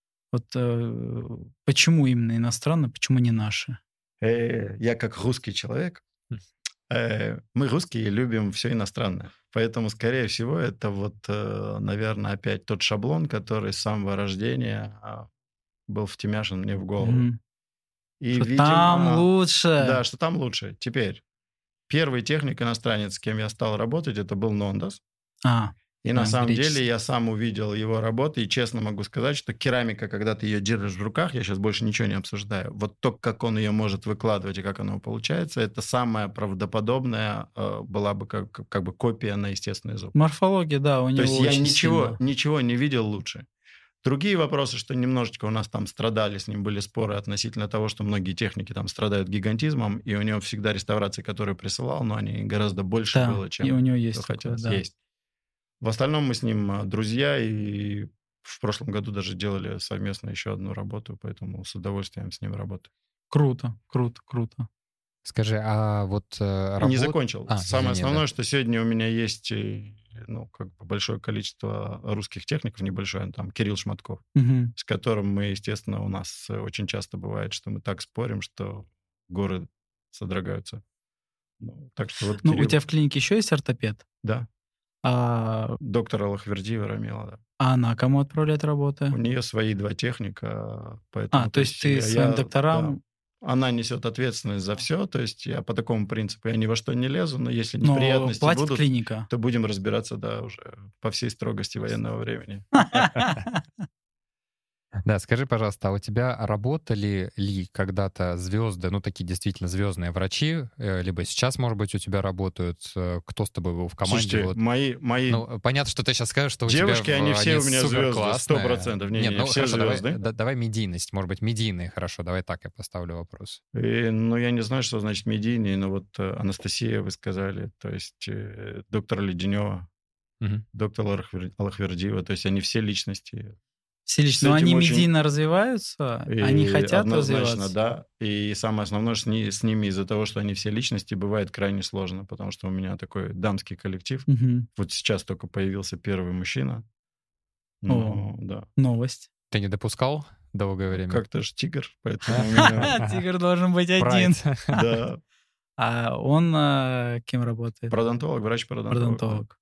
Почему именно иностранный, почему не наши? Я как русский человек, мы русские любим все иностранное. Поэтому, скорее всего, это наверное, опять тот шаблон, который с самого рождения был втемяшен мне в голову. И, что видимо, там лучше. Да, что там лучше. Теперь, первый техник-иностранец, с кем я стал работать, это был Нондас. И на самом деле я сам увидел его работы, и честно могу сказать, что керамика, когда ты ее держишь в руках, я сейчас больше ничего не обсуждаю, вот то, как он ее может выкладывать и как оно получается, это самая правдоподобная была бы как бы копия на естественный зуб. Морфология, да, у него очень очень сильно. То есть я ничего не видел лучше. Другие вопросы, что немножечко у нас там страдали, с ним были споры относительно того, что многие техники там страдают гигантизмом, и у него всегда реставрации, которые присылал, но они гораздо больше было, чем и у него есть хотелось. Есть. В остальном мы с ним друзья, и в прошлом году даже делали совместно еще одну работу, поэтому с удовольствием с ним работаю. Круто. Скажи, а вот Не закончил. Самое основное, что сегодня у меня есть большое количество русских техников, небольшое, там Кирилл Шматков, с которым мы, естественно, у нас очень часто бывает, что мы так спорим, что горы содрогаются. Так что вот Кирилл... у тебя в клинике еще есть ортопед? Да. Доктор Аллахвердиева Рамила, да. А она кому отправляет работы? У нее свои 2 техника, поэтому... то есть ты своим докторам... Да, она несет ответственность за все, то есть я по такому принципу, я ни во что не лезу, но если неприятности будут, клиника. То будем разбираться, да, уже по всей строгости военного времени. Да, скажи, пожалуйста, а у тебя работали ли когда-то звезды, ну, такие действительно звездные врачи, либо сейчас, может быть, у тебя работают, кто с тобой был в команде? Слушайте, Вот. мои Ну, понятно, что ты сейчас скажешь, что девушки, у тебя они все у меня звезды, суперклассные. 100%. Нет, Не, ну все хорошо, звезды. давай медийность, может быть, медийные, хорошо, давай так я поставлю вопрос. Ну, я не знаю, что значит медийный, но вот Анастасия, вы сказали, то есть доктор Леденева, Мгм. доктор Аллахвердиева, то есть они все личности. Все С лично, но этим они очень- медийно развиваются, они И хотят однозначно, развиваться. да. И самое основное, с ними из-за того, что они все личности, бывает крайне сложно, потому что у меня такой дамский коллектив. Мгм. Вот сейчас только появился первый мужчина. О. Ну, да. Новость. Ты не допускал долгое время? Как-то ж тигр, поэтому у меня... Тигр должен быть один. Прайд. Да. А он кем работает? Продонтолог, врач-продонтолог. Продонтолог.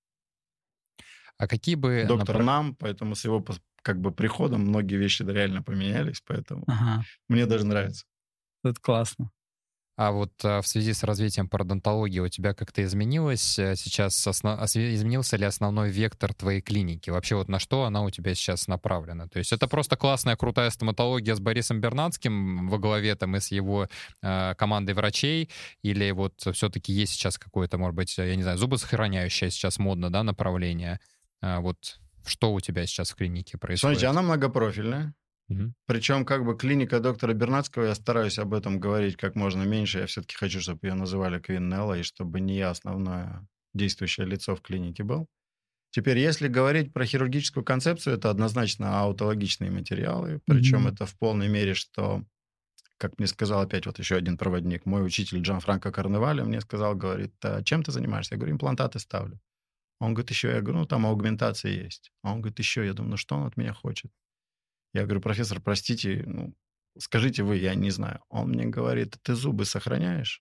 А какие бы... Доктор Нам, поэтому с его как бы приходом многие вещи реально поменялись, поэтому Ага, мне даже нравится. это классно. А вот в связи с развитием пародонтологии у тебя как-то изменилось сейчас, изменился ли основной вектор твоей клиники? Вообще вот на что она у тебя сейчас направлена? То есть это просто классная, крутая стоматология с Борисом Бернацким во главе там и с его командой врачей? Или вот все-таки есть сейчас какое-то, может быть, я не знаю, зубосохраняющее сейчас модно, да, направление? Вот что у тебя сейчас в клинике происходит? Смотрите, она многопрофильная. Мгм. Причем как бы клиника доктора Бернацкого, я стараюсь об этом говорить как можно меньше. Я все-таки хочу, чтобы ее называли Квиннелла, и чтобы не я основное действующее лицо в клинике был. Теперь, если говорить про хирургическую концепцию, это однозначно аутологичные материалы. Причем Мгм. это в полной мере, что, как мне сказал опять вот еще один проводник, мой учитель Джанфранко Карневале мне сказал, говорит, а чем ты занимаешься? Я говорю, имплантаты ставлю. Он говорит, еще. Я говорю, ну там аугментация есть. А он говорит, еще. Я думаю, ну что он от меня хочет? Я говорю, профессор, простите, ну, скажите вы, я не знаю. Он мне говорит, ты зубы сохраняешь?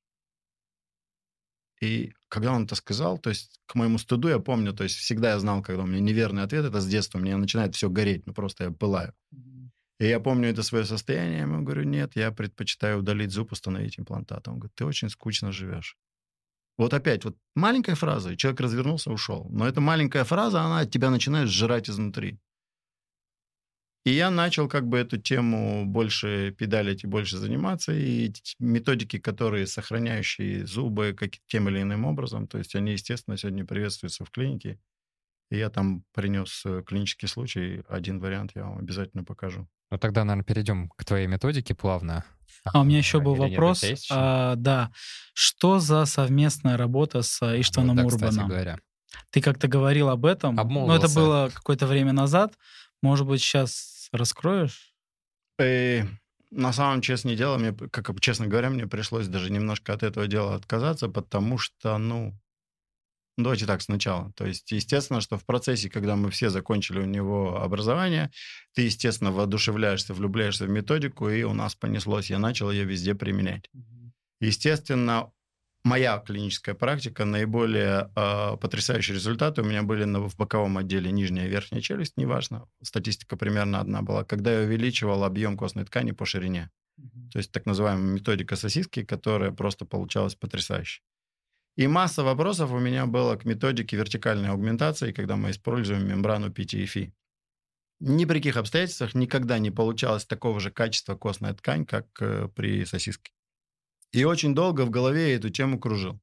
И когда он это сказал, то есть к моему стыду я помню, то есть всегда я знал, когда у меня неверный ответ, это с детства, мне начинает все гореть, ну просто я пылаю. И я помню это свое состояние, я ему говорю, нет, я предпочитаю удалить зуб, установить имплантат. Он говорит, ты очень скучно живешь. Вот опять, вот маленькая фраза, и человек развернулся, ушел. Но эта маленькая фраза, она тебя начинает сжирать изнутри. И я начал как бы эту тему больше педалить и больше заниматься. И методики, которые сохраняющие зубы тем или иным образом, то есть они, естественно, сегодня приветствуются в клинике. И я там принес клинический случай. Один вариант я вам обязательно покажу. Ну тогда, наверное, перейдем к твоей методике плавно. А у меня еще был Или нет, вопрос. у тебя есть еще? Да, что за совместная работа с Иштваном Вот, да, кстати Урбаном? говоря. Ты как-то говорил об этом, но это Обмолвился. было какое-то время назад. Может быть, сейчас раскроешь? И на самом честное дело, мне, как честно говоря, мне пришлось даже немножко от этого дела отказаться, потому что, давайте так сначала. То есть, естественно, что в процессе, когда мы все закончили у него образование, ты, естественно, воодушевляешься, влюбляешься в методику, и у нас понеслось. Я начал ее везде применять. Естественно, моя клиническая практика, наиболее потрясающие результаты у меня были в боковом отделе нижняя и верхняя челюсть, неважно. Статистика примерно одна была. Когда я увеличивал объем костной ткани по ширине. То есть так называемая методика сосиски, которая просто получалась потрясающе. И масса вопросов у меня было к методике вертикальной аугментации, когда мы используем мембрану PTFE. Ни при каких обстоятельствах никогда не получалось такого же качества костная ткань, как при сосиске. И очень долго в голове я эту тему кружил.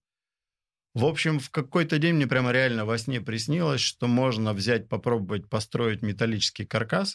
В общем, в какой-то день мне прямо реально во сне приснилось, что можно взять, попробовать построить металлический каркас,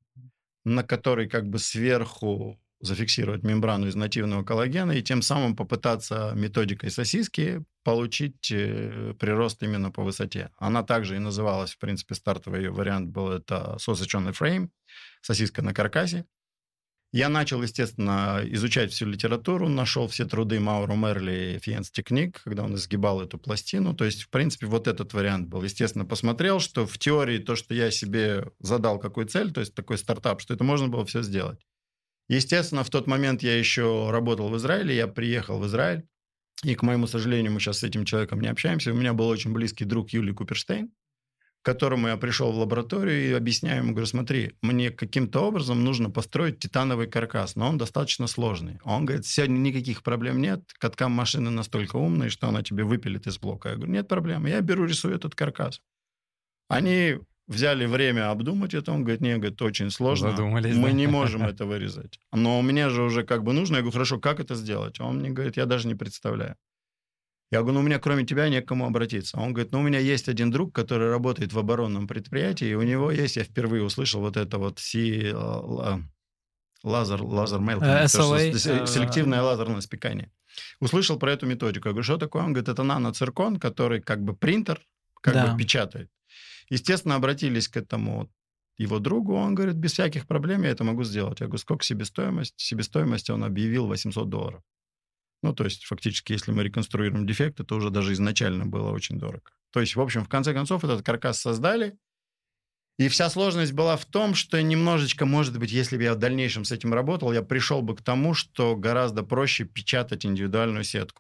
на который как бы сверху зафиксировать мембрану из нативного коллагена и тем самым попытаться методикой сосиски получить прирост именно по высоте. Она также и называлась, в принципе, стартовый ее вариант был это sausage on the frame, сосиска на каркасе. Я начал, естественно, изучать всю литературу, нашел все труды Мауро Мерли и Фиенс Техник, когда он изгибал эту пластину. То есть, в принципе, вот этот вариант был. Естественно, посмотрел, что в теории то, что я себе задал какую цель, то есть такой стартап, что это можно было все сделать. Естественно, в тот момент я еще работал в Израиле, я приехал в Израиль, и, к моему сожалению, мы сейчас с этим человеком не общаемся. У меня был очень близкий друг Юлий Куперштейн, к которому я пришел в лабораторию и объясняю ему, говорю, смотри, мне каким-то образом нужно построить титановый каркас, но он достаточно сложный. Он говорит, сегодня никаких проблем нет, каткам машины настолько умные, что она тебе выпилит из блока. Я говорю, нет проблем, я беру, рисую этот каркас. Они взяли время обдумать это. Он говорит, нет, говорит, очень сложно. Задумались, мы да? не можем это вырезать. Но мне же уже как бы нужно. Я говорю, хорошо, как это сделать? Он мне говорит, я даже не представляю. Я говорю, ну, у меня кроме тебя не к кому обратиться. Он говорит, ну, у меня есть один друг, который работает в оборонном предприятии, и у него есть, я впервые услышал вот это вот лазер mail, SLA, селективное лазерное спекание. Услышал про эту методику. Я говорю, что такое? Он говорит, это наноциркон, который как бы принтер, как бы печатает. Естественно, обратились к этому его другу, он говорит, без всяких проблем я это могу сделать. Я говорю, сколько себестоимость? Себестоимость он объявил $800. Ну, то есть, фактически, если мы реконструируем дефекты, то уже даже изначально было очень дорого. То есть, в общем, в конце концов, этот каркас создали, и вся сложность была в том, что немножечко, может быть, если бы я в дальнейшем с этим работал, я пришел бы к тому, что гораздо проще печатать индивидуальную сетку.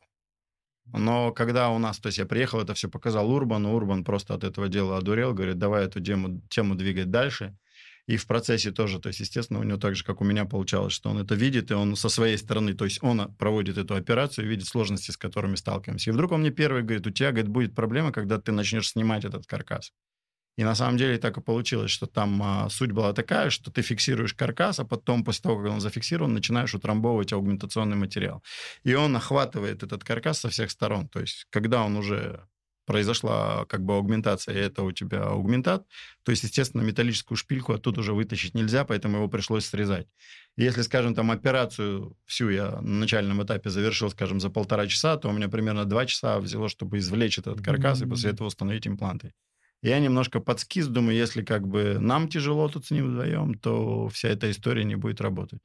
Но когда у нас, то есть я приехал, это все показал Урбану, Урбан просто от этого дела одурел, говорит, давай эту тему двигать дальше. И в процессе тоже, то есть, естественно, у него так же, как у меня получалось, что он это видит, и он со своей стороны, то есть он проводит эту операцию, видит сложности, с которыми сталкиваемся. И вдруг он мне первый говорит, у тебя, говорит, будет проблема, когда ты начнешь снимать этот каркас. И на самом деле так и получилось, что там суть была такая, что ты фиксируешь каркас, а потом, после того, как он зафиксирован, начинаешь утрамбовывать аугментационный материал. И он охватывает этот каркас со всех сторон. То есть, когда он уже произошла как бы аугментация, и это у тебя аугментат, то есть, естественно, металлическую шпильку оттуда уже вытащить нельзя, поэтому его пришлось срезать. И если, скажем, там операцию всю я на начальном этапе завершил, скажем, за 1,5 часа, то у меня примерно 2 часа взяло, чтобы извлечь этот каркас и после этого установить импланты. Я немножко подскис, думаю, если как бы нам тяжело тут с ним вдвоем, то вся эта история не будет работать.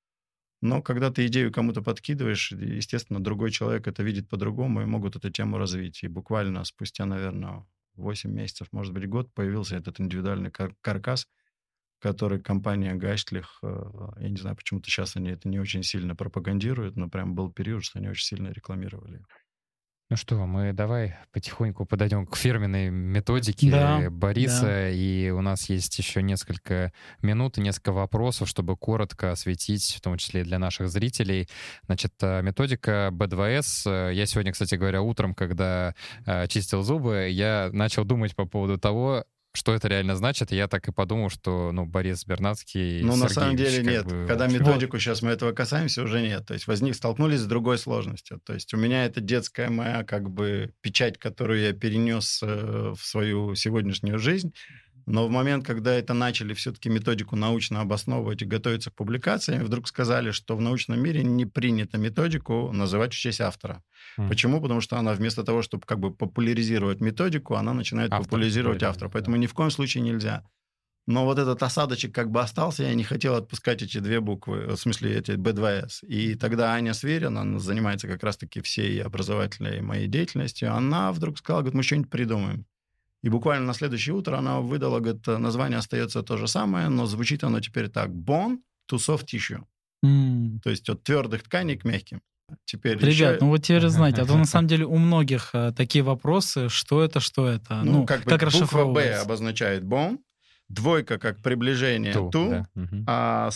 Но когда ты идею кому-то подкидываешь, естественно, другой человек это видит по-другому и могут эту тему развить. И буквально спустя, наверное, 8 месяцев, может быть, год, появился этот индивидуальный каркас, который компания Гайштлих, я не знаю, почему-то сейчас они это не очень сильно пропагандируют, но прям был период, что они очень сильно рекламировали. Ну что, мы давай потихоньку подойдем к фирменной методике Бориса, и у нас есть еще несколько минут и несколько вопросов, чтобы коротко осветить, в том числе и для наших зрителей. Значит, методика B2S. Я сегодня, кстати говоря, утром, когда чистил зубы, я начал думать по поводу того, что это реально значит, и я так и подумал, что, Борис Бернацкий... Ну, на самом деле нет. Когда вообще... методику сейчас мы этого касаемся, уже нет. То есть столкнулись с другой сложностью. То есть у меня это детская моя как бы печать, которую я перенес в свою сегодняшнюю жизнь. Но в момент, когда это начали все-таки методику научно обосновывать и готовиться к публикациям, вдруг сказали, что в научном мире не принято методику называть в честь автора. Почему? Потому что она вместо того, чтобы как бы популяризировать методику, она начинает популяризировать автора. Поэтому ни в коем случае нельзя. Но вот этот осадочек как бы остался, я не хотел отпускать эти 2 буквы, в смысле эти B2S. И тогда Аня Сверин, она занимается как раз-таки всей образовательной моей деятельностью, она вдруг сказала, говорит, мы что-нибудь придумаем. И буквально на следующее утро она выдала, говорит, название остается то же самое, но звучит оно теперь так. Bone to soft tissue. То есть от твердых тканей к мягким. Теперь ребят, ну вот теперь знаете, а то на самом деле у многих такие вопросы, что это. Ну как бы буква B обозначает bone, 2 как приближение to, а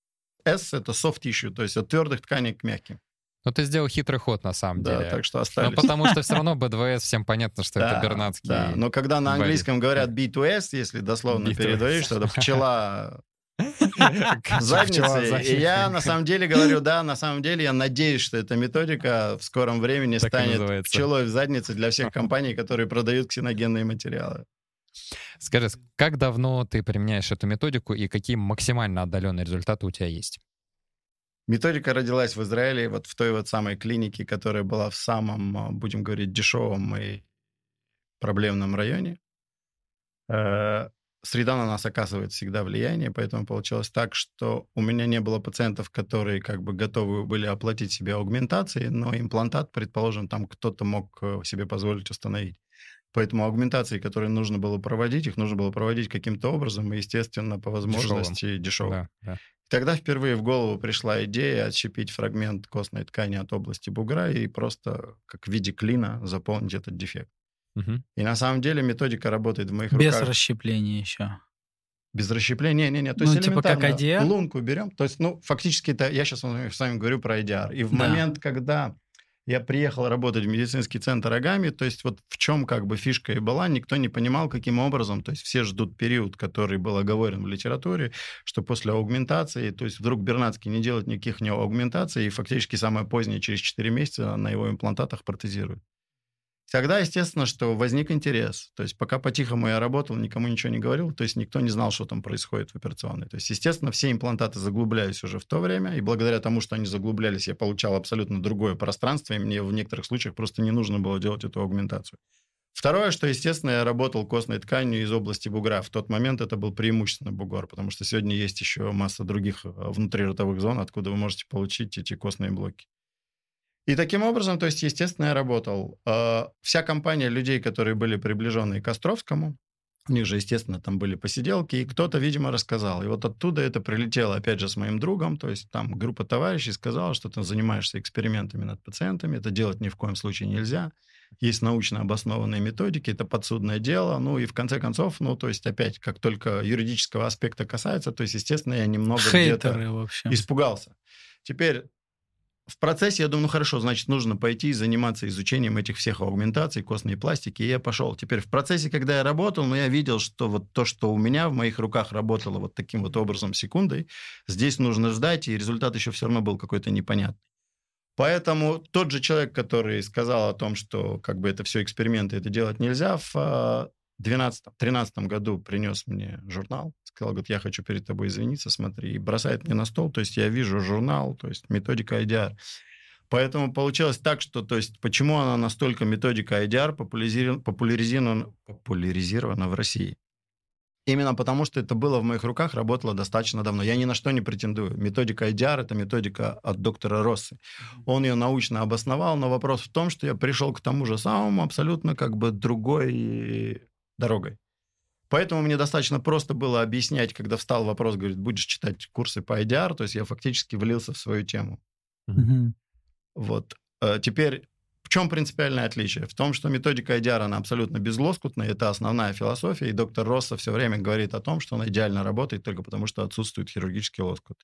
S это soft tissue, то есть от твердых тканей к мягким. Ну, ты сделал хитрый ход, на самом деле. Да, так что остались. Ну, потому что все равно B2S, всем понятно, что это Бернацкий. Да, но когда на английском говорят B2S, если дословно переводишь, то это пчела задницы. И я на самом деле говорю, на самом деле я надеюсь, что эта методика в скором времени станет пчелой в заднице для всех компаний, которые продают ксеногенные материалы. Скажи, как давно ты применяешь эту методику и какие максимально отдаленные результаты у тебя есть? Методика родилась в Израиле, вот в той вот самой клинике, которая была в самом, будем говорить, дешевом и проблемном районе. Среда на нас оказывает всегда влияние, поэтому получилось так, что у меня не было пациентов, которые как бы готовы были оплатить себе аугментации, но имплантат, предположим, там кто-то мог себе позволить установить. Поэтому аугментации, которые нужно было проводить, их нужно было проводить каким-то образом и, естественно, по возможности дешевым. Да. Тогда впервые в голову пришла идея отщепить фрагмент костной ткани от области бугра и просто как в виде клина заполнить этот дефект. И на самом деле методика работает в моих руках. Без расщепления еще. Без расщепления? Не. То есть типа как лунку берем. То есть, фактически это я сейчас с вами говорю про IDR. И в момент, когда Я приехал работать в медицинский центр Агами, то есть вот в чем как бы фишка и была, никто не понимал, каким образом, то есть все ждут период, который был оговорен в литературе, что после аугментации, то есть вдруг Бернацкий не делает никаких аугментаций, и фактически самое позднее, через 4 месяца на его имплантатах протезирует. Тогда, естественно, что возник интерес. То есть пока по-тихому я работал, никому ничего не говорил, то есть никто не знал, что там происходит в операционной. То есть, естественно, все имплантаты заглублялись уже в то время, и благодаря тому, что они заглублялись, я получал абсолютно другое пространство, и мне в некоторых случаях просто не нужно было делать эту аугментацию. Второе, что, естественно, я работал костной тканью из области бугра. В тот момент это был преимущественно бугор, потому что сегодня есть еще масса других внутриротовых зон, откуда вы можете получить эти костные блоки. И таким образом, то есть, естественно, я работал. Вся компания людей, которые были приближенные к Островскому, у них же, естественно, там были посиделки, и кто-то, видимо, рассказал. И вот оттуда это прилетело, опять же, с моим другом, то есть там группа товарищей сказала, что ты занимаешься экспериментами над пациентами, это делать ни в коем случае нельзя. Есть научно обоснованные методики, это подсудное дело, ну и в конце концов, ну то есть опять, как только юридического аспекта касается, то есть, естественно, я немного где-то испугался. Теперь в процессе я думаю, ну хорошо, значит, нужно пойти и заниматься изучением этих всех аугментаций, костной пластики, и я пошел. Теперь в процессе, когда я работал, ну, я видел, что вот то, что у меня в моих руках работало вот таким вот образом секундой, здесь нужно ждать, и результат еще все равно был какой-то непонятный. Поэтому тот же человек, который сказал о том, что как бы это все эксперименты, это делать нельзя, в 2013 году принес мне журнал, сказал, говорит, я хочу перед тобой извиниться, смотри, и бросает мне на стол, то есть я вижу журнал, то есть методика IDR. Поэтому получилось так, что, то есть, почему она настолько, методика IDR, популяризирована в России? Именно потому, что это было в моих руках, работало достаточно давно. Я ни на что не претендую. Методика IDR – это методика от доктора Россы. Он ее научно обосновал, но вопрос в том, что я пришел к тому же самому абсолютно как бы другой дорогой. Поэтому мне достаточно просто было объяснять, когда встал вопрос, говорит, будешь читать курсы по IDR, то есть я фактически влился в свою тему. Mm-hmm. Вот. Теперь, в чем принципиальное отличие? В том, что методика IDR, она абсолютно безлоскутная, это основная философия, и доктор Росса все время говорит о том, что она идеально работает только потому, что отсутствует хирургический лоскут.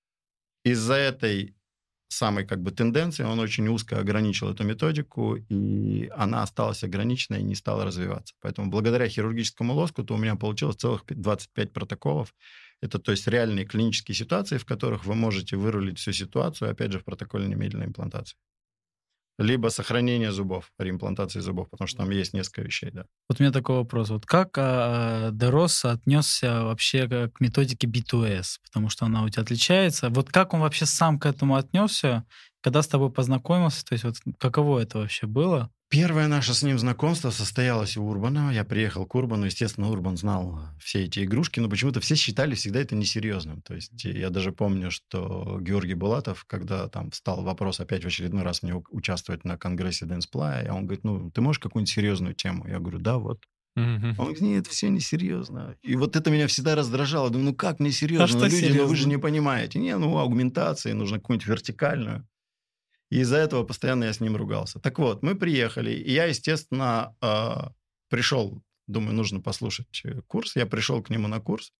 Из-за этой самой как бы тенденции он очень узко ограничил эту методику, и она осталась ограниченной и не стала развиваться. Поэтому благодаря хирургическому лоскуту у меня получилось целых 25 протоколов. Это, то есть, реальные клинические ситуации, в которых вы можете вырулить всю ситуацию, опять же, в протоколе немедленной имплантации. Либо сохранение зубов, реимплантации зубов, потому что там есть несколько вещей, да. Вот у меня такой вопрос. Вот как Де Росса отнесся вообще к методике B2S? Потому что она у тебя отличается. Вот как он вообще сам к этому отнесся, когда с тобой познакомился? То есть вот каково это вообще было? Первое наше с ним знакомство состоялось у Урбана. Я приехал к Урбану. Естественно, Урбан знал все эти игрушки, но почему-то все считали всегда это несерьезным. То есть я даже помню, что Георгий Булатов, когда там встал вопрос опять в очередной раз мне участвовать на конгрессе Dance-Play, он говорит, ну, ты можешь какую-нибудь серьезную тему? Я говорю, да, вот. Он говорит, нет, это все несерьезно. И вот это меня всегда раздражало. Думаю, ну как несерьезно? Ну, люди, ну вы же не понимаете. Не, ну аугментации, нужно какую-нибудь вертикальную. И из-за этого постоянно я с ним ругался. Так вот, мы приехали, и я, естественно, пришел, думаю, нужно послушать курс. Я пришел к нему на курс,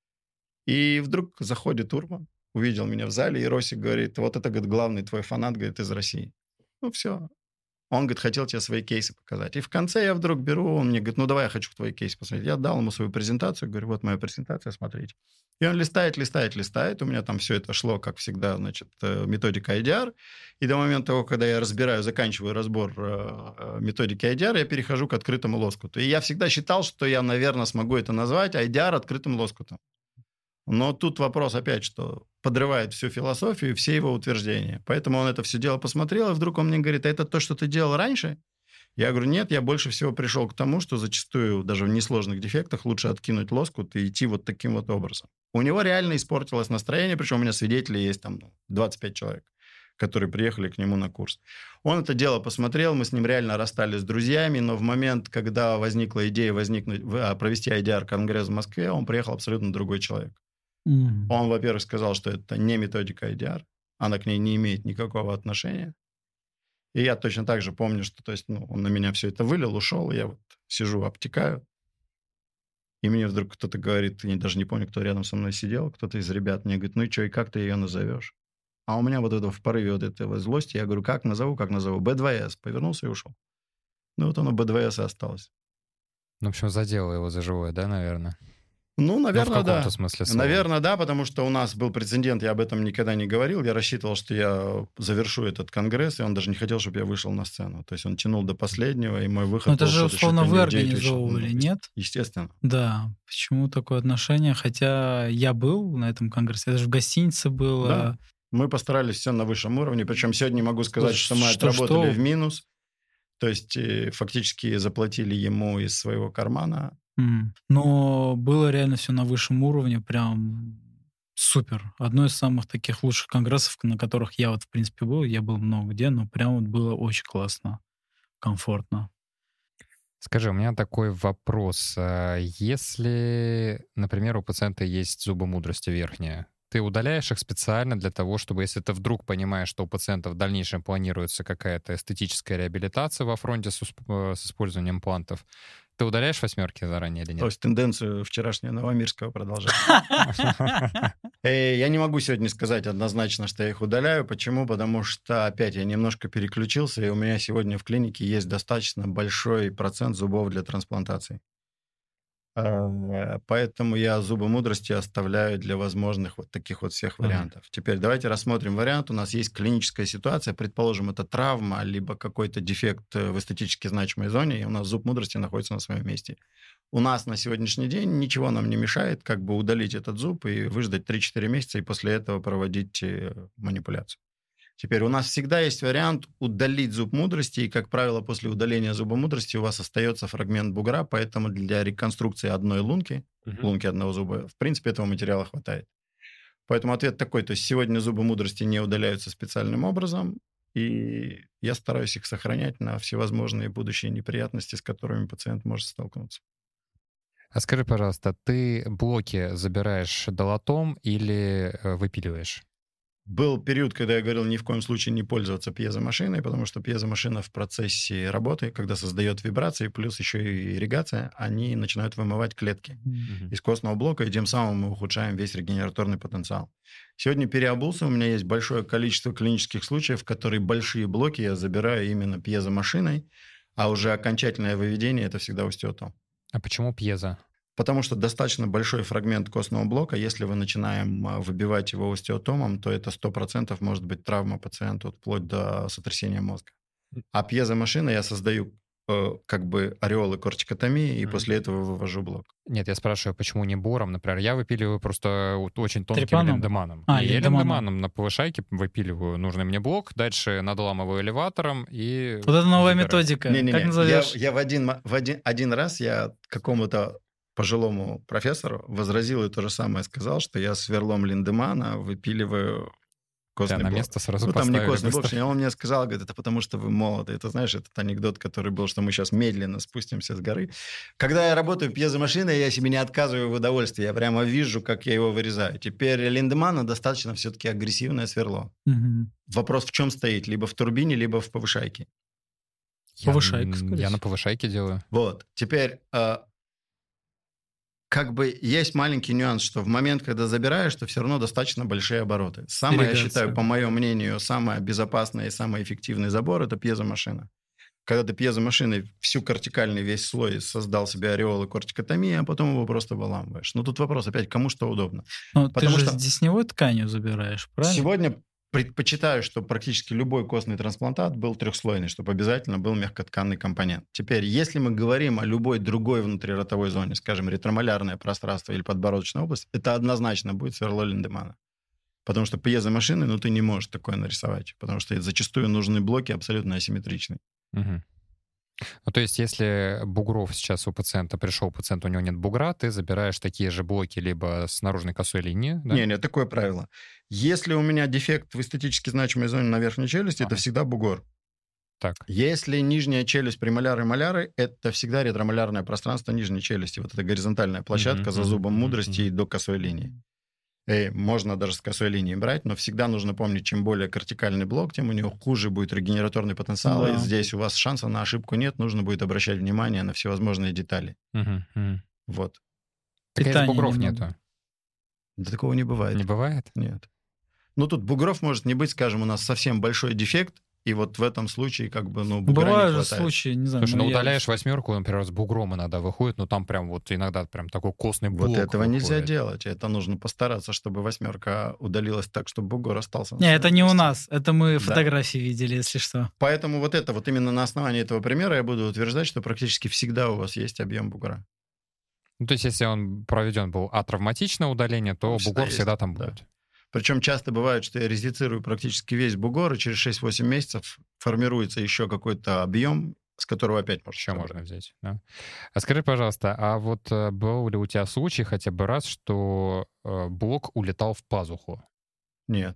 и вдруг заходит Урбан, увидел меня в зале, и Росик говорит, вот это, говорит, главный твой фанат, говорит, из России. Ну, все. Он, говорит, хотел тебе свои кейсы показать. И в конце я вдруг беру, он мне говорит, ну, давай я хочу твои кейсы посмотреть. Я дал ему свою презентацию, говорю, вот моя презентация, смотрите. И он листает. У меня там все это шло, как всегда, значит, методика IDR. И до момента того, когда я заканчиваю разбор методики IDR, я перехожу к открытому лоскуту. И я всегда считал, что я, наверное, смогу это назвать IDR открытым лоскутом. Но тут вопрос опять, что подрывает всю философию, все его утверждения. Поэтому он это все дело посмотрел, и вдруг он мне говорит, а это то, что ты делал раньше? Я говорю, нет, я больше всего пришел к тому, что зачастую даже в несложных дефектах лучше откинуть лоскут и идти вот таким вот образом. У него реально испортилось настроение, причем у меня свидетели есть там 25 человек, которые приехали к нему на курс. Он это дело посмотрел, мы с ним реально расстались с друзьями, но в момент, когда возникла идея провести IDR-конгресс в Москве, он приехал абсолютно другой человек. Он, во-первых, сказал, что это не методика IDR, она к ней не имеет никакого отношения. И я точно так же помню, что то есть, он на меня все это вылил, ушел, и я вот сижу, обтекаю. И мне вдруг кто-то говорит, я даже не помню, кто рядом со мной сидел, кто-то из ребят мне говорит, ну и что, и как ты ее назовешь? а у меня вот это в порыве вот этого злости, я говорю, как назову? B2S. Повернулся и ушел. Ну, вот оно B2S и осталось. Ну, в общем, задело его за живое, да, наверное? Ну, наверное, в каком-то да. смысле слова. Наверное, да, потому что у нас был прецедент, я об этом никогда не говорил. Я рассчитывал, что я завершу этот конгресс, и он даже не хотел, чтобы я вышел на сцену. То есть он тянул до последнего, и мой выход... Но это был же, что-то условно, чуть ли вы не в 9 вечера. организовывали, нет? Естественно. Да. Почему такое отношение? Хотя я был на этом конгрессе, я даже в гостинице был. Да. Мы постарались все на высшем уровне. Причем сегодня могу сказать, что мы Что? отработали в минус. То есть фактически заплатили ему из своего кармана. Но было реально все на высшем уровне, прям супер. Одно из самых таких лучших конгрессов, на которых я вот, в принципе, был. Я был много где, но прям вот было очень классно, комфортно. Скажи, у меня такой вопрос. Если, например, у пациента есть зубы мудрости верхние, ты удаляешь их специально для того, чтобы, если ты вдруг понимаешь, что у пациента в дальнейшем планируется какая-то эстетическая реабилитация во фронте с использованием имплантов, ты удаляешь восьмерки заранее или нет? То есть тенденцию вчерашнего Новомирского продолжать. Я не могу сегодня сказать однозначно, что я их удаляю. Почему? Потому что, опять, я немножко переключился, и у меня сегодня в клинике есть достаточно большой процент зубов для трансплантации. Поэтому я зубы мудрости оставляю для возможных вот таких вот всех вариантов. Теперь давайте рассмотрим вариант. У нас есть клиническая ситуация, предположим, это травма, либо какой-то дефект в эстетически значимой зоне, и у нас зуб мудрости находится на своем месте. У нас на сегодняшний день ничего нам не мешает как бы удалить этот зуб и выждать 3-4 месяца, и после этого проводить манипуляцию. Теперь у нас всегда есть вариант удалить зуб мудрости, и, как правило, после удаления зуба мудрости у вас остается фрагмент бугра, поэтому для реконструкции одной лунки, лунки одного зуба, в принципе, этого материала хватает. Поэтому ответ такой, то есть сегодня зубы мудрости не удаляются специальным образом, и я стараюсь их сохранять на всевозможные будущие неприятности, с которыми пациент может столкнуться. А скажи, пожалуйста, ты блоки забираешь долотом или выпиливаешь? Был период, когда я говорил ни в коем случае не пользоваться пьезомашиной, потому что пьезомашина в процессе работы, когда создает вибрации, плюс еще и ирригация, они начинают вымывать клетки из костного блока, и тем самым мы ухудшаем весь регенераторный потенциал. Сегодня переобулся, у меня есть большое количество клинических случаев, в которые большие блоки я забираю именно пьезомашиной, а уже окончательное выведение – это всегда остеотом. А почему пьезо? Потому что достаточно большой фрагмент костного блока, если вы начинаем выбивать его остеотомом, то это 100% может быть травма пациенту вплоть до сотрясения мозга. А пьезомашина я создаю как бы ореолы кортикотомии, и после этого вывожу блок. Нет, я спрашиваю, почему не бором? Например, я выпиливаю просто очень тонким Трепаном? линдеманом. А, И я линдеманом. линдеманом на повышайке выпиливаю нужный мне блок, дальше надламываю элеватором и... Вот это новая забираю. методика. Не-не-не, Как назовешь? я один раз я какому-то пожилому профессору возразил и то же самое сказал, что я сверлом линдемана выпиливаю костный Да, на блок. место сразу Ну, там не поставили костный блок, быстро. он мне сказал, говорит, это потому что вы молоды. Это, знаешь, этот анекдот, который был, что мы сейчас медленно спустимся с горы. Когда я работаю пьезомашиной, я себе не отказываю в удовольствии. Я прямо вижу, как я его вырезаю. Теперь линдемана достаточно все-таки агрессивное сверло. Вопрос в чем стоит? Либо в турбине, либо в повышайке. Повышайка, скорее Я всего. на повышайке делаю. Вот. Теперь как бы есть маленький нюанс, что в момент, когда забираешь, то все равно достаточно большие обороты. Самое, я Ирригация. считаю, по моему мнению, самое безопасное и самый эффективный забор – это пьезомашина. Когда ты пьезомашиной всю кортикальный весь слой создал себе ореолы кортикотомии, а потом его просто выламываешь. Но тут вопрос опять, кому что удобно. Но ты Потому же что с десневой тканью забираешь, правильно? Сегодня предпочитаю, чтобы практически любой костный трансплантат был трехслойный, чтобы обязательно был мягкотканный компонент. Теперь, если мы говорим о любой другой внутриротовой зоне, скажем, ретромолярное пространство или подбородочная область, это однозначно будет сверло линдемана. Потому что пьезомашины, ну, ты не можешь такое нарисовать, потому что зачастую нужны блоки абсолютно асимметричные. Мгм. Ну, то есть, если бугров сейчас у пациента, пришел пациент, у него нет бугра, ты забираешь такие же блоки либо с наружной косой линии, да? Не, такое правило. Если у меня дефект в эстетически значимой зоне на верхней челюсти, это всегда бугор. Так. Если нижняя челюсть премоляры и маляры, это всегда ретромолярное пространство нижней челюсти. Вот эта горизонтальная площадка за зубом мудрости и до косой линии. Можно даже с косой линии брать, но всегда нужно помнить, чем более кортикальный блок, тем у него хуже будет регенераторный потенциал. Да. И здесь у вас шанса на ошибку нет, нужно будет обращать внимание на всевозможные детали. Вот. Так из Питания бугров немного. нету. Да такого не бывает. Не бывает? Нет. Ну, тут бугров может не быть, скажем, у нас совсем большой дефект, и вот в этом случае как бы, ну, бугра Бывают не же хватает. случаи, не знаю. Слушай, ну, ну я- удаляешь восьмерку, например, с бугром иногда выходит, но там прям вот иногда прям такой костный блок Вот этого нельзя выходит. делать. Это нужно постараться, чтобы восьмерка удалилась так, чтобы бугор остался на Не, это своем не у месте. нас. Это мы Да. фотографии видели, если что. Поэтому вот это, вот именно на основании этого примера я буду утверждать, что практически всегда у вас есть объем бугра. Ну, то есть, если он проведен был атравматичное удаление, то Всегда бугор есть, всегда там да. будет. Причем часто бывает, что я резицирую практически весь бугор, и через 6-8 месяцев формируется еще какой-то объем, с которого опять можно Еще собрать. можно взять, да. А скажи, пожалуйста, а вот был ли у тебя случай хотя бы раз, что блок улетал в пазуху? Нет.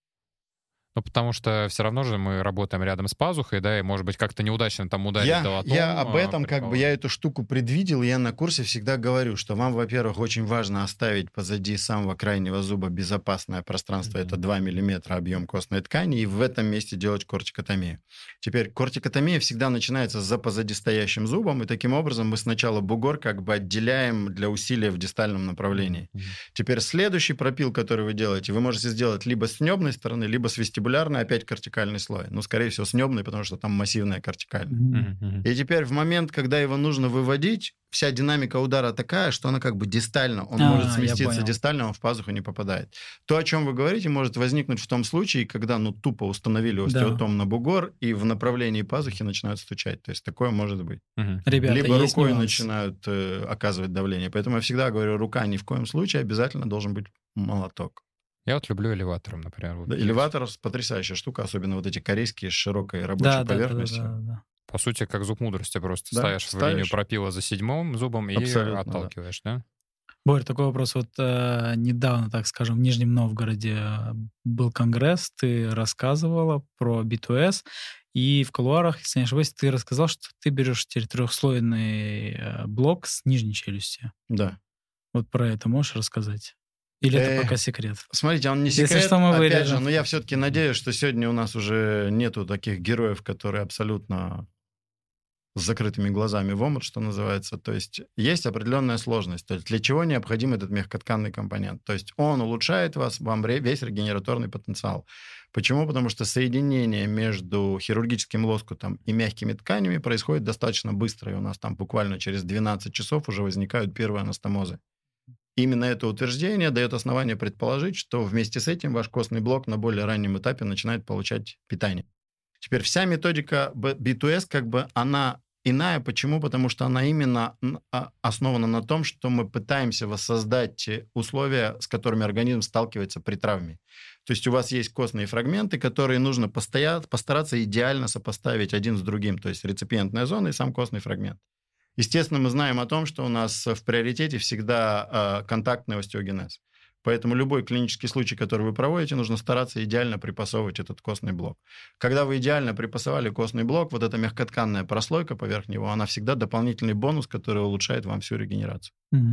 Ну, потому что все равно же мы работаем рядом с пазухой, да, и, может быть, как-то неудачно там ударить долотом. Я об этом, как бы, я предположим. эту штуку предвидел, я на курсе всегда говорю, что вам, во-первых, очень важно оставить позади самого крайнего зуба безопасное пространство, это 2 миллиметра объем костной ткани, и в этом месте делать кортикотомию. Теперь кортикотомия всегда начинается за позади стоящим зубом, и таким образом мы сначала бугор как бы отделяем для усилия в дистальном направлении. Теперь следующий пропил, который вы делаете, вы можете сделать либо с небной стороны, либо с вестибулярной, опять кортикальный слой. Ну, скорее всего, с небной, потому что там массивная кортикальная. И теперь в момент, когда его нужно выводить, вся динамика удара такая, что она как бы дистально, он может я сместиться понял. дистально, он в пазуху не попадает. То, о чем вы говорите, может возникнуть в том случае, когда, ну, тупо установили остеотом на бугор, и в направлении пазухи начинают стучать. То есть такое может быть. Ребята, Либо есть рукой нюанс. начинают оказывать давление. Поэтому я всегда говорю, рука ни в коем случае, обязательно должен быть молоток. Я вот люблю элеватором, например. Вот Да, здесь. элеватор — потрясающая штука, особенно вот эти корейские с широкой рабочей Да. поверхностью. По сути, как зуб мудрости, просто Да, ставишь в ставишь. линию пропила за 7 зубом и Абсолютно, отталкиваешь, да? Борь, такой вопрос. Вот недавно, так скажем, в Нижнем Новгороде был конгресс, ты рассказывала про B2S, и в кулуарах, если не ошибаюсь, ты рассказал, что ты берешь теперь трехслойный блок с нижней челюстью. Да. Вот про это можешь рассказать? Или это пока секрет? Смотрите, он не Если секрет, что, мы опять вырежем. же, но я все-таки надеюсь, что сегодня у нас уже нету таких героев, которые абсолютно с закрытыми глазами в омут, что называется. То есть есть определенная сложность. То есть для чего необходим этот мягкотканный компонент? То есть он улучшает вам весь регенераторный потенциал. Почему? Потому что соединение между хирургическим лоскутом и мягкими тканями происходит достаточно быстро. И у нас там буквально через 12 часов уже возникают первые анастомозы. Именно это утверждение дает основание предположить, что вместе с этим ваш костный блок на более раннем этапе начинает получать питание. Теперь вся методика B2S, как бы, она иная. Почему? Потому что она именно основана на том, что мы пытаемся воссоздать условия, с которыми организм сталкивается при травме. То есть у вас есть костные фрагменты, которые нужно постараться идеально сопоставить один с другим. То есть реципиентная зона и сам костный фрагмент. Естественно, мы знаем о том, что у нас в приоритете всегда контактный остеогенез. Поэтому любой клинический случай, который вы проводите, нужно стараться идеально припасовывать этот костный блок. Когда вы идеально припасовали костный блок, вот эта мягкотканная прослойка поверх него, она всегда дополнительный бонус, который улучшает вам всю регенерацию.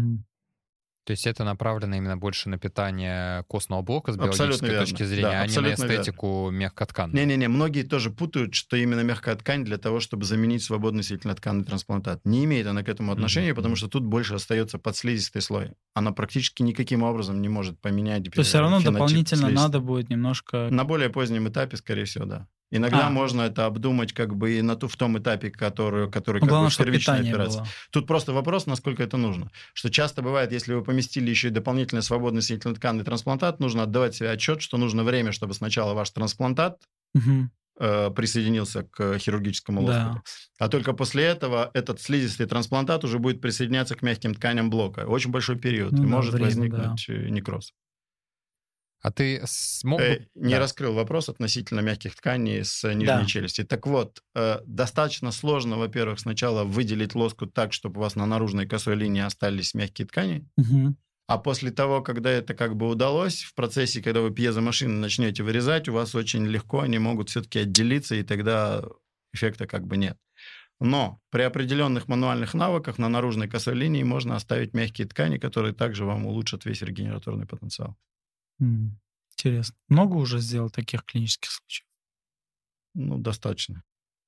То есть это направлено именно больше на питание костного блока с Абсолютно биологической верно. точки зрения, Да, а не на абсолютно эстетику мягкотканную. Не-не-не, многие тоже путают, что именно мягкая ткань для того, чтобы заменить свободный светленно-тканный трансплантат. Не имеет она к этому отношения, потому что тут больше остается подслизистый слой. Она практически никаким образом не может поменять То есть все равно фенотип дополнительно слизистой. надо будет немножко... На более позднем этапе, скорее всего, да. Иногда можно это обдумать как бы и в том этапе, который как главное, бы чтобы первичная питание операция. было. Тут просто вопрос, насколько это нужно. Что часто бывает, если вы поместили еще и дополнительно свободный соединительно-тканный трансплантат, нужно отдавать себе отчет, что нужно время, чтобы сначала ваш трансплантат присоединился к хирургическому лоскуту. А только после этого этот слизистый трансплантат уже будет присоединяться к мягким тканям блока. Очень большой период. И может возникнуть некроз. А ты смог бы... Не раскрыл вопрос относительно мягких тканей с нижней челюсти. Так вот, достаточно сложно, во-первых, сначала выделить лоскут так, чтобы у вас на наружной косой линии остались мягкие ткани. А после того, когда это как бы удалось, в процессе, когда вы пьезомашины начнете вырезать, у вас очень легко они могут все-таки отделиться, и тогда эффекта как бы нет. Но при определенных мануальных навыках на наружной косой линии можно оставить мягкие ткани, которые также вам улучшат весь регенераторный потенциал. Интересно. Много уже сделал таких клинических случаев? Ну, достаточно.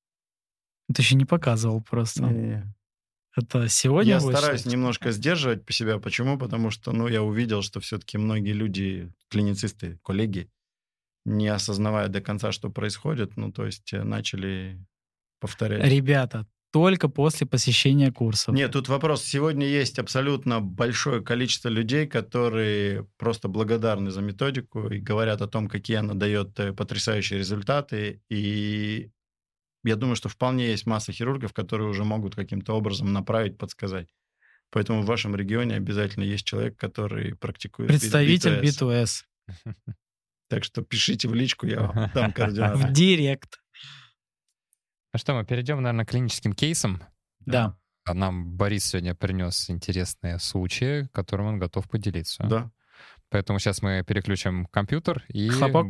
Ты еще не показывал просто. Не-не-не. Это сегодня Я будет стараюсь что-то? немножко сдерживать по себя. Почему? Потому что, я увидел, что все-таки многие люди, клиницисты, коллеги, не осознавая до конца, что происходит, ну, то есть начали повторять. Ребята, только после посещения курсов. Нет, тут вопрос. Сегодня есть абсолютно большое количество людей, которые просто благодарны за методику и говорят о том, какие она дает потрясающие результаты. И я думаю, что вполне есть масса хирургов, которые уже могут каким-то образом направить, подсказать. Поэтому в вашем регионе обязательно есть человек, который практикует Представитель B2S. B2S. Так что пишите в личку, я вам дам координаты. В директ. Ну что, мы перейдем, наверное, к клиническим кейсам. Да. А нам Борис сегодня принес интересные случаи, которым он готов поделиться. Да. Поэтому сейчас мы переключим компьютер и... Хлопок.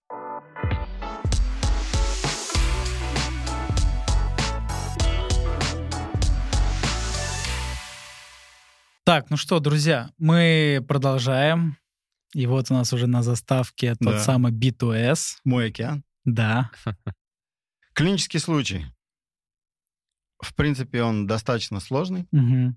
Так, ну что, друзья, мы продолжаем. И вот у нас уже на заставке тот самый B2S. Мой океан. Да. Клинический случай. В принципе, он достаточно сложный. Угу.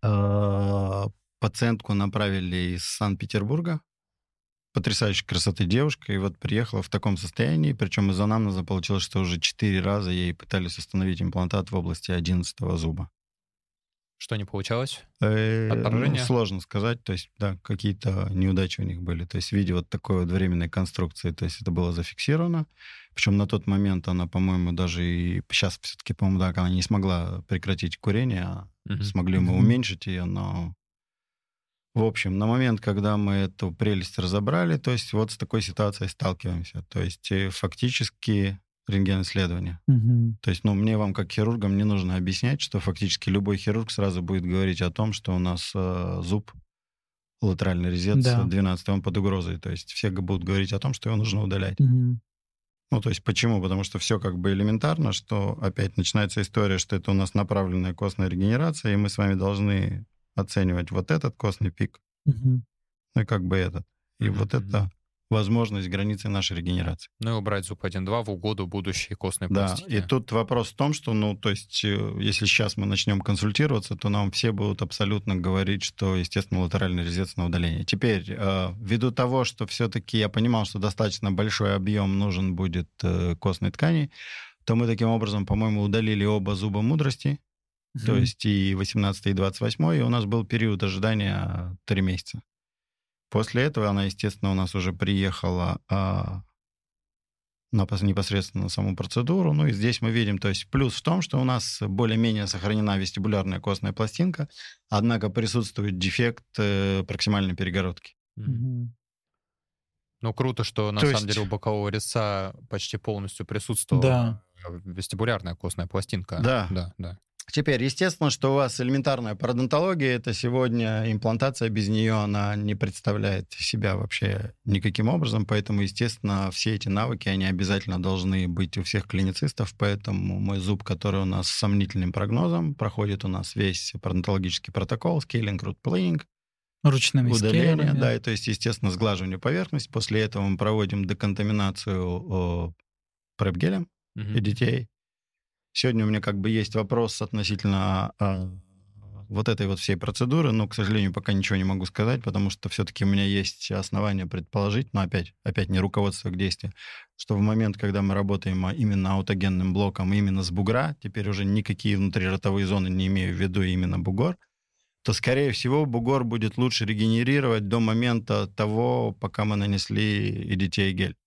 Пациентку направили из Санкт-Петербурга. Потрясающей красоты девушка. И вот приехала в таком состоянии. Причем из анамнеза получилось, что уже 4 раза ей пытались установить имплантат в области 11-го зуба. Что не получалось? Отторжение? Сложно сказать. То есть, да, какие-то неудачи у них были. То есть, в виде вот такой вот временной конструкции. То есть, это было зафиксировано. Причем на тот момент она, по-моему, даже и... Сейчас все-таки, по-моему, да, она не смогла прекратить курение. А смогли мы уменьшить ее, но... В общем, на момент, когда мы эту прелесть разобрали, то есть, вот с такой ситуацией сталкиваемся. То есть, фактически... рентген-исследования. То есть, мне вам, как хирургам, не нужно объяснять, что фактически любой хирург сразу будет говорить о том, что у нас зуб, латеральный резец, 12 он под угрозой. То есть все будут говорить о том, что его нужно удалять. Ну, то есть почему? Потому что все как бы элементарно, что опять начинается история, что это у нас направленная костная регенерация, и мы с вами должны оценивать вот этот костный пик, ну и как бы этот. И вот это... возможность границы нашей регенерации. Ну и убрать зуб 1-2 в угоду будущей костной пластики. Да, и тут вопрос в том, что, то есть, если сейчас мы начнем консультироваться, то нам все будут абсолютно говорить, что, естественно, латеральный резец на удаление. Теперь, ввиду того, что все-таки я понимал, что достаточно большой объем нужен будет костной ткани, то мы таким образом, по-моему, удалили оба зуба мудрости, то есть и 18 и 28, и у нас был период ожидания 3 месяца. После этого она, естественно, у нас уже приехала непосредственно на саму процедуру. Ну и здесь мы видим, то есть плюс в том, что у нас более-менее сохранена вестибулярная костная пластинка, однако присутствует дефект проксимальной перегородки. Ну, круто, что на самом деле у бокового резца почти полностью присутствовала вестибулярная костная пластинка. Да. Теперь, естественно, что у вас элементарная пародонтология, это сегодня имплантация, без нее она не представляет себя вообще никаким образом, поэтому, естественно, все эти навыки, они обязательно должны быть у всех клиницистов, поэтому мой зуб, который у нас с сомнительным прогнозом, проходит у нас весь пародонтологический протокол, скейлинг, рут-плейнинг, ручными удаление, скейлерами. да, и то есть, естественно, сглаживание поверхности. После этого мы проводим деконтаминацию преп-гелем и детей. Сегодня у меня как бы есть вопрос относительно вот этой вот всей процедуры, но, к сожалению, пока ничего не могу сказать, потому что все-таки у меня есть основания предположить, но опять не руководство к действию, что в момент, когда мы работаем именно аутогенным блоком, именно с бугра, теперь уже никакие внутриротовые зоны не имею в виду, именно бугор, то, скорее всего, бугор будет лучше регенерировать до момента того, пока мы нанесли EDTA гель.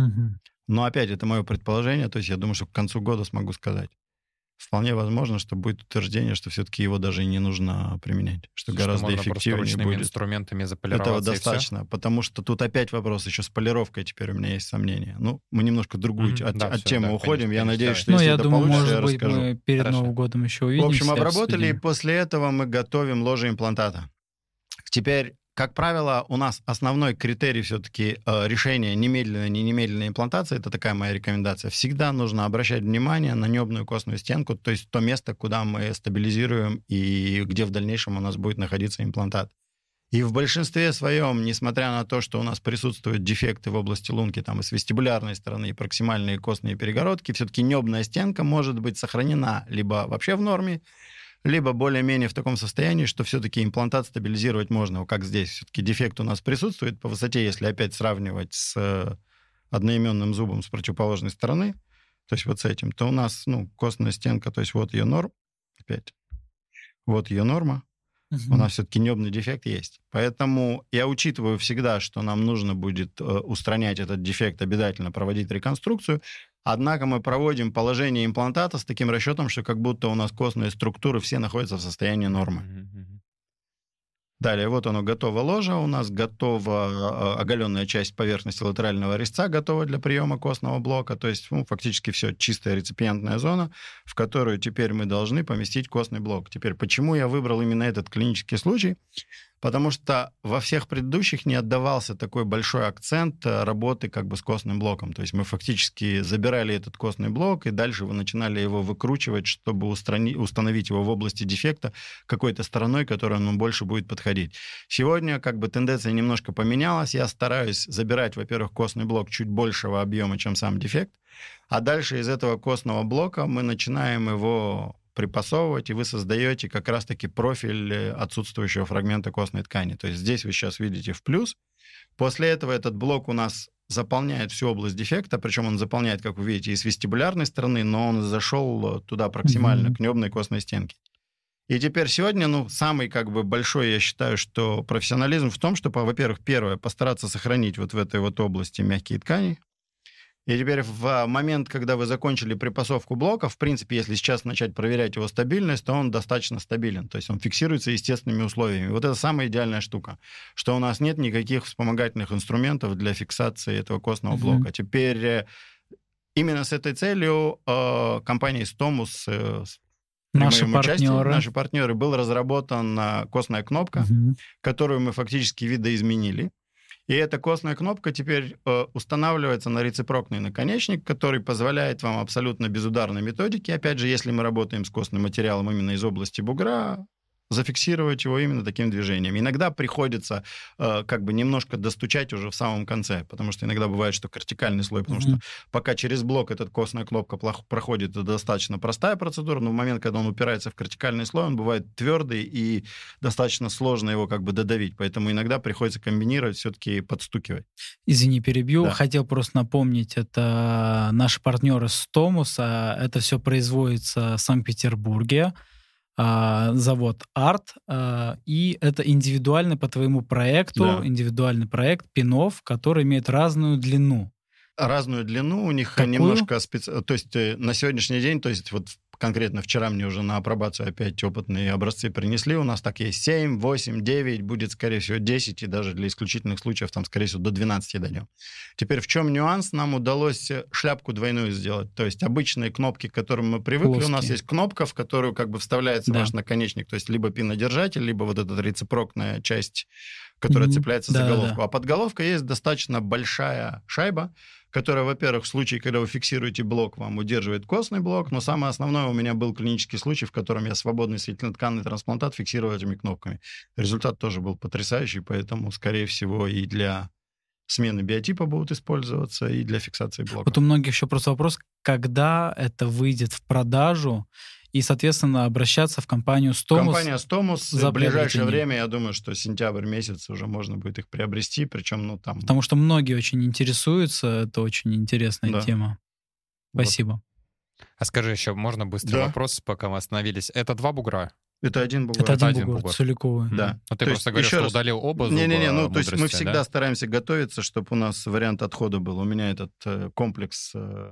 Но опять, это мое предположение, то есть я думаю, что к концу года смогу сказать. Вполне возможно, что будет утверждение, что все-таки его даже и не нужно применять, что гораздо эффективнее будет. Инструментами заполироваться. Этого достаточно, потому что тут опять вопрос еще с полировкой, теперь у меня есть сомнения. Ну, мы немножко другую от темы уходим. Я надеюсь, что если я это думаю, получится, я может быть, расскажу. мы перед Новым годом еще увидимся. В общем, обработали, и после этого мы готовим ложе имплантата. Теперь, как правило, у нас основной критерий все-таки решения немедленной, не немедленной имплантации, это такая моя рекомендация, всегда нужно обращать внимание на небную костную стенку, то есть то место, куда мы стабилизируем и где в дальнейшем у нас будет находиться имплантат. И в большинстве своем, несмотря на то, что у нас присутствуют дефекты в области лунки, там и с вестибулярной стороны, и проксимальные костные перегородки, все-таки небная стенка может быть сохранена либо вообще в норме, либо более-менее в таком состоянии, что все-таки имплантат стабилизировать можно. Как здесь все-таки дефект у нас присутствует по высоте, если опять сравнивать с одноименным зубом с противоположной стороны, то есть вот с этим, то у нас, ну, костная стенка, то есть вот ее норма, опять, вот ее норма, у нас все-таки небный дефект есть. Поэтому я учитываю всегда, что нам нужно будет устранять этот дефект, обязательно проводить реконструкцию. Однако мы проводим положение имплантата с таким расчетом, что как будто у нас костные структуры все находятся в состоянии нормы. Далее, вот оно, готово ложе, у нас готова оголенная часть поверхности латерального резца, готова для приема костного блока, то есть, ну, фактически все, чистая реципиентная зона, в которую теперь мы должны поместить костный блок. Теперь, почему я выбрал именно этот клинический случай? Потому что во всех предыдущих не отдавался такой большой акцент работы как бы с костным блоком. То есть мы фактически забирали этот костный блок, и дальше вы начинали его выкручивать, чтобы установить его в области дефекта какой-то стороной, которой он больше будет подходить. Сегодня как бы тенденция немножко поменялась. Я стараюсь забирать, во-первых, костный блок чуть большего объема, чем сам дефект, а дальше из этого костного блока мы начинаем его припасовывать, и вы создаете как раз-таки профиль отсутствующего фрагмента костной ткани. То есть здесь вы сейчас видите в плюс. После этого этот блок у нас заполняет всю область дефекта, причем он заполняет, как вы видите, и с вестибулярной стороны, но он зашел туда проксимально, к небной костной стенке. И теперь сегодня, ну, самый как бы большой, я считаю, что профессионализм в том, чтобы, во-первых, первое, постараться сохранить вот в этой вот области мягкие ткани. И теперь в момент, когда вы закончили припасовку блока, в принципе, если сейчас начать проверять его стабильность, то он достаточно стабилен. То есть он фиксируется естественными условиями. Вот это самая идеальная штука, что у нас нет никаких вспомогательных инструментов для фиксации этого костного блока. Теперь именно с этой целью компания Stomus, наши партнеры, была разработана костная кнопка, которую мы фактически видоизменили. И эта костная кнопка теперь устанавливается на рецепрокный наконечник, который позволяет вам абсолютно безударной методике, опять же, если мы работаем с костным материалом именно из области бугра, зафиксировать его именно таким движением. Иногда приходится как бы немножко достучать уже в самом конце, потому что иногда бывает, что кортикальный слой, потому что пока через блок эта костная кнопка проходит, это достаточно простая процедура, но в момент, когда он упирается в кортикальный слой, он бывает твердый и достаточно сложно его как бы додавить, поэтому иногда приходится комбинировать, все-таки подстукивать. Извини, перебью. Да. Хотел просто напомнить, это наши партнеры Stomus, это все производится в Санкт-Петербурге. Завод Арт, и это индивидуальный по твоему проекту, индивидуальный проект пинов, который имеет разную длину. Разную длину, у них Какую? немножко то есть на сегодняшний день, то есть вот конкретно вчера мне уже на апробацию опять опытные образцы принесли, у нас так есть 7, 8, 9, будет, скорее всего, 10, и даже для исключительных случаев, там, скорее всего, до 12 дойдем. Теперь в чем нюанс? Нам удалось шляпку двойную сделать, то есть обычные кнопки, к которым мы привыкли, плоские. У нас есть кнопка, в которую как бы вставляется ваш наконечник, то есть либо пинодержатель, либо вот эта рецепрокная часть, которая цепляется за головку. А под головкой есть достаточно большая шайба, которая, во-первых, в случае, когда вы фиксируете блок, вам удерживает костный блок, но самое основное у меня был клинический случай, в котором я свободный светлотканный трансплантат фиксировал этими кнопками. Результат тоже был потрясающий, поэтому, скорее всего, и для смены биотипа будут использоваться, и для фиксации блока. Вот у многих еще просто вопрос, когда это выйдет в продажу, и, соответственно, обращаться в компанию Stomus. Компания Stomus в ближайшее время, я думаю, что сентябрь месяц уже можно будет их приобрести, причем, ну, там... Потому что многие очень интересуются, это очень интересная тема. Спасибо. А скажи еще, можно быстрый вопрос, пока мы остановились? Это 2 бугра? Это один бугор. Это один бугор, целиковый. Да. Ну, ты просто говоришь, что удалил оба зуба. Не-не-не, ну, то есть мы всегда стараемся готовиться, чтобы у нас вариант отхода был. У меня этот комплекс...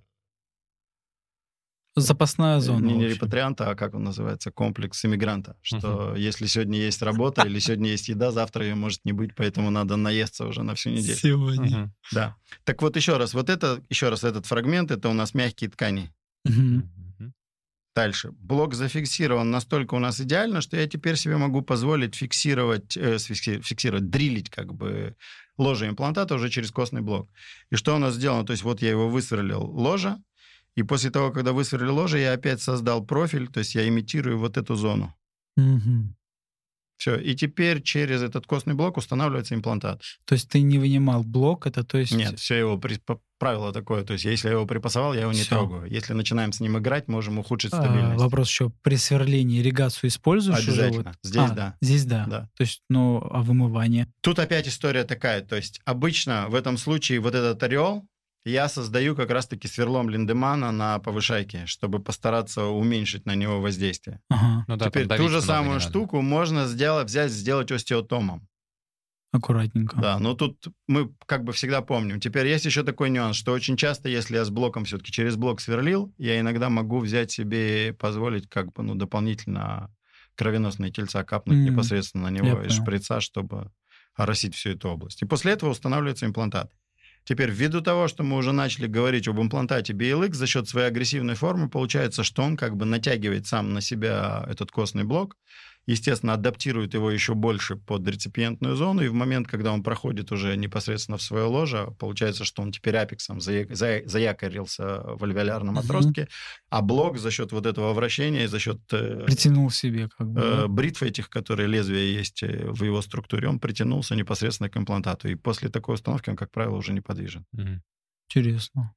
Запасная зона. Не репатрианта, а как он называется? Комплекс иммигранта. Что если сегодня есть работа или сегодня есть еда, завтра ее может не быть, поэтому надо наесться уже на всю неделю. Сегодня. Да. Так вот, еще раз, этот фрагмент, это у нас мягкие ткани. Дальше. Блок зафиксирован настолько у нас идеально, что я теперь себе могу позволить фиксировать, дрилить как бы ложе имплантата уже через костный блок. И что у нас сделано? То есть вот я его высверлил ложе, и после того, когда высверлил ложе, я опять создал профиль, то есть я имитирую вот эту зону. Все. И теперь через этот костный блок устанавливается имплантат. То есть ты не вынимал блок, это то есть... Нет, все его правило такое. То есть если я его припасовал, я его не трогаю. Если начинаем с ним играть, можем ухудшить стабильность. Вопрос еще, при сверлении ирригацию используешь? Обязательно. Уже? Здесь да. Здесь да. То есть, а вымывание? Тут опять история такая. То есть обычно в этом случае вот этот ореол, я создаю как раз-таки сверлом Линдемана на повышайке, чтобы постараться уменьшить на него воздействие. Ага, Ну да, Теперь там ту давить же много самую не надо. штуку можно сделать остеотомом. аккуратненько. Да, но тут мы как бы всегда помним. Теперь есть еще такой нюанс, что очень часто, если я с блоком все-таки через блок сверлил, я иногда могу взять себе, позволить как бы, ну, дополнительно кровеносные тельца капнуть непосредственно на я него из понял. шприца, чтобы оросить всю эту область. И после этого устанавливается имплантат. Теперь, ввиду того, что мы уже начали говорить об имплантате BLX, за счет своей агрессивной формы получается, что он как бы натягивает сам на себя этот костный блок, естественно, адаптирует его еще больше под реципиентную зону, и в момент, когда он проходит уже непосредственно в свое ложе, получается, что он теперь апексом заякорился в альвеолярном отростке, а блок за счет вот этого вращения и за счет Притянул себе как бы. Да? бритв этих, которые лезвия есть в его структуре, он притянулся непосредственно к имплантату. И после такой установки он, как правило, уже неподвижен. Интересно.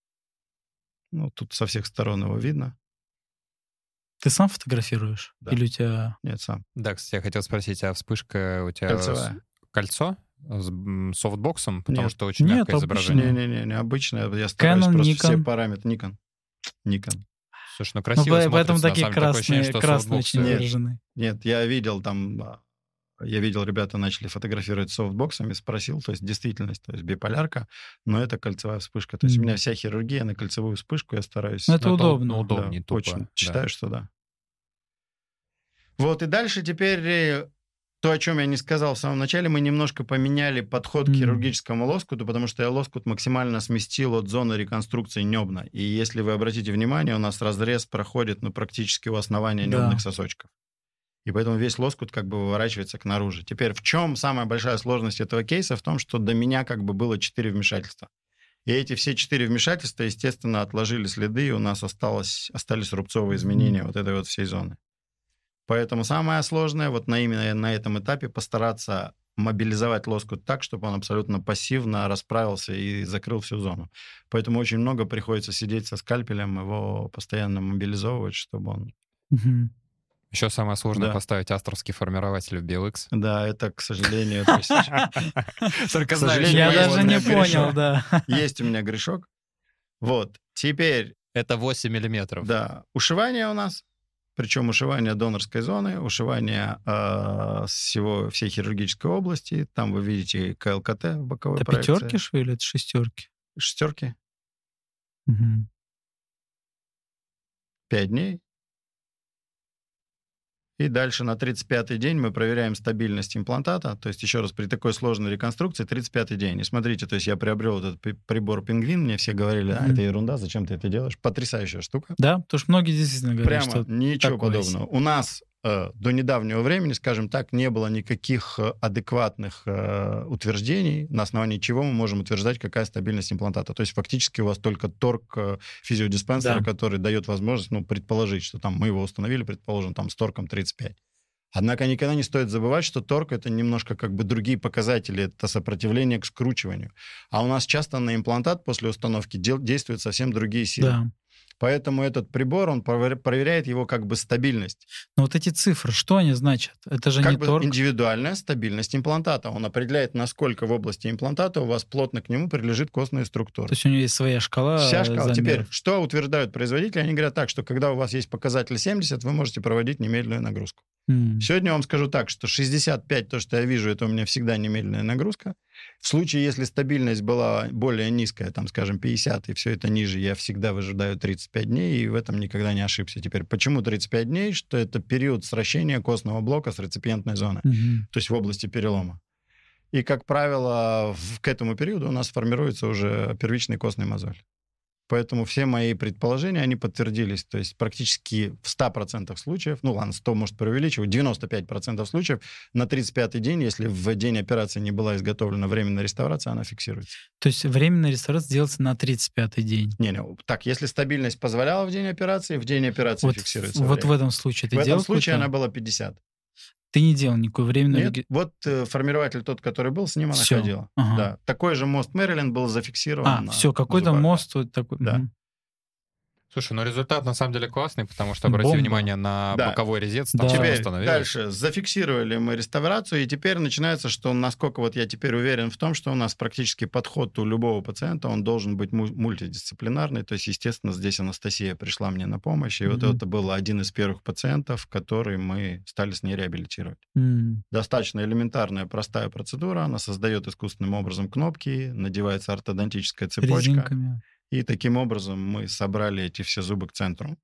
Ну, тут со всех сторон его видно. Ты сам фотографируешь? Да. Или у тебя... Нет, сам. Да, кстати, я хотел спросить, а вспышка у тебя... Кольцевая. Кольцо с софтбоксом? Потому Нет. что очень Нет, мягкое изображение. Не обычно. Я стараюсь Canon, просто Nikon. все параметры. Никон. Слушай, ну красиво смотрится, поэтому на такие самом деле, такое ощущение, что красные софтбоксы- очень выражены. Нет, я видел, ребята начали фотографировать софтбоксами, спросил, то есть действительность, то есть биполярка, но это кольцевая вспышка. То есть у меня вся хирургия на кольцевую вспышку, я стараюсь... Ну, это удобно. Ну, удобнее, Да, тупо. очень. Да. Считаю, что да. Вот, и дальше теперь то, о чем я не сказал в самом начале, мы немножко поменяли подход к хирургическому лоскуту, потому что я лоскут максимально сместил от зоны реконструкции небна. И если вы обратите внимание, у нас разрез проходит практически у основания Да. небных сосочков. И поэтому весь лоскут как бы выворачивается к наружу. Теперь в чем самая большая сложность этого кейса? В том, что до меня как бы было 4 вмешательства. И эти все 4 вмешательства, естественно, отложили следы, и у нас остались рубцовые изменения вот этой вот всей зоны. Поэтому самое сложное вот именно на этом этапе постараться мобилизовать лоскут так, чтобы он абсолютно пассивно расправился и закрыл всю зону. Поэтому очень много приходится сидеть со скальпелем, его постоянно мобилизовывать, чтобы он... Мгм. Еще самое сложное Да. поставить астровский формирователь в BLX. Да, это, к сожалению... то есть, Только К сожалению, Я есть даже у не меня понял, грешок. да. Есть у меня грешок. Вот. Теперь, Это 8 миллиметров. да, ушивание у нас. Причем ушивание донорской зоны, ушивание всей хирургической области. Там вы видите КЛКТ в боковой Это проекции. пятерки, что ли, или это шестерки? Шестерки. Мгм. 5 дней. И дальше на 35-й день мы проверяем стабильность имплантата. То есть, еще раз, при такой сложной реконструкции 35-й день. И смотрите, то есть я приобрел этот прибор «Пингвин», мне все говорили, это ерунда, зачем ты это делаешь? Потрясающая штука. Да, потому что многие действительно говорят, Прямо что ничего такое подобного. У нас до недавнего времени, скажем так, не было никаких адекватных утверждений, на основании чего мы можем утверждать, какая стабильность имплантата. То есть фактически у вас только торг физиодиспенсера, Да. который дает возможность предположить, что там мы его установили, предположим, там с торком 35. Однако никогда не стоит забывать, что торг — это немножко как бы другие показатели, это сопротивление к скручиванию. А у нас часто на имплантат после установки действуют совсем другие силы. Да. Поэтому этот прибор, он проверяет его как бы стабильность. Но вот эти цифры, что они значат? Это же Как не бы торг. индивидуальная стабильность имплантата. Он определяет, насколько в области имплантата у вас плотно к нему прилежит костная структура. То есть у него есть своя шкала Вся шкала. замеров. Теперь, что утверждают производители? Они говорят так, что когда у вас есть показатель 70, вы можете проводить немедленную нагрузку. Сегодня я вам скажу так, что 65, то, что я вижу, это у меня всегда немедленная нагрузка. В случае, если стабильность была более низкая, там, скажем, 50, и все это ниже, я всегда выжидаю 35 дней, и в этом никогда не ошибся. Теперь, почему 35 дней? Что это период сращения костного блока с реципиентной зоной, то есть в области перелома. И, как правило, к этому периоду у нас формируется уже первичный костный мозоль. Поэтому все мои предположения, они подтвердились. То есть практически в 100% случаев, ну ладно, 100 может преувеличивать, 95% случаев на 35-й день, если в день операции не была изготовлена временная реставрация, она фиксируется. То есть временная реставрация делается на 35-й день. Не, так, если стабильность позволяла в день операции Вот, фиксируется вот время. в этом случае ты В этом делал случае какую-то- она была 50. Ты не делал никакой временной... Нет, вот формирователь тот, который был, с ним она Всё. ходила. Ага. Да. Такой же мост Мэриленд был зафиксирован. все, какой-то зубах. мост вот такой. Да. Мгм. Слушай, ну результат на самом деле классный, потому что обрати Бомба. внимание на Да. боковой резец, Да. там все Теперь восстановилось. дальше зафиксировали мы реставрацию, и теперь начинается, что насколько вот я теперь уверен в том, что у нас практически подход у любого пациента, он должен быть мультидисциплинарный. То есть, естественно, здесь Анастасия пришла мне на помощь, и вот Мгм. это был один из первых пациентов, который мы стали с ней реабилитировать. М. Достаточно элементарная, простая процедура. Она создает искусственным образом кнопки, надевается ортодонтическая цепочка. Резинками. И таким образом мы собрали эти все зубы к центру.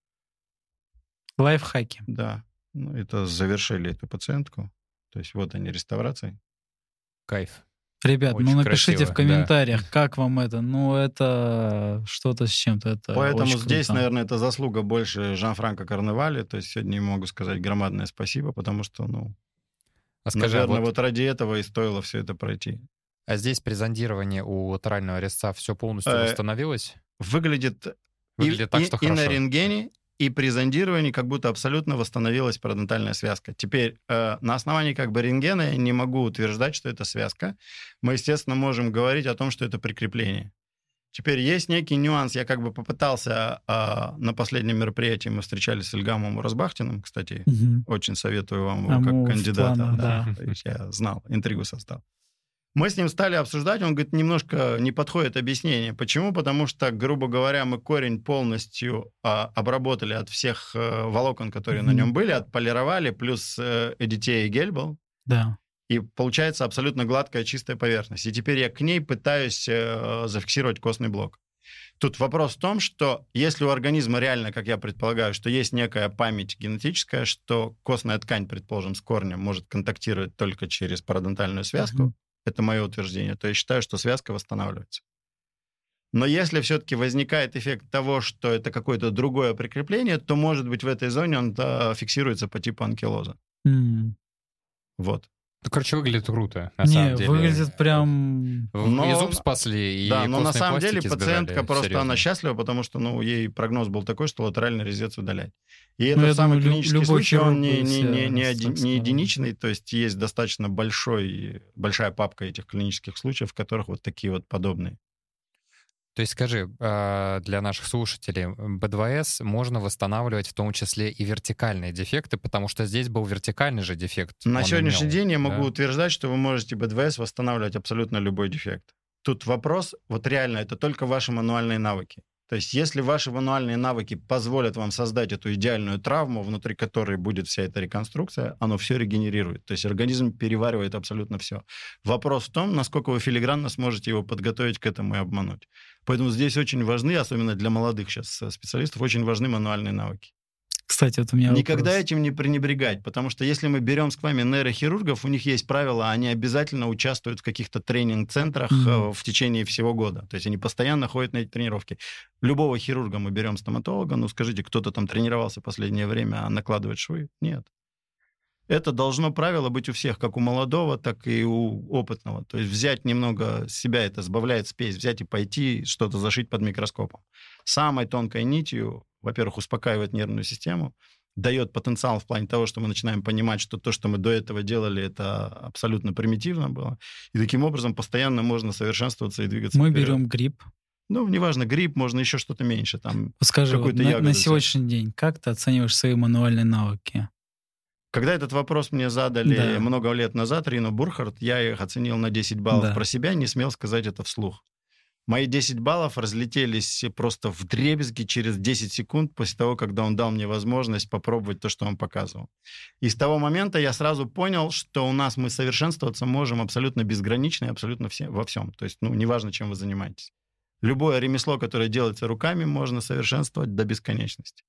Лайфхаки. Да. Ну, это завершили эту пациентку. То есть вот они, реставрации. Кайф. Ребят, Очень напишите красиво, в комментариях, как вам это. Ну, это что-то с чем-то. Это Поэтому очень здесь, круто. наверное, это заслуга больше Жан-Франко Карневали. То есть сегодня ему могу сказать громадное спасибо, потому что, ну, А скажи, а наверное, вот, вот ради этого и стоило все это пройти. а здесь при зондировании у латерального резца все полностью восстановилось? Выглядит Выглядит так, что и на хорошо. рентгене, и при зондировании как будто абсолютно восстановилась парадонтальная связка. Теперь на основании как бы рентгена я не могу утверждать, что это связка. Мы, естественно, можем говорить о том, что это прикрепление. Теперь есть некий нюанс. Я как бы попытался на последнем мероприятии, мы встречались с Ильгамом Разбахтиным, кстати. Мгм. Очень советую вам его Аму в как кандидата. планах, да. да. То есть я знал, интригу создал. Мы с ним стали обсуждать, он говорит, немножко не подходит объяснение. Почему? Потому что, грубо говоря, мы корень полностью обработали от всех волокон, которые на Мгм. нем были, отполировали, плюс EDTA и гель был. Да. И получается абсолютно гладкая, чистая поверхность. И теперь я к ней пытаюсь зафиксировать костный блок. Тут вопрос в том, что если у организма реально, как я предполагаю, что есть некая память генетическая, что костная ткань, предположим, с корнем может контактировать только через парадонтальную связку, Мгм. это мое утверждение, то я считаю, что связка восстанавливается. Но если все-таки возникает эффект того, что это какое-то другое прикрепление, то, может быть, в этой зоне он фиксируется по типу анкилоза. М. Вот. Ну, короче, выглядит круто, на Не, самом деле. выглядит прям... Но- И зуб спасли, и Да, но на костные самом деле пластики пациентка сбежали, просто, серьезно. она счастлива, потому что, ну, ей прогноз был такой, что латеральный резец удалять. И Ну, этот я самый думаю, клинический любой случай, он хирург бы все так не единичный, то есть есть достаточно большая папка этих клинических случаев, в которых вот такие вот подобные. То есть скажи, для наших слушателей, БДВС можно восстанавливать в том числе и вертикальные дефекты, потому что здесь был вертикальный же дефект. На он сегодняшний имел, день я могу да? утверждать, что вы можете БДВС восстанавливать абсолютно любой дефект. Тут вопрос, вот реально, это только ваши мануальные навыки. То есть если ваши мануальные навыки позволят вам создать эту идеальную травму, внутри которой будет вся эта реконструкция, оно все регенерирует. То есть организм переваривает абсолютно все. Вопрос в том, насколько вы филигранно сможете его подготовить к этому и обмануть. Поэтому здесь очень важны, особенно для молодых сейчас специалистов, очень важны мануальные навыки. Кстати, вот у меня Никогда вопрос. этим не пренебрегать, потому что если мы берем с вами нейрохирургов, у них есть правила, они обязательно участвуют в каких-то тренинг-центрах Мгм. в течение всего года. То есть они постоянно ходят на эти тренировки. Любого хирурга мы берем стоматолога, ну скажите, кто-то там тренировался в последнее время, а накладывает швы? Нет. Это должно правило быть у всех, как у молодого, так и у опытного. То есть взять немного себя, это сбавляет спесь, взять и пойти что-то зашить под микроскопом. Самой тонкой нитью, во-первых, успокаивает нервную систему, дает потенциал в плане того, что мы начинаем понимать, что то, что мы до этого делали, это абсолютно примитивно было. И таким образом постоянно можно совершенствоваться и двигаться Мы вперед. берем грипп. Ну, неважно, грипп, можно еще что-то меньше. Там. Скажи, вот Какую-то на ягоду сегодняшний день, как ты оцениваешь свои мануальные навыки? Когда этот вопрос мне задали Да. много лет назад, Рино Бурхард, я их оценил на 10 баллов Да. про себя, не смел сказать это вслух. Мои 10 баллов разлетелись просто вдребезги через 10 секунд после того, когда он дал мне возможность попробовать то, что он показывал. И с того момента я сразу понял, что у нас мы совершенствоваться можем абсолютно безгранично и абсолютно во всем. То есть, ну, неважно, чем вы занимаетесь. Любое ремесло, которое делается руками, можно совершенствовать до бесконечности.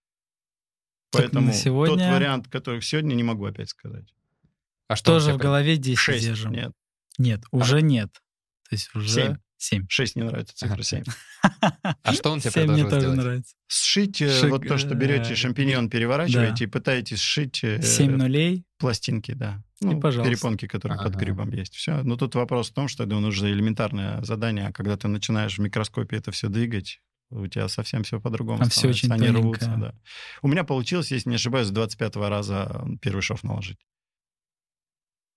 Так Поэтому на сегодня- тот вариант, который сегодня, не могу опять сказать. А что у Тоже тебя в голове 10 6, держим. нет. Нет, уже нет. То есть уже Семь. 7. 6 не нравится, цифра 7. А что он тебе 7 мне предложил тоже сделать? нравится. Сшить вот то, что берете, Э, шампиньон переворачиваете и пытаетесь сшить 7 нулей. пластинки, да. Ну, пожалуйста. перепонки, которые под Ага. грибом есть. Все. Но тут вопрос в том, что, я думаю, нужно элементарное задание, а когда ты начинаешь в микроскопе это все двигать, у тебя совсем все по-другому Там всё становится. очень Они рвутся, тоненькое. да. У меня получилось, если не ошибаюсь, с 25-го раза первый шов наложить.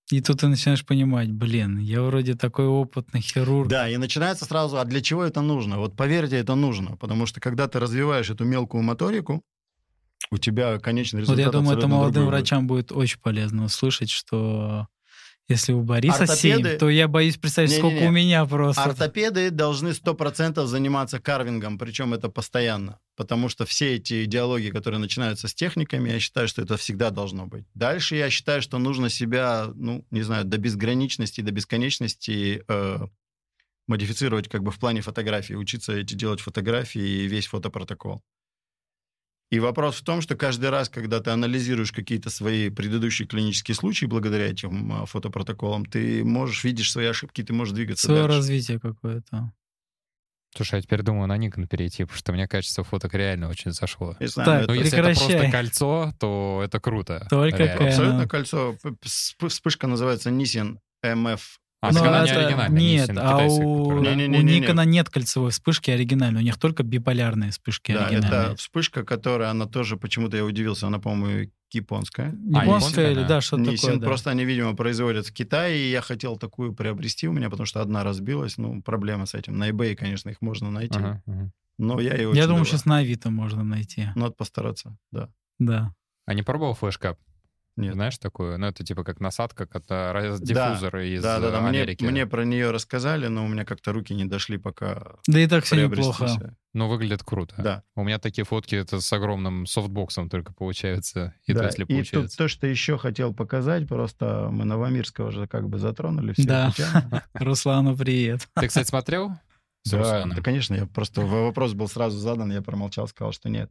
И тут ты начинаешь понимать, блин, я вроде такой опытный хирург. Да, и начинается сразу, а для чего это нужно? Вот поверьте, это нужно, потому что когда ты развиваешь эту мелкую моторику, у тебя конечный результат Вот я думаю, это абсолютно молодым другой будет. врачам будет очень полезно услышать, что если у Бориса Ортопеды- 7, то я боюсь представить, сколько Не-не-не. у меня просто. Ортопеды должны 100% заниматься карвингом, причем это постоянно. Потому что все эти диалоги, которые начинаются с техниками, я считаю, что это всегда должно быть. Дальше я считаю, что нужно себя, не знаю, до безграничности, до бесконечности модифицировать как бы в плане фотографии, учиться эти делать фотографии и весь фотопротокол. И вопрос в том, что каждый раз, когда ты анализируешь какие-то свои предыдущие клинические случаи, благодаря этим фотопротоколам, ты видишь свои ошибки, ты можешь двигаться Свое дальше. развитие какое-то. Слушай, я теперь думаю на Nikon перейти, потому что мне качество фоток реально очень зашло. Не знаю, Так, это Но если это прекращай. просто кольцо, то это круто. Только реально. Canon. абсолютно кольцо. Вспышка называется Nissin MF. А, Ну, так она не это- оригинальная, Нет, Nissin, а китайская, у которая, да? Не-не-не-не-не. Никона нет кольцевой вспышки оригинальной, у них только биполярные вспышки Да, оригинальные. это вспышка, которая, она тоже, почему-то я удивился, она, по-моему, японская. Японская японская, или да. да, что-то Nissin, такое, да. просто они, видимо, производят в Китае, и я хотел такую приобрести у меня, потому что одна разбилась, проблема с этим. На eBay, конечно, их можно найти, Ага, ага. но я ее Я очень думаю, давно. сейчас на Авито можно найти. Надо постараться, да. Да. А не пробовал флешкап? Нет. Знаешь такую? Ну, это типа как насадка, это Да, диффузор из Да. Америки. Мне про нее рассказали, но у меня как-то руки не дошли пока Да и так все приобрести неплохо. всё. Ну, выглядит круто. Да. У меня такие фотки это с огромным софтбоксом только получается. И Да, то, если и получается. тут то, что еще хотел показать, просто мы Новомирского же как бы затронули все Да. эти темы. Руслану привет. Ты, кстати, смотрел? С Да, Русланом? да, конечно, я просто вопрос был сразу задан, я промолчал, сказал, что нет.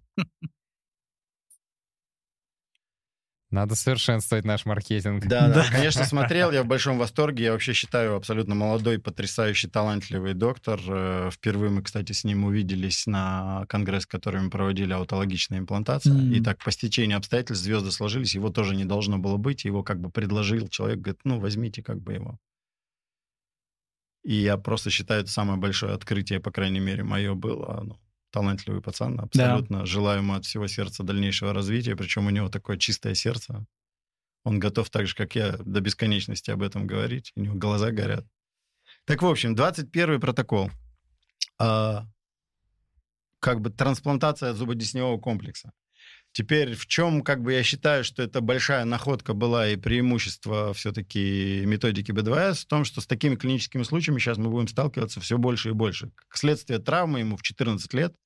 Надо совершенствовать наш маркетинг. Да, конечно, смотрел, я в большом восторге. Я вообще считаю абсолютно молодой, потрясающий, талантливый доктор. Впервые мы, кстати, с ним увиделись на конгресс, который мы проводили, аутологичная имплантация. Мгм. И так по стечению обстоятельств звезды сложились, его тоже не должно было быть, его как бы предложил человек, говорит, возьмите как бы его. И я просто считаю, это самое большое открытие, по крайней мере, мое было. Талантливый пацан, абсолютно. Желаю ему от всего сердца дальнейшего развития, причем у него такое чистое сердце. Он готов так же, как я, до бесконечности об этом говорить. У него глаза горят. Так, в общем, 21-й протокол. Как бы трансплантация зубодесневого комплекса. Теперь в чем, как бы, я считаю, что это большая находка была и преимущество все-таки методики БДВС в том, что с такими клиническими случаями сейчас мы будем сталкиваться все больше и больше. Как следствие травмы ему в 14 лет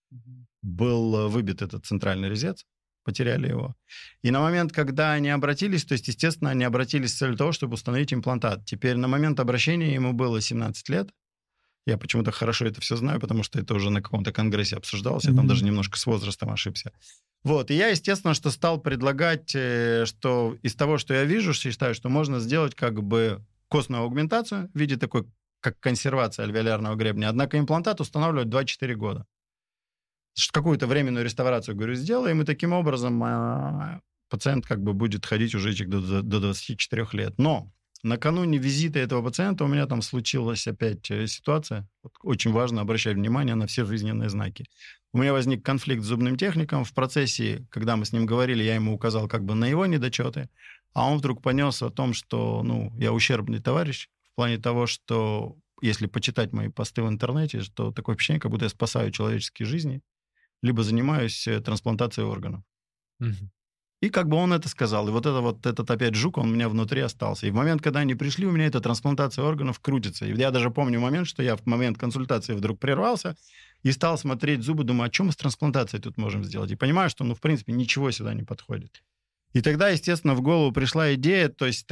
был выбит этот центральный резец, потеряли его. И на момент, когда они обратились, то есть, естественно, они обратились с целью того, чтобы установить имплантат. Теперь на момент обращения ему было 17 лет. Я почему-то хорошо это все знаю, потому что это уже на каком-то конгрессе обсуждалось. Я там даже немножко с возрастом ошибся. Вот. И я, естественно, что стал предлагать, что из того, что я вижу, считаю, что можно сделать как бы костную аугментацию в виде такой, как консервация альвеолярного гребня. Однако имплантат устанавливать 2-4 года. Какую-то временную реставрацию, говорю, сделаем, и таким образом пациент как бы будет ходить уже до 24 лет. Но накануне визита этого пациента у меня там случилась опять ситуация. Очень важно обращать внимание на все жизненные знаки. У меня возник конфликт с зубным техником. В процессе, когда мы с ним говорили, я ему указал как бы на его недочеты, а он вдруг понес о том, что я ущербный товарищ, в плане того, что если почитать мои посты в интернете, что такое впечатление, как будто я спасаю человеческие жизни, либо занимаюсь трансплантацией органов. Мгм. И как бы он это сказал. И этот опять жук, он у меня внутри остался. И в момент, когда они пришли, у меня эта трансплантация органов крутится. И я даже помню момент, что я в момент консультации вдруг прервался и стал смотреть зубы, думаю, а что мы с трансплантацией тут можем сделать? И понимаю, что, в принципе, ничего сюда не подходит. И тогда, естественно, в голову пришла идея, то есть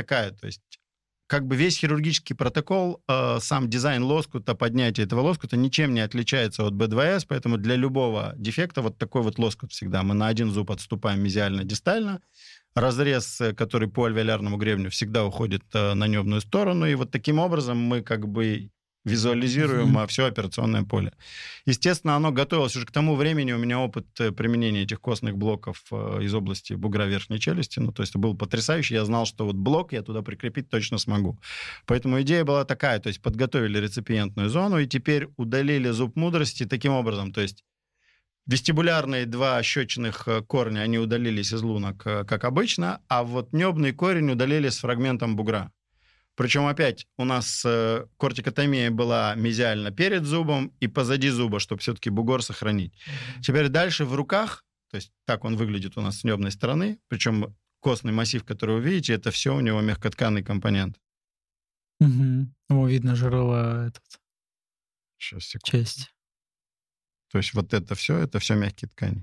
как бы весь хирургический протокол, сам дизайн лоскута, поднятие этого лоскута ничем не отличается от B2S, поэтому для любого дефекта вот такой вот лоскут всегда. Мы на один зуб отступаем мезиально-дистально, разрез, который по альвеолярному гребню, всегда уходит на небную сторону, и вот таким образом мы как бы визуализируем все операционное поле. Естественно, оно готовилось уже к тому времени, у меня опыт применения этих костных блоков из области бугра верхней челюсти, то есть был потрясающий, я знал, что вот блок я туда прикрепить точно смогу. Поэтому идея была такая, то есть подготовили реципиентную зону и теперь удалили зуб мудрости таким образом, то есть вестибулярные 2 щечных корня, они удалились из лунок, как обычно, а вот небный корень удалили с фрагментом бугра. Причем опять у нас кортикотомия была мезиально перед зубом и позади зуба, чтобы все-таки бугор сохранить. Теперь дальше в руках, то есть так он выглядит у нас с небной стороны, причем костный массив, который вы видите, это все у него мягкотканный компонент. О, видно жировая Сейчас, секунду. часть. То есть вот это все мягкие ткани.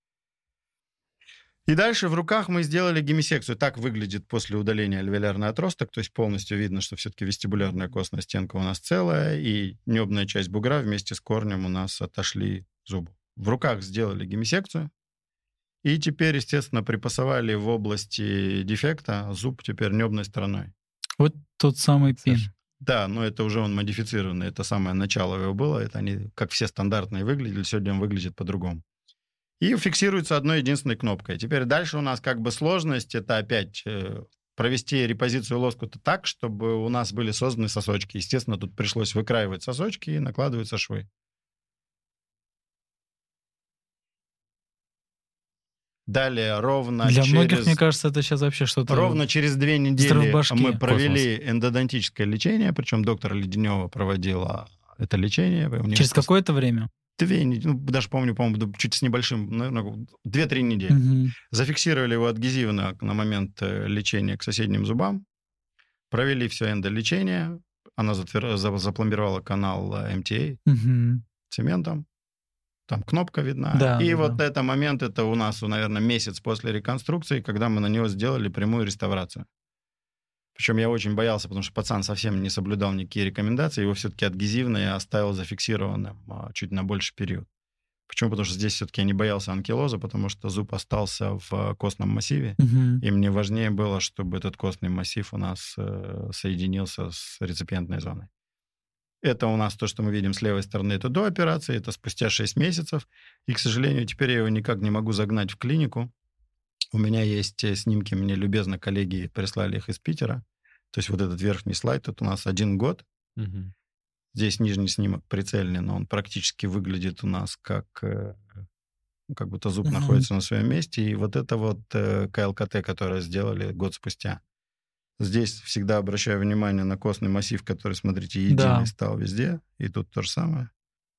И дальше в руках мы сделали гемисекцию. Так выглядит после удаления альвеолярный отросток, то есть полностью видно, что все-таки вестибулярная костная стенка у нас целая, и небная часть бугра вместе с корнем у нас отошли зубы. В руках сделали гемисекцию, и теперь, естественно, припасовали в области дефекта зуб теперь небной стороной. Вот тот самый пин. Да, но это уже он модифицированный, это самое начало его было, это они, как все стандартные выглядели, сегодня он выглядит по-другому. И фиксируется одной единственной кнопкой. Теперь дальше у нас как бы сложность, это опять провести репозицию лоскута так, чтобы у нас были созданы сосочки. Естественно, тут пришлось выкраивать сосочки и накладываются швы. Далее ровно Для многих, через... мне кажется, это сейчас вообще что-то... Ровно через 2 недели взрыв мы башки. провели эндодонтическое лечение, причем доктор Леденева проводила это лечение. Через какое-то время? 2 недели, ну, даже помню, чуть с небольшим, 2-3 недели. Зафиксировали его адгезивно на момент лечения к соседним зубам, провели все эндолечение, она запломбировала канал МТА цементом, там кнопка видна. Да, и да, вот да. это момент, это у нас, наверное, месяц после реконструкции, когда мы на него сделали прямую реставрацию. Причем я очень боялся, потому что пацан совсем не соблюдал никакие рекомендации, его все-таки адгезивно я оставил зафиксированным чуть на больший период. Почему? Потому что здесь все-таки я не боялся анкилоза, потому что зуб остался в костном массиве, и мне важнее было, чтобы этот костный массив у нас соединился с реципиентной зоной. Это у нас то, что мы видим с левой стороны, это до операции, это спустя 6 месяцев, и, к сожалению, теперь я его никак не могу загнать в клинику. У меня есть снимки, мне любезно коллеги прислали их из Питера. То есть вот этот верхний слайд, тут у нас 1 год. Здесь нижний снимок прицельный, но он практически выглядит у нас как будто зуб находится на своем месте. И вот это вот КЛКТ, которое сделали год спустя. Здесь всегда обращаю внимание на костный массив, который, смотрите, единый стал везде. И тут то же самое.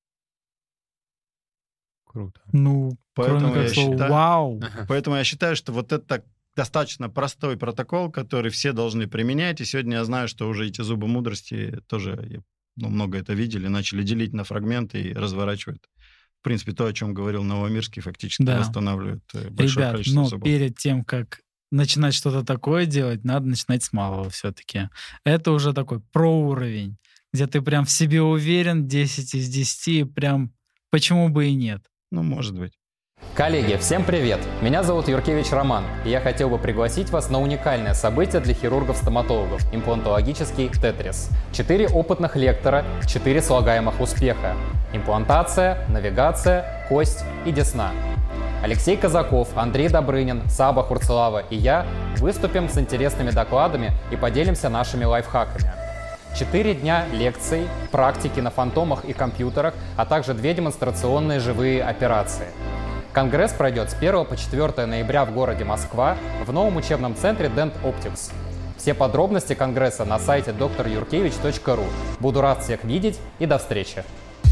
Круто. Ну, Поэтому кроме я как слова считаю- вау. Поэтому я считаю, что вот это достаточно простой протокол, который все должны применять. И сегодня я знаю, что уже эти зубы мудрости тоже много это видели, начали делить на фрагменты и разворачивают. В принципе, то, о чем говорил Новомирский, фактически Да. восстанавливает большое Ребят, количество но зубов. перед тем, как начинать что-то такое делать, надо начинать с малого все-таки. Это уже такой проуровень, где ты прям в себе уверен, 10 из 10, прям почему бы и нет. Ну, может быть. Коллеги, всем привет! Меня зовут Юркевич Роман, и я хотел бы пригласить вас на уникальное событие для хирургов-стоматологов – имплантологический тетрис. 4 опытных лектора, 4 слагаемых успеха. Имплантация, навигация, кость и десна. Алексей Казаков, Андрей Добрынин, Саба Хурцелава и я выступим с интересными докладами и поделимся нашими лайфхаками. 4 дня лекций, практики на фантомах и компьютерах, а также 2 демонстрационные живые операции. Конгресс пройдет с 1 по 4 ноября в городе Москва в новом учебном центре Dent Optics. Все подробности конгресса на сайте drurkevich.ru. Буду рад всех видеть и до встречи!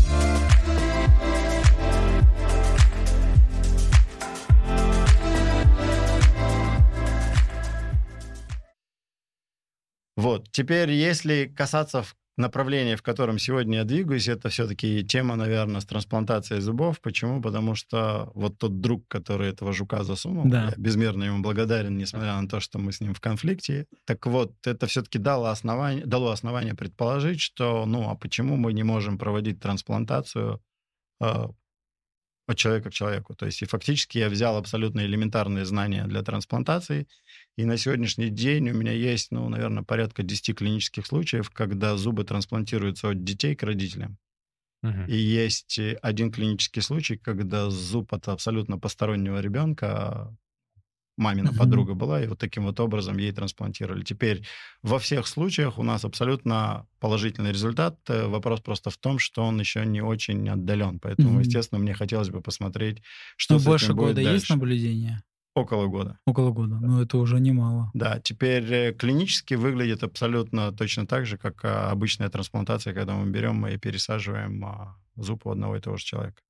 Вот. Теперь, если касаться направления, в котором сегодня я двигаюсь, это все-таки тема, наверное, с трансплантацией зубов. Почему? Потому что вот тот друг, который этого жука засунул, Да. я безмерно ему благодарен, несмотря на то, что мы с ним в конфликте. Так вот, это все-таки дало основание предположить, что, а почему мы не можем проводить трансплантацию от человека к человеку? То есть, и фактически я взял абсолютно элементарные знания для трансплантации, и на сегодняшний день у меня есть, наверное, порядка 10 клинических случаев, когда зубы трансплантируются от детей к родителям. И есть 1 клинический случай, когда зуб от абсолютно постороннего ребенка, мамина подруга была, и вот таким вот образом ей трансплантировали. Теперь во всех случаях у нас абсолютно положительный результат. Вопрос просто в том, что он еще не очень отдален. Поэтому, естественно, мне хотелось бы посмотреть, что с Больше этим будет года дальше. есть наблюдение? Около года. Около года. Ну, это уже немало. Да, теперь клинически выглядит абсолютно точно так же, как обычная трансплантация, когда мы берем и пересаживаем зуб у одного и того же человека.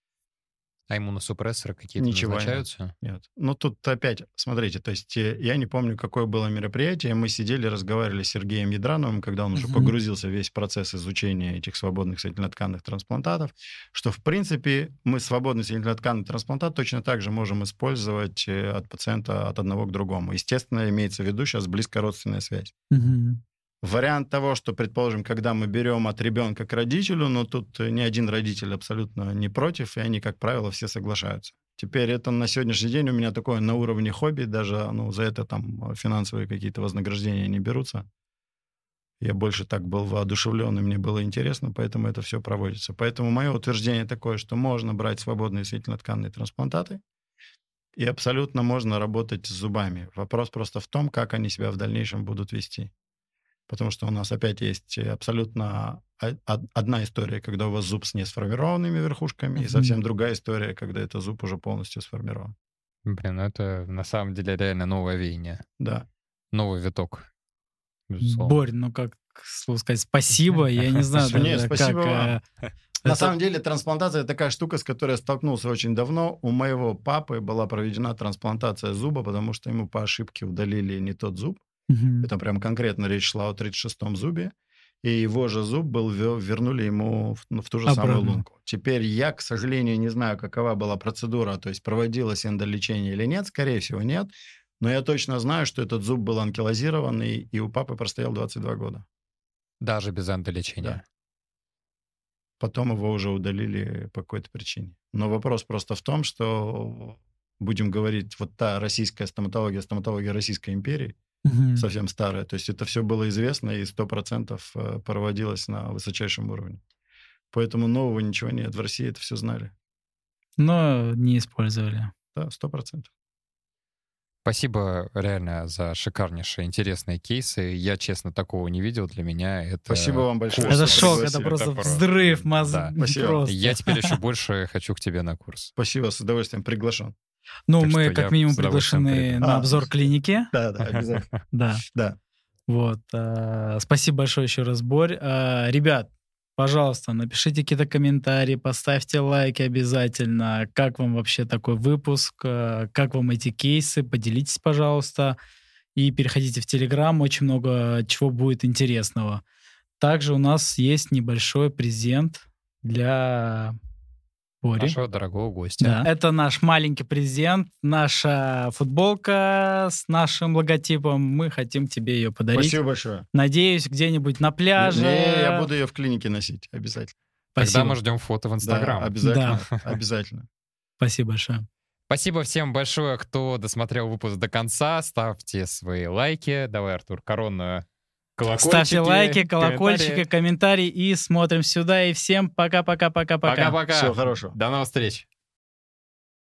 А иммуносупрессоры какие-то Ничего назначаются? Нет. Ну, тут опять, смотрите, то есть я не помню, какое было мероприятие, мы сидели, разговаривали с Сергеем Ядрановым, когда он уже погрузился в весь процесс изучения этих свободных соединительно-тканных трансплантатов, что, в принципе, мы свободный соединительно-тканный трансплантат точно так же можем использовать от пациента от одного к другому. Естественно, имеется в виду сейчас близкородственная связь. Вариант того, что, предположим, когда мы берем от ребенка к родителю, но тут ни один родитель абсолютно не против, и они, как правило, все соглашаются. Теперь это на сегодняшний день у меня такое на уровне хобби, даже за это там финансовые какие-то вознаграждения не берутся. Я больше так был воодушевлен, и мне было интересно, поэтому это все проводится. Поэтому мое утверждение такое, что можно брать свободные соединительно-тканные трансплантаты, и абсолютно можно работать с зубами. Вопрос просто в том, как они себя в дальнейшем будут вести. Потому что у нас опять есть абсолютно одна история, когда у вас зуб с несформированными верхушками, и совсем другая история, когда это зуб уже полностью сформирован. Блин, это на самом деле реально новое веяние. Да. Новый виток. Безусловно. Борь, ну как слово сказать, спасибо, я не знаю Нет, даже спасибо вам. как... На самом деле трансплантация такая штука, с которой я столкнулся очень давно. У моего папы была проведена трансплантация зуба, потому что ему по ошибке удалили не тот зуб. Это прям конкретно речь шла о 36-м зубе. И его же зуб вернули ему в ту же самую лунку. Теперь я, к сожалению, не знаю, какова была процедура, то есть проводилось эндолечение или нет. Скорее всего, нет. Но я точно знаю, что этот зуб был анкилозированный, и у папы простоял 22 года. Даже без эндолечения? Да. Потом его уже удалили по какой-то причине. Но вопрос просто в том, что, будем говорить, вот та российская стоматология Российской империи, совсем старая. То есть это все было известно и 100% проводилось на высочайшем уровне. Поэтому нового ничего нет. В России это все знали. Но не использовали. Да, 100%. Спасибо реально за шикарнейшие, интересные кейсы. Я, честно, такого не видел. Для меня это... Спасибо вам большое. Это шок, пригласили. это просто взрыв мозга. Да. Спасибо. Я теперь еще больше хочу к тебе на курс. Спасибо, с удовольствием приглашен. Ну, Так мы что как я минимум с удовольствием приглашены приду. на обзор клиники. Да, обязательно. Да. Да. Вот. Спасибо большое еще раз, Борь. Ребят, пожалуйста, напишите какие-то комментарии, поставьте лайки обязательно. Как вам вообще такой выпуск? Как вам эти кейсы? Поделитесь, пожалуйста. И переходите в Телеграм. Очень много чего будет интересного. Также у нас есть небольшой презент для Бори. Нашего дорогого гостя. Да. Это наш маленький презент, наша футболка с нашим логотипом. Мы хотим тебе ее подарить. Спасибо большое. Надеюсь, где-нибудь на пляже. Не, я буду ее в клинике носить, обязательно. Тогда Спасибо. мы ждем фото в Инстаграм. Да, обязательно. Обязательно. Спасибо большое. Спасибо всем большое, кто досмотрел выпуск до конца. Ставьте свои лайки. Давай, Артур, коронную. Колокольчики, Ставьте лайки, колокольчики, комментарии и смотрим сюда. И всем пока-пока-пока-пока. Пока-пока. Всего хорошего. До новых встреч.